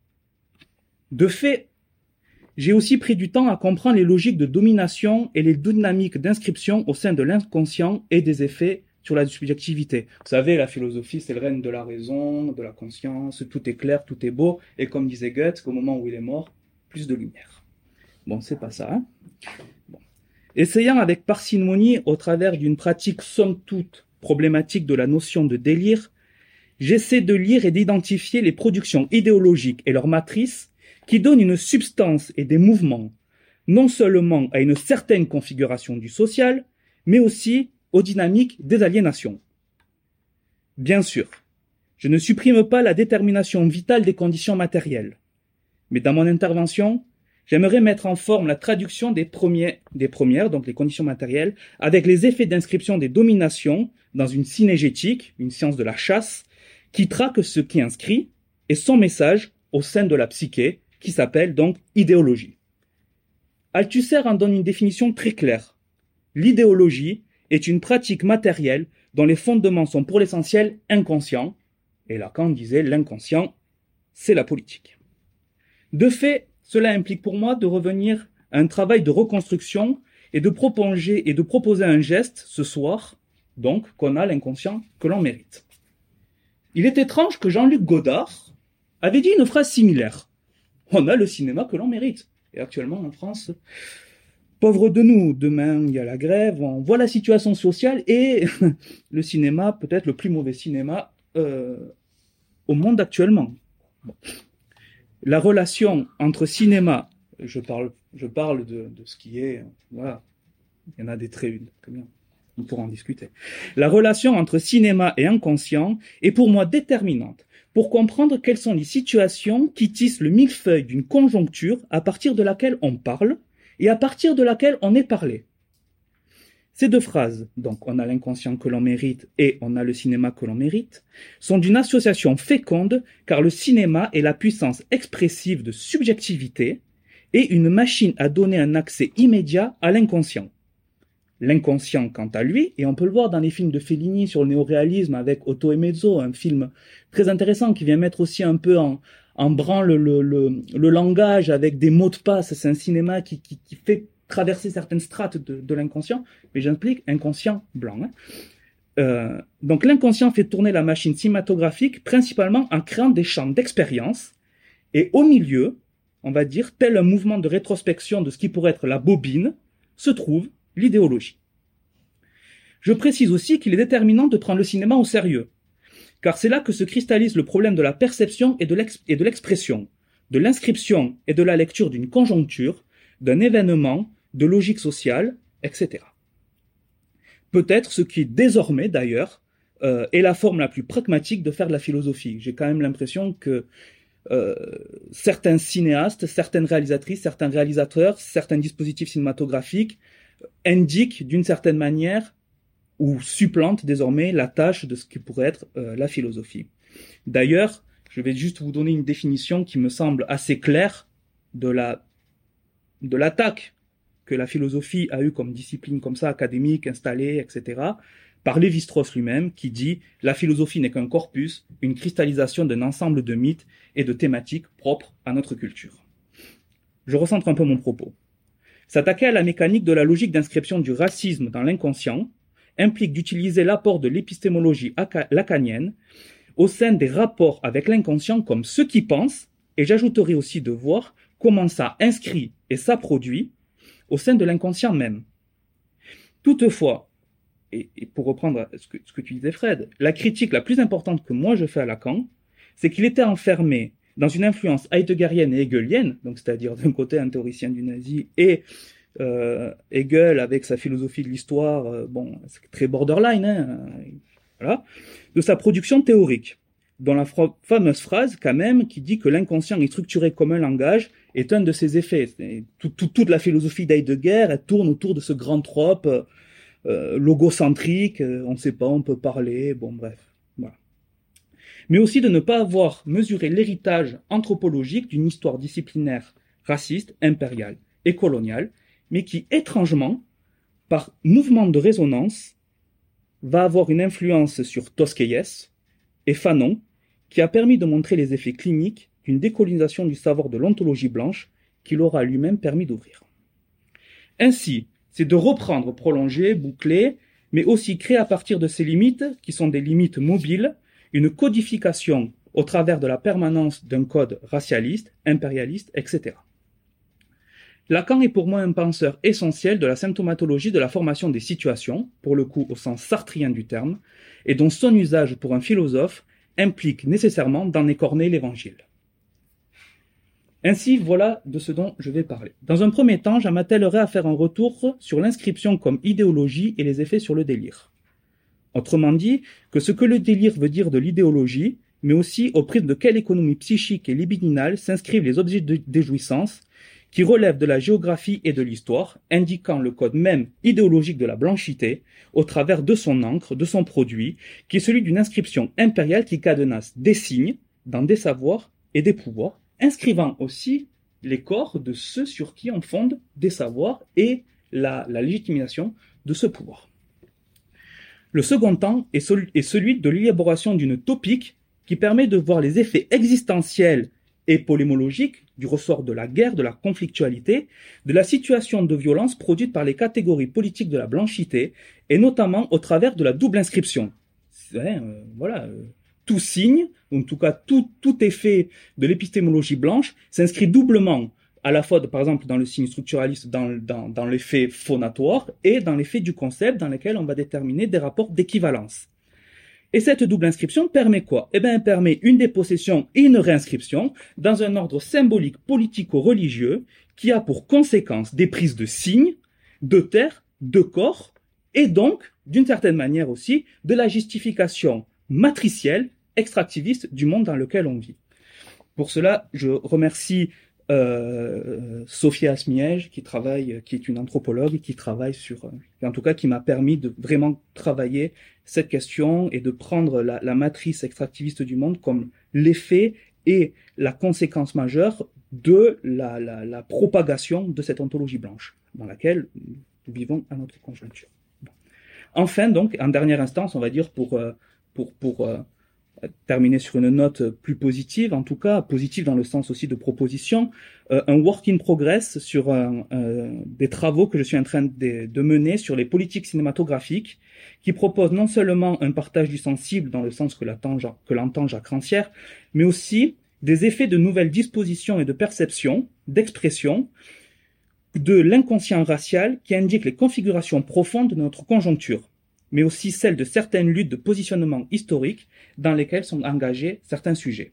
De fait, j'ai aussi pris du temps à comprendre les logiques de domination et les dynamiques d'inscription au sein de l'inconscient et des effets sur la subjectivité. Vous savez, la philosophie, c'est le règne de la raison, de la conscience, tout est clair, tout est beau, et comme disait Goethe, qu'au moment où il est mort, plus de lumière. Bon, c'est pas ça, hein. Bon. Essayant avec parcimonie, au travers d'une pratique somme toute problématique de la notion de délire, j'essaie de lire et d'identifier les productions idéologiques et leurs matrices qui donnent une substance et des mouvements, non seulement à une certaine configuration du social, mais aussi aux dynamiques des aliénations. Bien sûr, je ne supprime pas la détermination vitale des conditions matérielles, mais dans mon intervention, j'aimerais mettre en forme la traduction des, premiers, des premières, donc les conditions matérielles, avec les effets d'inscription des dominations dans une synégétique, une science de la chasse, qui traque ce qui inscrit et son message au sein de la psyché, qui s'appelle donc idéologie. Althusser en donne une définition très claire. L'idéologie est une pratique matérielle dont les fondements sont pour l'essentiel inconscients. Et Lacan disait l'inconscient, c'est la politique. De fait, cela implique pour moi de revenir à un travail de reconstruction et de proposer, et de proposer un geste ce soir, donc qu'on a l'inconscient que l'on mérite. Il est étrange que Jean-Luc Godard avait dit une phrase similaire. On a le cinéma que l'on mérite. Et actuellement en France, pauvre de nous, demain il y a la grève, on voit la situation sociale et le cinéma, peut-être le plus mauvais cinéma euh, au monde actuellement. Bon. La relation entre cinéma, je parle, je parle de, de ce qui est, voilà, il y en a des très très bien. On pourra en discuter. La relation entre cinéma et inconscient est pour moi déterminante pour comprendre quelles sont les situations qui tissent le millefeuille d'une conjoncture à partir de laquelle on parle et à partir de laquelle on est parlé. Ces deux phrases, donc on a l'inconscient que l'on mérite et on a le cinéma que l'on mérite, sont d'une association féconde car le cinéma est la puissance expressive de subjectivité et une machine à donner un accès immédiat à l'inconscient. L'inconscient, quant à lui, et on peut le voir dans les films de Fellini sur le néoréalisme avec Otto et Mezzo, un film très intéressant qui vient mettre aussi un peu en, en branle le, le, le langage avec des mots de passe. C'est un cinéma qui, qui, qui fait traverser certaines strates de, de l'inconscient, mais j'implique inconscient blanc. Hein. Euh, donc l'inconscient fait tourner la machine cinématographique principalement en créant des champs d'expérience, et au milieu, on va dire, tel un mouvement de rétrospection de ce qui pourrait être la bobine, se trouve l'idéologie. Je précise aussi qu'il est déterminant de prendre le cinéma au sérieux, car c'est là que se cristallise le problème de la perception et de l'expression, de l'inscription et de la lecture d'une conjoncture, d'un événement, de logique sociale, et cetera. Peut-être ce qui, désormais d'ailleurs, euh, est la forme la plus pragmatique de faire de la philosophie. J'ai quand même l'impression que euh, certains cinéastes, certaines réalisatrices, certains réalisateurs, certains dispositifs cinématographiques indique d'une certaine manière ou supplante désormais la tâche de ce qui pourrait être euh, la philosophie. D'ailleurs, je vais juste vous donner une définition qui me semble assez claire de la de l'attaque que la philosophie a eue comme discipline comme ça, académique, installée, et cetera, par Lévi-Strauss lui-même, qui dit « La philosophie n'est qu'un corpus, une cristallisation d'un ensemble de mythes et de thématiques propres à notre culture. » Je recentre un peu mon propos. S'attaquer à la mécanique de la logique d'inscription du racisme dans l'inconscient implique d'utiliser l'apport de l'épistémologie lacanienne au sein des rapports avec l'inconscient comme ceux qui pensent, et j'ajouterai aussi de voir comment ça inscrit et ça produit au sein de l'inconscient même. Toutefois, et, et pour reprendre ce que, ce que tu disais Fred, la critique la plus importante que moi je fais à Lacan, c'est qu'il était enfermé dans une influence heideggerienne et hegelienne, donc c'est-à-dire d'un côté un théoricien du nazi et euh, Hegel avec sa philosophie de l'histoire, euh, bon, c'est très borderline, hein, voilà, de sa production théorique. dans la fra- fameuse phrase quand même qui dit que l'inconscient est structuré comme un langage est un de ses effets. Et tout, tout, toute la philosophie d'Heidegger, elle tourne autour de ce grand trope euh, logocentrique, euh, on ne sait pas, on peut parler, bon bref, voilà. Mais aussi de ne pas avoir mesuré l'héritage anthropologique d'une histoire disciplinaire raciste, impériale et coloniale, mais qui, étrangement, par mouvement de résonance, va avoir une influence sur Tosquelles et Fanon, qui a permis de montrer les effets cliniques d'une décolonisation du savoir de l'ontologie blanche qu'il aura lui-même permis d'ouvrir. Ainsi, c'est de reprendre, prolonger, boucler, mais aussi créer à partir de ces limites, qui sont des limites mobiles, une codification au travers de la permanence d'un code racialiste, impérialiste, et cetera. Lacan est pour moi un penseur essentiel de la symptomatologie de la formation des situations, pour le coup au sens sartrien du terme, et dont son usage pour un philosophe implique nécessairement d'en écorner l'évangile. Ainsi, voilà de ce dont je vais parler. Dans un premier temps, je m'attellerai à faire un retour sur l'inscription comme idéologie et les effets sur le délire. Autrement dit, que ce que le délire veut dire de l'idéologie, mais aussi au prisme de quelle économie psychique et libidinale s'inscrivent les objets de, des jouissances, qui relèvent de la géographie et de l'histoire, indiquant le code même idéologique de la blanchité, au travers de son encre, de son produit, qui est celui d'une inscription impériale qui cadenasse des signes, dans des savoirs et des pouvoirs, inscrivant aussi les corps de ceux sur qui on fonde des savoirs et la, la légitimation de ce pouvoir. Le second temps est celui, est celui de l'élaboration d'une topique qui permet de voir les effets existentiels et polémologiques du ressort de la guerre, de la conflictualité, de la situation de violence produite par les catégories politiques de la blanchité, et notamment au travers de la double inscription. Ouais, euh, voilà, euh, tout signe, en tout cas tout, tout effet de l'épistémologie blanche, s'inscrit doublement, à la fois, de, par exemple, dans le signe structuraliste, dans, dans, dans l'effet phonatoire, et dans l'effet du concept dans lequel on va déterminer des rapports d'équivalence. Et cette double inscription permet quoi? Eh bien, elle permet une dépossession et une réinscription dans un ordre symbolique politico-religieux qui a pour conséquence des prises de signes, de terre, de corps, et donc, d'une certaine manière aussi, de la justification matricielle, extractiviste du monde dans lequel on vit. Pour cela, je remercie Euh, Sophia Asmiège, qui travaille, qui est une anthropologue, qui travaille sur, en tout cas, qui m'a permis de vraiment travailler cette question et de prendre la, la matrice extractiviste du monde comme l'effet et la conséquence majeure de la, la, la propagation de cette ontologie blanche, dans laquelle nous vivons à notre conjoncture. Enfin, donc, en dernière instance, on va dire pour, pour, pour, euh, terminer sur une note plus positive, en tout cas positive dans le sens aussi de proposition, euh, un work in progress sur un, euh, des travaux que je suis en train de, de mener sur les politiques cinématographiques, qui proposent non seulement un partage du sensible dans le sens que l'entend Jacques, que l'entend Jacques Rancière, mais aussi des effets de nouvelles dispositions et de perception, d'expression, de l'inconscient racial qui indique les configurations profondes de notre conjoncture, mais aussi celle de certaines luttes de positionnement historique dans lesquelles sont engagés certains sujets.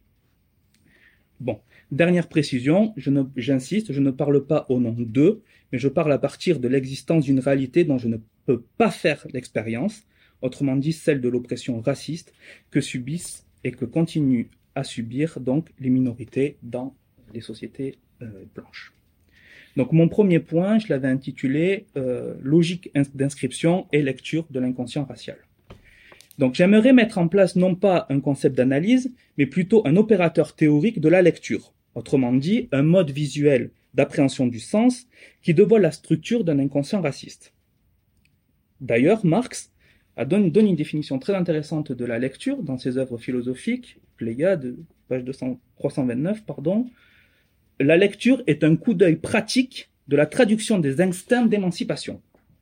Bon, dernière précision, je ne, j'insiste, je ne parle pas au nom d'eux, mais je parle à partir de l'existence d'une réalité dont je ne peux pas faire l'expérience, autrement dit celle de l'oppression raciste que subissent et que continuent à subir donc les minorités dans les sociétés euh, blanches. Donc mon premier point, je l'avais intitulé euh, « Logique d'inscription et lecture de l'inconscient racial ». Donc j'aimerais mettre en place non pas un concept d'analyse, mais plutôt un opérateur théorique de la lecture, autrement dit un mode visuel d'appréhension du sens qui dévoile la structure d'un inconscient raciste. D'ailleurs, Marx a donné, donné une définition très intéressante de la lecture dans ses œuvres philosophiques, Pléiade, page deux cents, trois cent vingt-neuf, pardon. La lecture est un coup d'œil pratique de la traduction des instincts d'émancipation.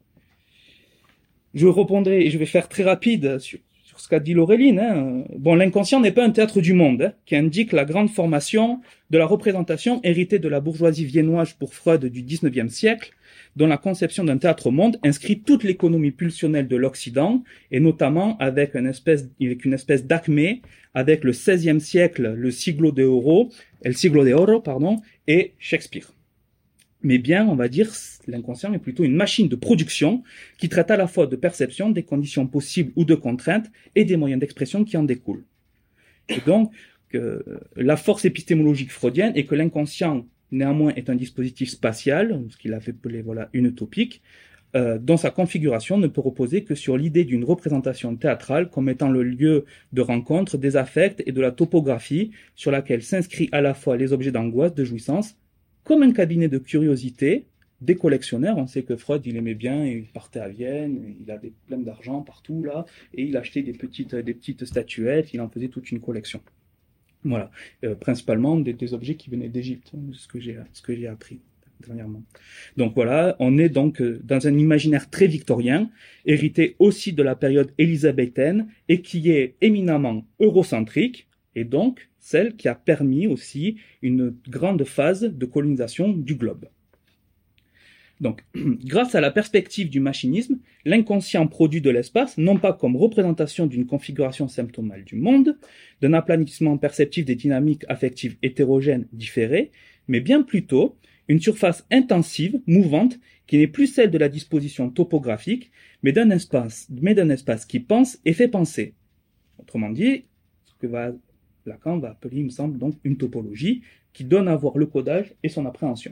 Je répondrai, et je vais faire très rapide sur, sur ce qu'a dit Laureline. Hein. Bon, l'inconscient n'est pas un théâtre du monde, hein, qui indique la grande formation de la représentation héritée de la bourgeoisie viennoise pour Freud du dix-neuvième siècle, dont la conception d'un théâtre-monde inscrit toute l'économie pulsionnelle de l'Occident, et notamment avec une espèce, avec une espèce d'acmé, avec le seizième siècle, le siglo de oro, el siglo de oro, pardon, et Shakespeare. Mais bien, on va dire, l'inconscient est plutôt une machine de production qui traite à la fois de perception, des conditions possibles ou de contraintes, et des moyens d'expression qui en découlent. Et donc, que la force épistémologique freudienne est que l'inconscient, néanmoins, est un dispositif spatial, ce qu'il avait appelé voilà, une utopique, euh, dont sa configuration ne peut reposer que sur l'idée d'une représentation théâtrale comme étant le lieu de rencontre des affects et de la topographie sur laquelle s'inscrit à la fois les objets d'angoisse, de jouissance, comme un cabinet de curiosité des collectionneurs. On sait que Freud, il aimait bien, il partait à Vienne, il avait plein d'argent partout là, et il achetait des petites, des petites statuettes, il en faisait toute une collection. Voilà, euh, principalement des, des objets qui venaient d'Égypte, hein, ce que j'ai, ce que j'ai appris dernièrement. Donc voilà, on est donc euh, dans un imaginaire très victorien, hérité aussi de la période élisabéthaine et qui est éminemment eurocentrique, et donc celle qui a permis aussi une grande phase de colonisation du globe. Donc, grâce à la perspective du machinisme, l'inconscient produit de l'espace, non pas comme représentation d'une configuration symptomale du monde, d'un aplanissement perceptif des dynamiques affectives hétérogènes différées, mais bien plutôt une surface intensive, mouvante, qui n'est plus celle de la disposition topographique, mais d'un espace, mais d'un espace qui pense et fait penser. Autrement dit, ce que va, Lacan va appeler, il me semble, donc une topologie, qui donne à voir le codage et son appréhension.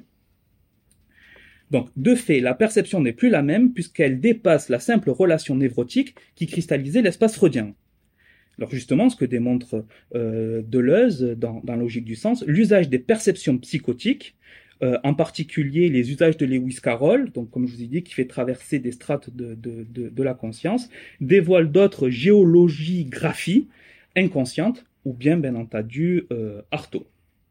Donc, de fait, la perception n'est plus la même puisqu'elle dépasse la simple relation névrotique qui cristallisait l'espace freudien. Alors justement, ce que démontre euh, Deleuze dans, dans Logique du sens, l'usage des perceptions psychotiques, euh, en particulier les usages de Lewis Carroll, donc comme je vous ai dit, qui fait traverser des strates de, de, de, de la conscience, dévoile d'autres géologies-graphies inconscientes, ou bien, bien entendu, euh, Artaud.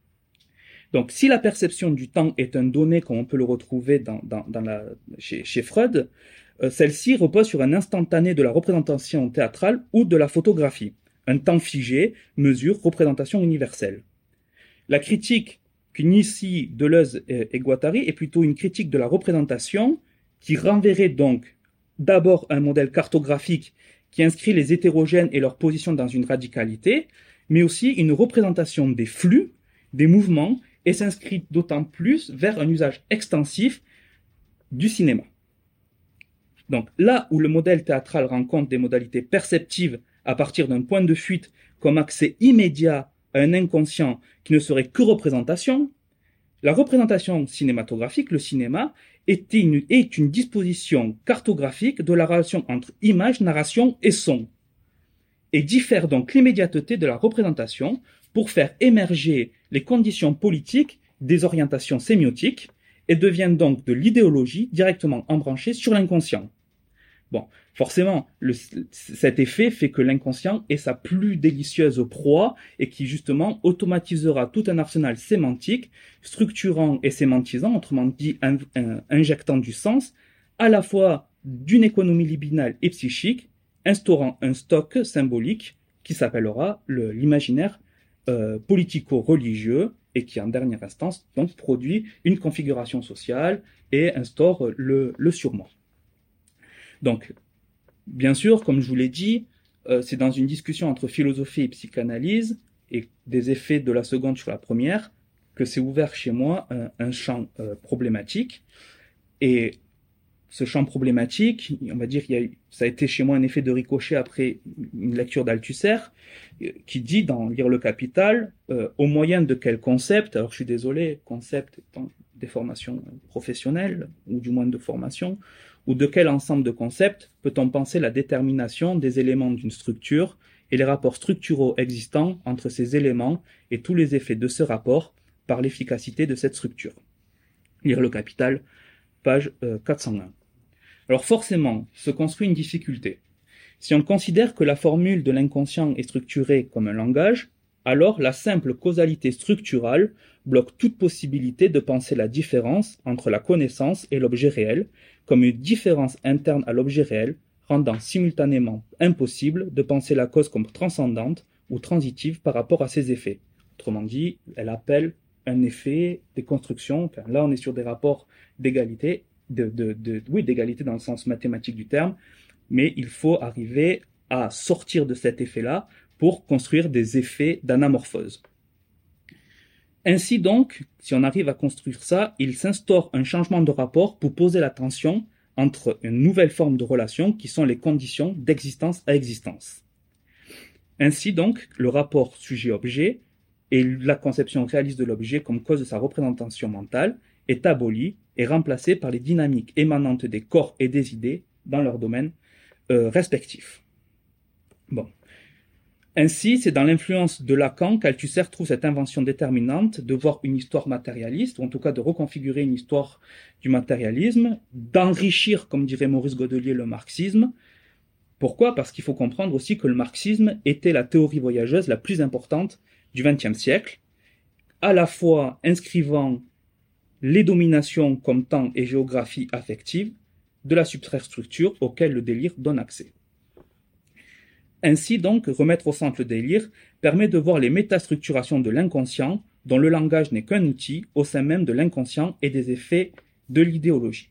Donc, si la perception du temps est un donné, comme on peut le retrouver dans, dans, dans la, chez, chez Freud, euh, celle-ci repose sur un instantané de la représentation théâtrale ou de la photographie. Un temps figé, mesure, représentation universelle. La critique qu'initient Deleuze et, et Guattari est plutôt une critique de la représentation qui renverrait donc d'abord un modèle cartographique qui inscrit les hétérogènes et leur position dans une radicalité, mais aussi une représentation des flux, des mouvements, et s'inscrit d'autant plus vers un usage extensif du cinéma. Donc là où le modèle théâtral rencontre des modalités perceptives à partir d'un point de fuite comme accès immédiat à un inconscient qui ne serait que représentation, la représentation cinématographique, le cinéma, est une, est une disposition cartographique de la relation entre image, narration et son, et diffère donc l'immédiateté de la représentation pour faire émerger les conditions politiques des orientations sémiotiques et devient donc de l'idéologie directement embranchée sur l'inconscient. Bon, forcément, le, cet effet fait que l'inconscient est sa plus délicieuse proie et qui justement automatisera tout un arsenal sémantique, structurant et sémantisant, autrement dit in, in, injectant du sens, à la fois d'une économie libidinale et psychique, instaurant un stock symbolique qui s'appellera le, l'imaginaire Euh, politico-religieux et qui en dernière instance donc produit une configuration sociale et instaure le, le surmoi. Donc, bien sûr, comme je vous l'ai dit, euh, c'est dans une discussion entre philosophie et psychanalyse et des effets de la seconde sur la première que s'est ouvert chez moi un, un champ euh, problématique. Et ce champ problématique, on va dire, il y a, ça a été chez moi un effet de ricochet après une lecture d'Althusser, qui dit dans Lire le Capital, euh, au moyen de quel concept, alors je suis désolé, concept étant des formations professionnelles, ou du moins de formation, ou de quel ensemble de concepts peut-on penser la détermination des éléments d'une structure et les rapports structuraux existants entre ces éléments et tous les effets de ce rapport par l'efficacité de cette structure. Lire le Capital, page euh, quatre cent un. Alors forcément, se construit une difficulté. Si on considère que la formule de l'inconscient est structurée comme un langage, alors la simple causalité structurale bloque toute possibilité de penser la différence entre la connaissance et l'objet réel, comme une différence interne à l'objet réel, rendant simultanément impossible de penser la cause comme transcendante ou transitive par rapport à ses effets. Autrement dit, elle appelle un effet des constructions, enfin, là on est sur des rapports d'égalité, de, de, de, oui, d'égalité dans le sens mathématique du terme, mais il faut arriver à sortir de cet effet-là pour construire des effets d'anamorphose. Ainsi donc, si on arrive à construire ça, il s'instaure un changement de rapport pour poser la tension entre une nouvelle forme de relation qui sont les conditions d'existence à existence. Ainsi donc, le rapport sujet-objet et la conception réaliste de l'objet comme cause de sa représentation mentale est aboli et remplacé par les dynamiques émanantes des corps et des idées dans leurs domaines euh, respectifs. Bon. Ainsi, c'est dans l'influence de Lacan qu'Althusser trouve cette invention déterminante de voir une histoire matérialiste, ou en tout cas de reconfigurer une histoire du matérialisme, d'enrichir, comme dirait Maurice Godelier, le marxisme. Pourquoi ? Parce qu'il faut comprendre aussi que le marxisme était la théorie voyageuse la plus importante du vingtième siècle, à la fois inscrivant les dominations comme temps et géographie affective de la superstructure auquel le délire donne accès. Ainsi donc, remettre au centre le délire permet de voir les métastructurations de l'inconscient, dont le langage n'est qu'un outil au sein même de l'inconscient et des effets de l'idéologie.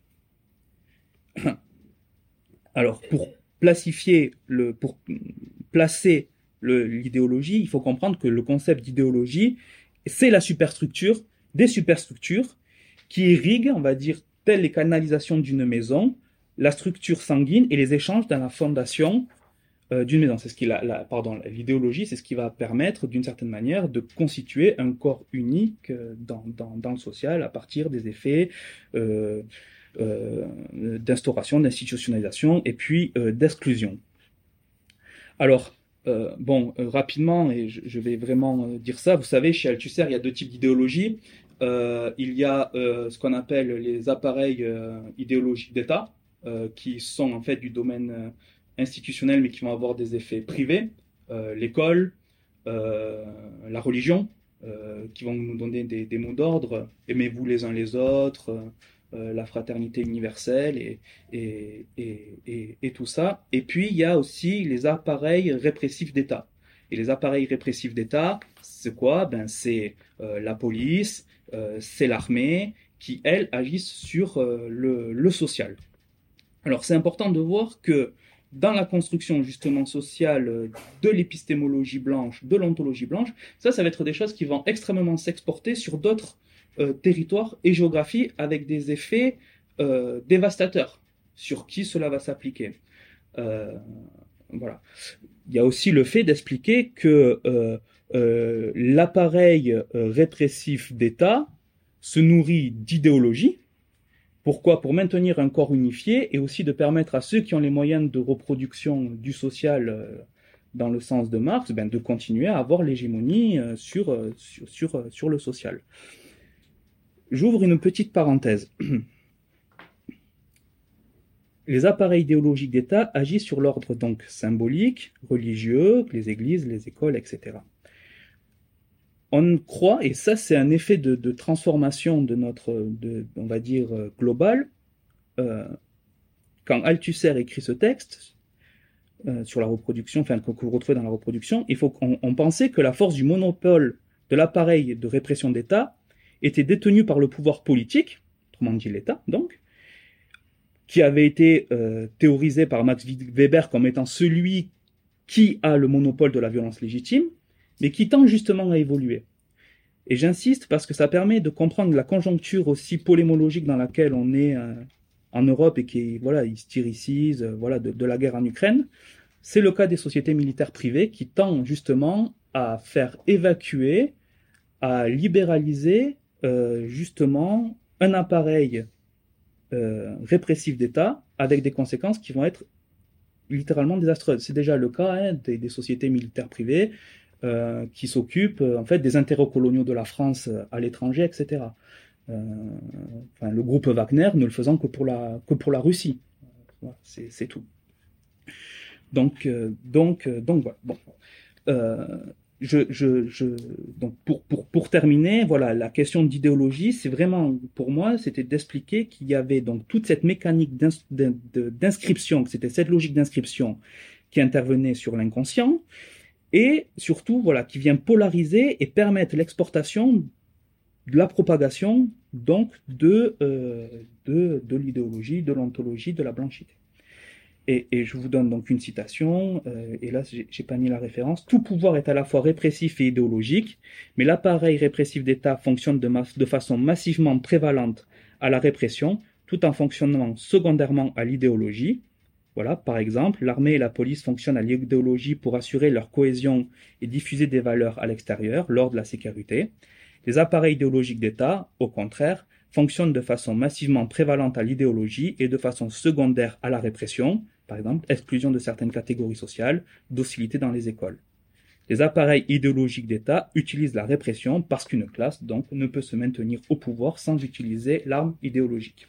Alors, pour placifier le, pour placer le, l'idéologie, il faut comprendre que le concept d'idéologie, c'est la superstructure des superstructures qui irriguent, on va dire, telles les canalisations d'une maison, la structure sanguine et les échanges dans la fondation euh, d'une maison. C'est ce qui, la, la, pardon, l'idéologie, c'est ce qui va permettre, d'une certaine manière, de constituer un corps unique euh, dans, dans, dans le social à partir des effets euh, euh, d'instauration, d'institutionnalisation et puis euh, d'exclusion. Alors, euh, bon, euh, rapidement, et je, je vais vraiment euh, dire ça, vous savez, chez Althusser, il y a deux types d'idéologie. Euh, il y a euh, ce qu'on appelle les appareils euh, idéologiques d'État, euh, qui sont en fait du domaine euh, institutionnel, mais qui vont avoir des effets privés, euh, l'école, euh, la religion, euh, qui vont nous donner des, des mots d'ordre, aimez-vous les uns les autres, euh, la fraternité universelle et, et, et, et, et tout ça. Et puis il y a aussi les appareils répressifs d'État. Et les appareils répressifs d'État, c'est quoi ? Ben, c'est euh, la police, euh, c'est l'armée, qui, elles, agissent sur euh, le, le social. Alors, c'est important de voir que dans la construction, justement, sociale de l'épistémologie blanche, de l'ontologie blanche, ça, ça va être des choses qui vont extrêmement s'exporter sur d'autres euh, territoires et géographies avec des effets euh, dévastateurs sur qui cela va s'appliquer. Euh, voilà. Il y a aussi le fait d'expliquer que euh, euh, l'appareil euh, répressif d'État se nourrit d'idéologie. Pourquoi ? Pour maintenir un corps unifié et aussi de permettre à ceux qui ont les moyens de reproduction du social euh, dans le sens de Marx, ben, de continuer à avoir l'hégémonie euh, sur, euh, sur, sur, euh, sur le social. J'ouvre une petite parenthèse. Les appareils idéologiques d'État agissent sur l'ordre donc symbolique, religieux, les églises, les écoles, et cetera. On croit, et ça c'est un effet de, de transformation de notre, de, on va dire, global, euh, quand Althusser écrit ce texte euh, sur la reproduction, enfin que vous retrouvez dans la reproduction, il faut qu'on on pensait que la force du monopole de l'appareil de répression d'État était détenue par le pouvoir politique, autrement dit l'État donc, qui avait été euh, théorisé par Max Weber comme étant celui qui a le monopole de la violence légitime, mais qui tend justement à évoluer. Et j'insiste parce que ça permet de comprendre la conjoncture aussi polémologique dans laquelle on est euh, en Europe et qui, voilà, hystéricise, euh, voilà, de, de la guerre en Ukraine. C'est le cas des sociétés militaires privées qui tendent justement à faire évacuer, à libéraliser euh, justement un appareil euh, répressif d'État avec des conséquences qui vont être littéralement désastreuses. C'est déjà le cas hein, des, des sociétés militaires privées euh, qui s'occupent en fait des intérêts coloniaux de la France à l'étranger, et cetera. Euh, enfin, le groupe Wagner ne le faisant que pour la que pour la Russie. Voilà, c'est, c'est tout. Donc euh, donc euh, donc voilà. Bon. Euh, Je, je, je, donc pour, pour, pour terminer, voilà, la question d'idéologie, c'est vraiment, pour moi, c'était d'expliquer qu'il y avait donc toute cette mécanique d'ins, d'inscription, que c'était cette logique d'inscription qui intervenait sur l'inconscient, et surtout, voilà, qui vient polariser et permettre l'exportation de la propagation, donc, de, euh, de, de l'idéologie, de l'ontologie, de la blanchité. Et, et je vous donne donc une citation, euh, et là j'ai, j'ai pas mis la référence. Tout pouvoir est à la fois répressif et idéologique, mais l'appareil répressif d'État fonctionne de, ma- de façon massivement prévalente à la répression, tout en fonctionnant secondairement à l'idéologie. Voilà, par exemple, l'armée et la police fonctionnent à l'idéologie pour assurer leur cohésion et diffuser des valeurs à l'extérieur, lors de la sécurité. Les appareils idéologiques d'État, au contraire, fonctionnent de façon massivement prévalente à l'idéologie et de façon secondaire à la répression, par exemple, exclusion de certaines catégories sociales, docilité dans les écoles. Les appareils idéologiques d'État utilisent la répression parce qu'une classe, donc, ne peut se maintenir au pouvoir sans utiliser l'arme idéologique.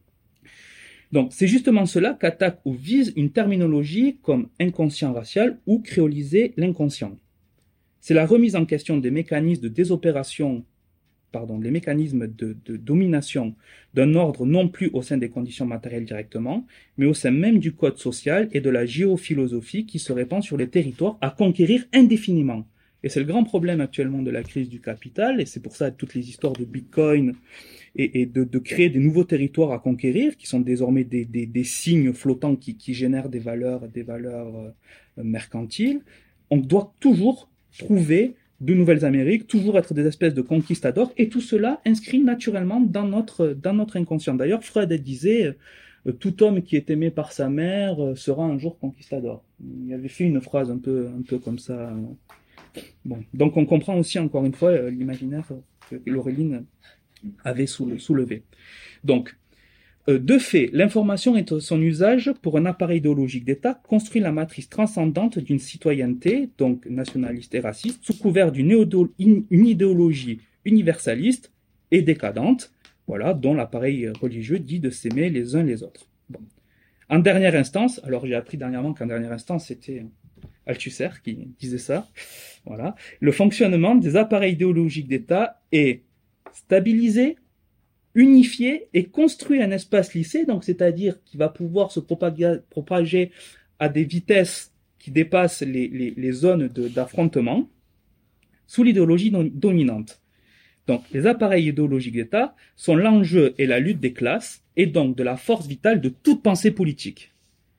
Donc, c'est justement cela qu'attaque ou vise une terminologie comme inconscient racial ou créoliser l'inconscient. C'est la remise en question des mécanismes de désopération, pardon, les mécanismes de, de domination d'un ordre non plus au sein des conditions matérielles directement, mais au sein même du code social et de la géophilosophie qui se répand sur les territoires à conquérir indéfiniment. Et c'est le grand problème actuellement de la crise du capital, et c'est pour ça toutes les histoires de Bitcoin et, et de, de créer des nouveaux territoires à conquérir, qui sont désormais des, des, des signes flottants qui, qui génèrent des valeurs, des valeurs euh, mercantiles. On doit toujours trouver de nouvelles Amériques, toujours être des espèces de conquistadors, et tout cela inscrit naturellement dans notre, dans notre inconscient. D'ailleurs, Freud disait euh, « Tout homme qui est aimé par sa mère euh, sera un jour conquistador ». Il avait fait une phrase un peu, un peu comme ça. Euh, Bon, donc on comprend aussi encore une fois euh, l'imaginaire que Laureline avait soulevé. Donc, euh, de fait, l'information et son usage pour un appareil idéologique d'État construit la matrice transcendante d'une citoyenneté, donc nationaliste et raciste, sous couvert d'une une idéologie universaliste et décadente, voilà, dont l'appareil religieux dit de s'aimer les uns les autres. Bon. En dernière instance, alors j'ai appris dernièrement qu'en dernière instance c'était Althusser qui disait ça. Voilà. Le fonctionnement des appareils idéologiques d'État est stabilisé, unifié et construit un espace lissé, donc c'est-à-dire qu'il va pouvoir se propager, propager à des vitesses qui dépassent les, les, les zones de, d'affrontement sous l'idéologie non, dominante. Donc, les appareils idéologiques d'État sont l'enjeu et la lutte des classes et donc de la force vitale de toute pensée politique.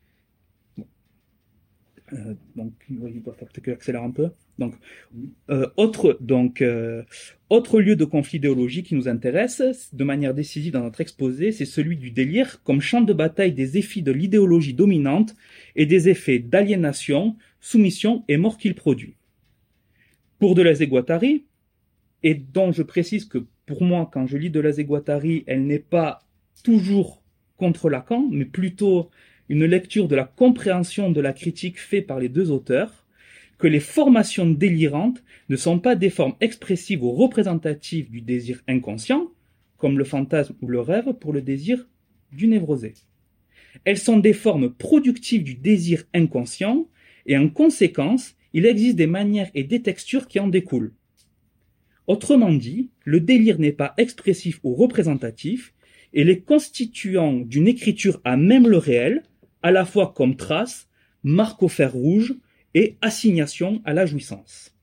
Euh, donc, il va falloir que j'accélère un peu. Donc, euh, autre, donc, euh, autre lieu de conflit idéologique qui nous intéresse de manière décisive dans notre exposé, c'est celui du délire comme champ de bataille des effets de l'idéologie dominante et des effets d'aliénation, soumission et mort qu'il produit. Pour Deleuze et Guattari, et dont je précise que pour moi, quand je lis Deleuze et Guattari, elle n'est pas toujours contre Lacan, mais plutôt une lecture de la compréhension de la critique faite par les deux auteurs, que les formations délirantes ne sont pas des formes expressives ou représentatives du désir inconscient, comme le fantasme ou le rêve pour le désir du névrosé. Elles sont des formes productives du désir inconscient, et en conséquence, il existe des manières et des textures qui en découlent. Autrement dit, le délire n'est pas expressif ou représentatif, et les constituants d'une écriture à même le réel, à la fois comme trace, marque au fer rouge et assignation à la jouissance.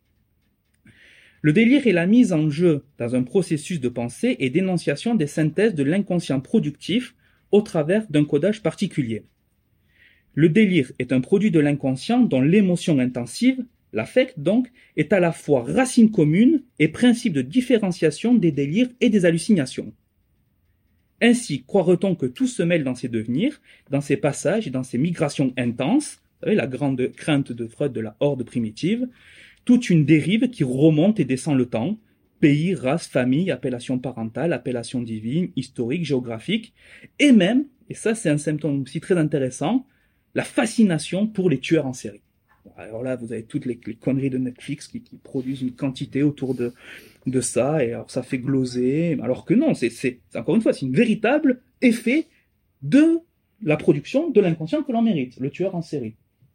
Le délire est la mise en jeu dans un processus de pensée et d'énonciation des synthèses de l'inconscient productif au travers d'un codage particulier. Le délire est un produit de l'inconscient dont l'émotion intensive, l'affect donc, est à la fois racine commune et principe de différenciation des délires et des hallucinations. Ainsi, croirait-on que tout se mêle dans ces devenirs, dans ces passages et dans ces migrations intenses, vous savez, la grande crainte de Freud de la horde primitive, toute une dérive qui remonte et descend le temps, pays, race, famille, appellation parentale, appellation divine, historique, géographique, et même, et ça c'est un symptôme aussi très intéressant, la fascination pour les tueurs en série. Alors là, vous avez toutes les, les conneries de Netflix qui, qui produisent une quantité autour de, de ça, et alors ça fait gloser, alors que non, c'est, c'est, encore une fois, c'est une véritable effet de la production de l'inconscient que l'on mérite, le tueur en série.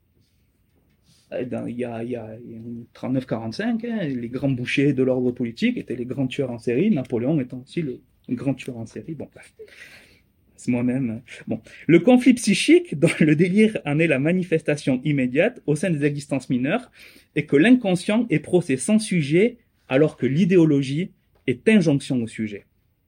Dans, il y a, il y a, il y a trente-neuf quarante-cinq, hein, les grands bouchers de l'ordre politique étaient les grands tueurs en série, Napoléon étant aussi le, le grand tueur en série, bon bref. C'est moi-même. Bon. Le conflit psychique, dont le délire en est la manifestation immédiate au sein des existences mineures, est que l'inconscient est procès sans sujet, alors que l'idéologie est injonction au sujet.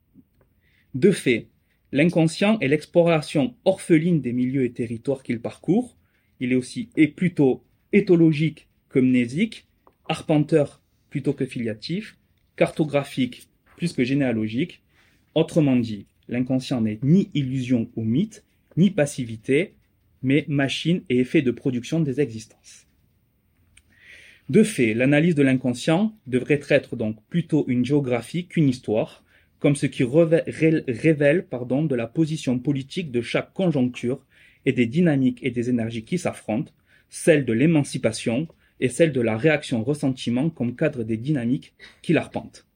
De fait, l'inconscient est l'exploration orpheline des milieux et territoires qu'il parcourt. Il est aussi et plutôt éthologique que mnésique, arpenteur plutôt que filiatif, cartographique plus que généalogique. Autrement dit, l'inconscient n'est ni illusion ou mythe, ni passivité, mais machine et effet de production des existences. De fait, l'analyse de l'inconscient devrait être donc plutôt une géographie qu'une histoire, comme ce qui révèle, révèle pardon, de la position politique de chaque conjoncture et des dynamiques et des énergies qui s'affrontent, celle de l'émancipation et celle de la réaction-ressentiment comme cadre des dynamiques qui l'arpentent.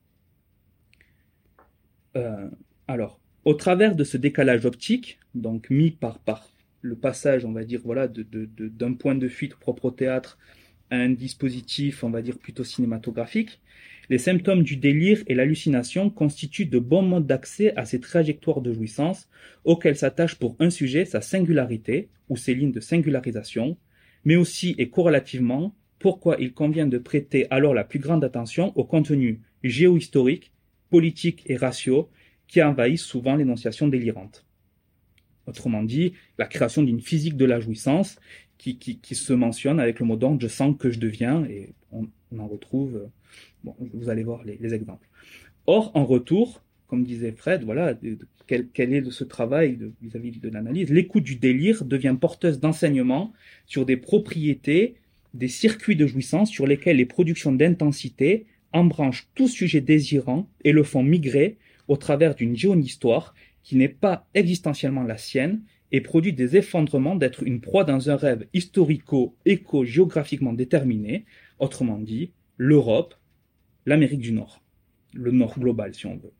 Euh, alors, au travers de ce décalage optique, donc mis par, par le passage, on va dire, voilà, de, de, de, d'un point de fuite propre au théâtre à un dispositif, on va dire, plutôt cinématographique, les symptômes du délire et l'hallucination constituent de bons modes d'accès à ces trajectoires de jouissance auxquelles s'attache pour un sujet sa singularité ou ses lignes de singularisation, mais aussi et corrélativement pourquoi il convient de prêter alors la plus grande attention au contenu géohistorique, politique et ratio qui envahissent souvent l'énonciation délirante. Autrement dit, la création d'une physique de la jouissance qui, qui, qui se mentionne avec le mot d'ordre « je sens que je deviens » et on, on en retrouve, bon, vous allez voir les, les exemples. Or, en retour, comme disait Fred, voilà, de, de, quel, quel est de ce travail de, vis-à-vis de l'analyse, l'écoute du délire devient porteuse d'enseignements sur des propriétés, des circuits de jouissance sur lesquels les productions d'intensité embranchent tout sujet désirant et le font migrer au travers d'une géohistoire qui n'est pas existentiellement la sienne et produit des effondrements d'être une proie dans un rêve historico-éco-géographiquement déterminé, autrement dit, l'Europe, l'Amérique du Nord, le Nord global si on veut.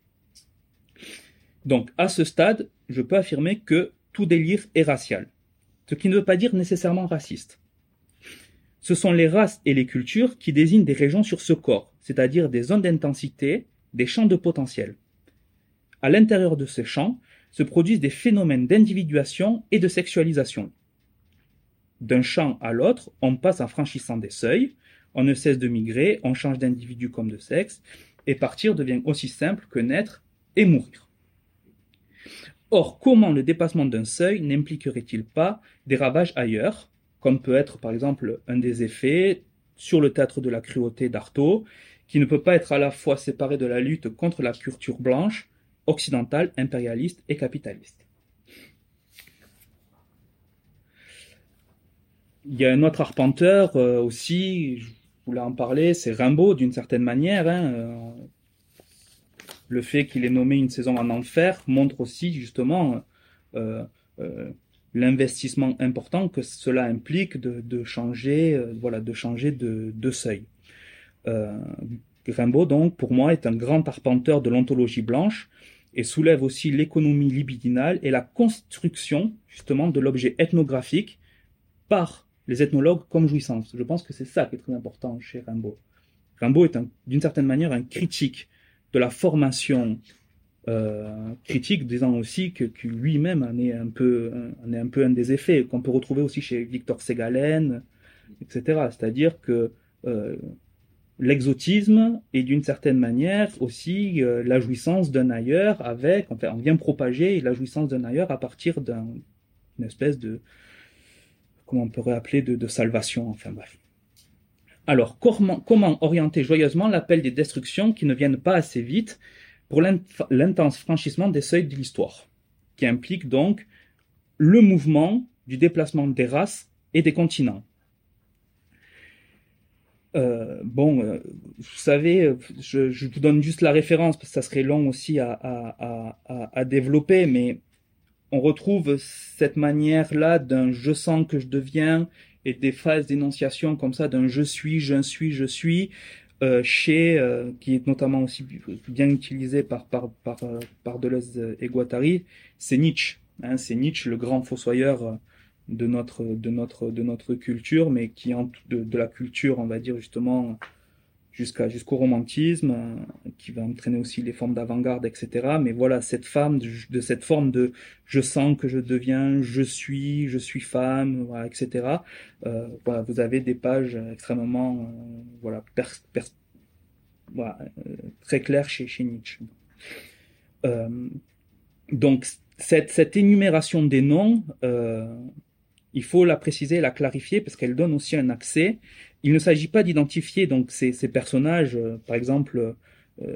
Donc, à ce stade, je peux affirmer que tout délire est racial, ce qui ne veut pas dire nécessairement raciste. Ce sont les races et les cultures qui désignent des régions sur ce corps, c'est-à-dire des zones d'intensité, des champs de potentiel. À l'intérieur de ces champs se produisent des phénomènes d'individuation et de sexualisation. D'un champ à l'autre, on passe en franchissant des seuils, on ne cesse de migrer, on change d'individu comme de sexe, et partir devient aussi simple que naître et mourir. Or, comment le dépassement d'un seuil n'impliquerait-il pas des ravages ailleurs, comme peut être par exemple un des effets sur le théâtre de la cruauté d'Artaud, qui ne peut pas être à la fois séparé de la lutte contre la culture blanche, occidentale, impérialiste et capitaliste. Il y a un autre arpenteur euh, aussi, je voulais en parler, c'est Rimbaud d'une certaine manière. Hein, euh, le fait qu'il ait nommé Une saison en enfer montre aussi justement euh, euh, l'investissement important que cela implique de, de changer, euh, voilà, de changer de, de seuil. Euh, Rimbaud, donc, pour moi, est un grand arpenteur de l'ontologie blanche et soulève aussi l'économie libidinale et la construction, justement, de l'objet ethnographique par les ethnologues comme jouissance. Je pense que c'est ça qui est très important chez Rimbaud. Rimbaud est, un, d'une certaine manière, un critique de la formation euh, critique, disant aussi que, que lui-même en est un peu, en est un peu un des effets, qu'on peut retrouver aussi chez Victor Ségalen, et cetera. C'est-à-dire que euh, l'exotisme est d'une certaine manière aussi euh, la jouissance d'un ailleurs avec, enfin, on vient propager la jouissance d'un ailleurs à partir d'un, d'une espèce de, comment on pourrait appeler, de, de salvation, enfin bref. Alors, comment, comment orienter joyeusement l'appel des destructions qui ne viennent pas assez vite pour l'intense franchissement des seuils de l'histoire, qui implique donc le mouvement du déplacement des races et des continents. Euh, bon, euh, vous savez, je, je vous donne juste la référence parce que ça serait long aussi à, à, à, à développer, mais on retrouve cette manière-là d'un « je sens que je deviens » et des phases d'énonciation comme ça d'un « je suis, je suis, je suis » euh, chez, euh, qui est notamment aussi bien utilisé par, par, par, par Deleuze et Guattari, c'est Nietzsche. Hein, c'est Nietzsche, le grand fossoyeur de notre, de notre, de notre culture, mais qui entre de, de la culture, on va dire justement, jusqu'à, jusqu'au romantisme, euh, qui va entraîner aussi les formes d'avant-garde, et cetera. Mais voilà, cette femme, de, de cette forme de je sens que je deviens, je suis, je suis femme, voilà, et cetera. Euh, voilà, vous avez des pages extrêmement, euh, voilà, pers, pers, voilà euh, très claires chez, chez Nietzsche. Euh, donc, cette, cette énumération des noms, euh, il faut la préciser et la clarifier parce qu'elle donne aussi un accès. Il ne s'agit pas d'identifier donc ces, ces personnages, euh, par exemple, euh,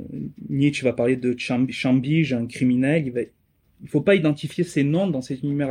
Nietzsche va parler de Chambige, un criminel. Il ne faut pas identifier ces noms dans cette énumération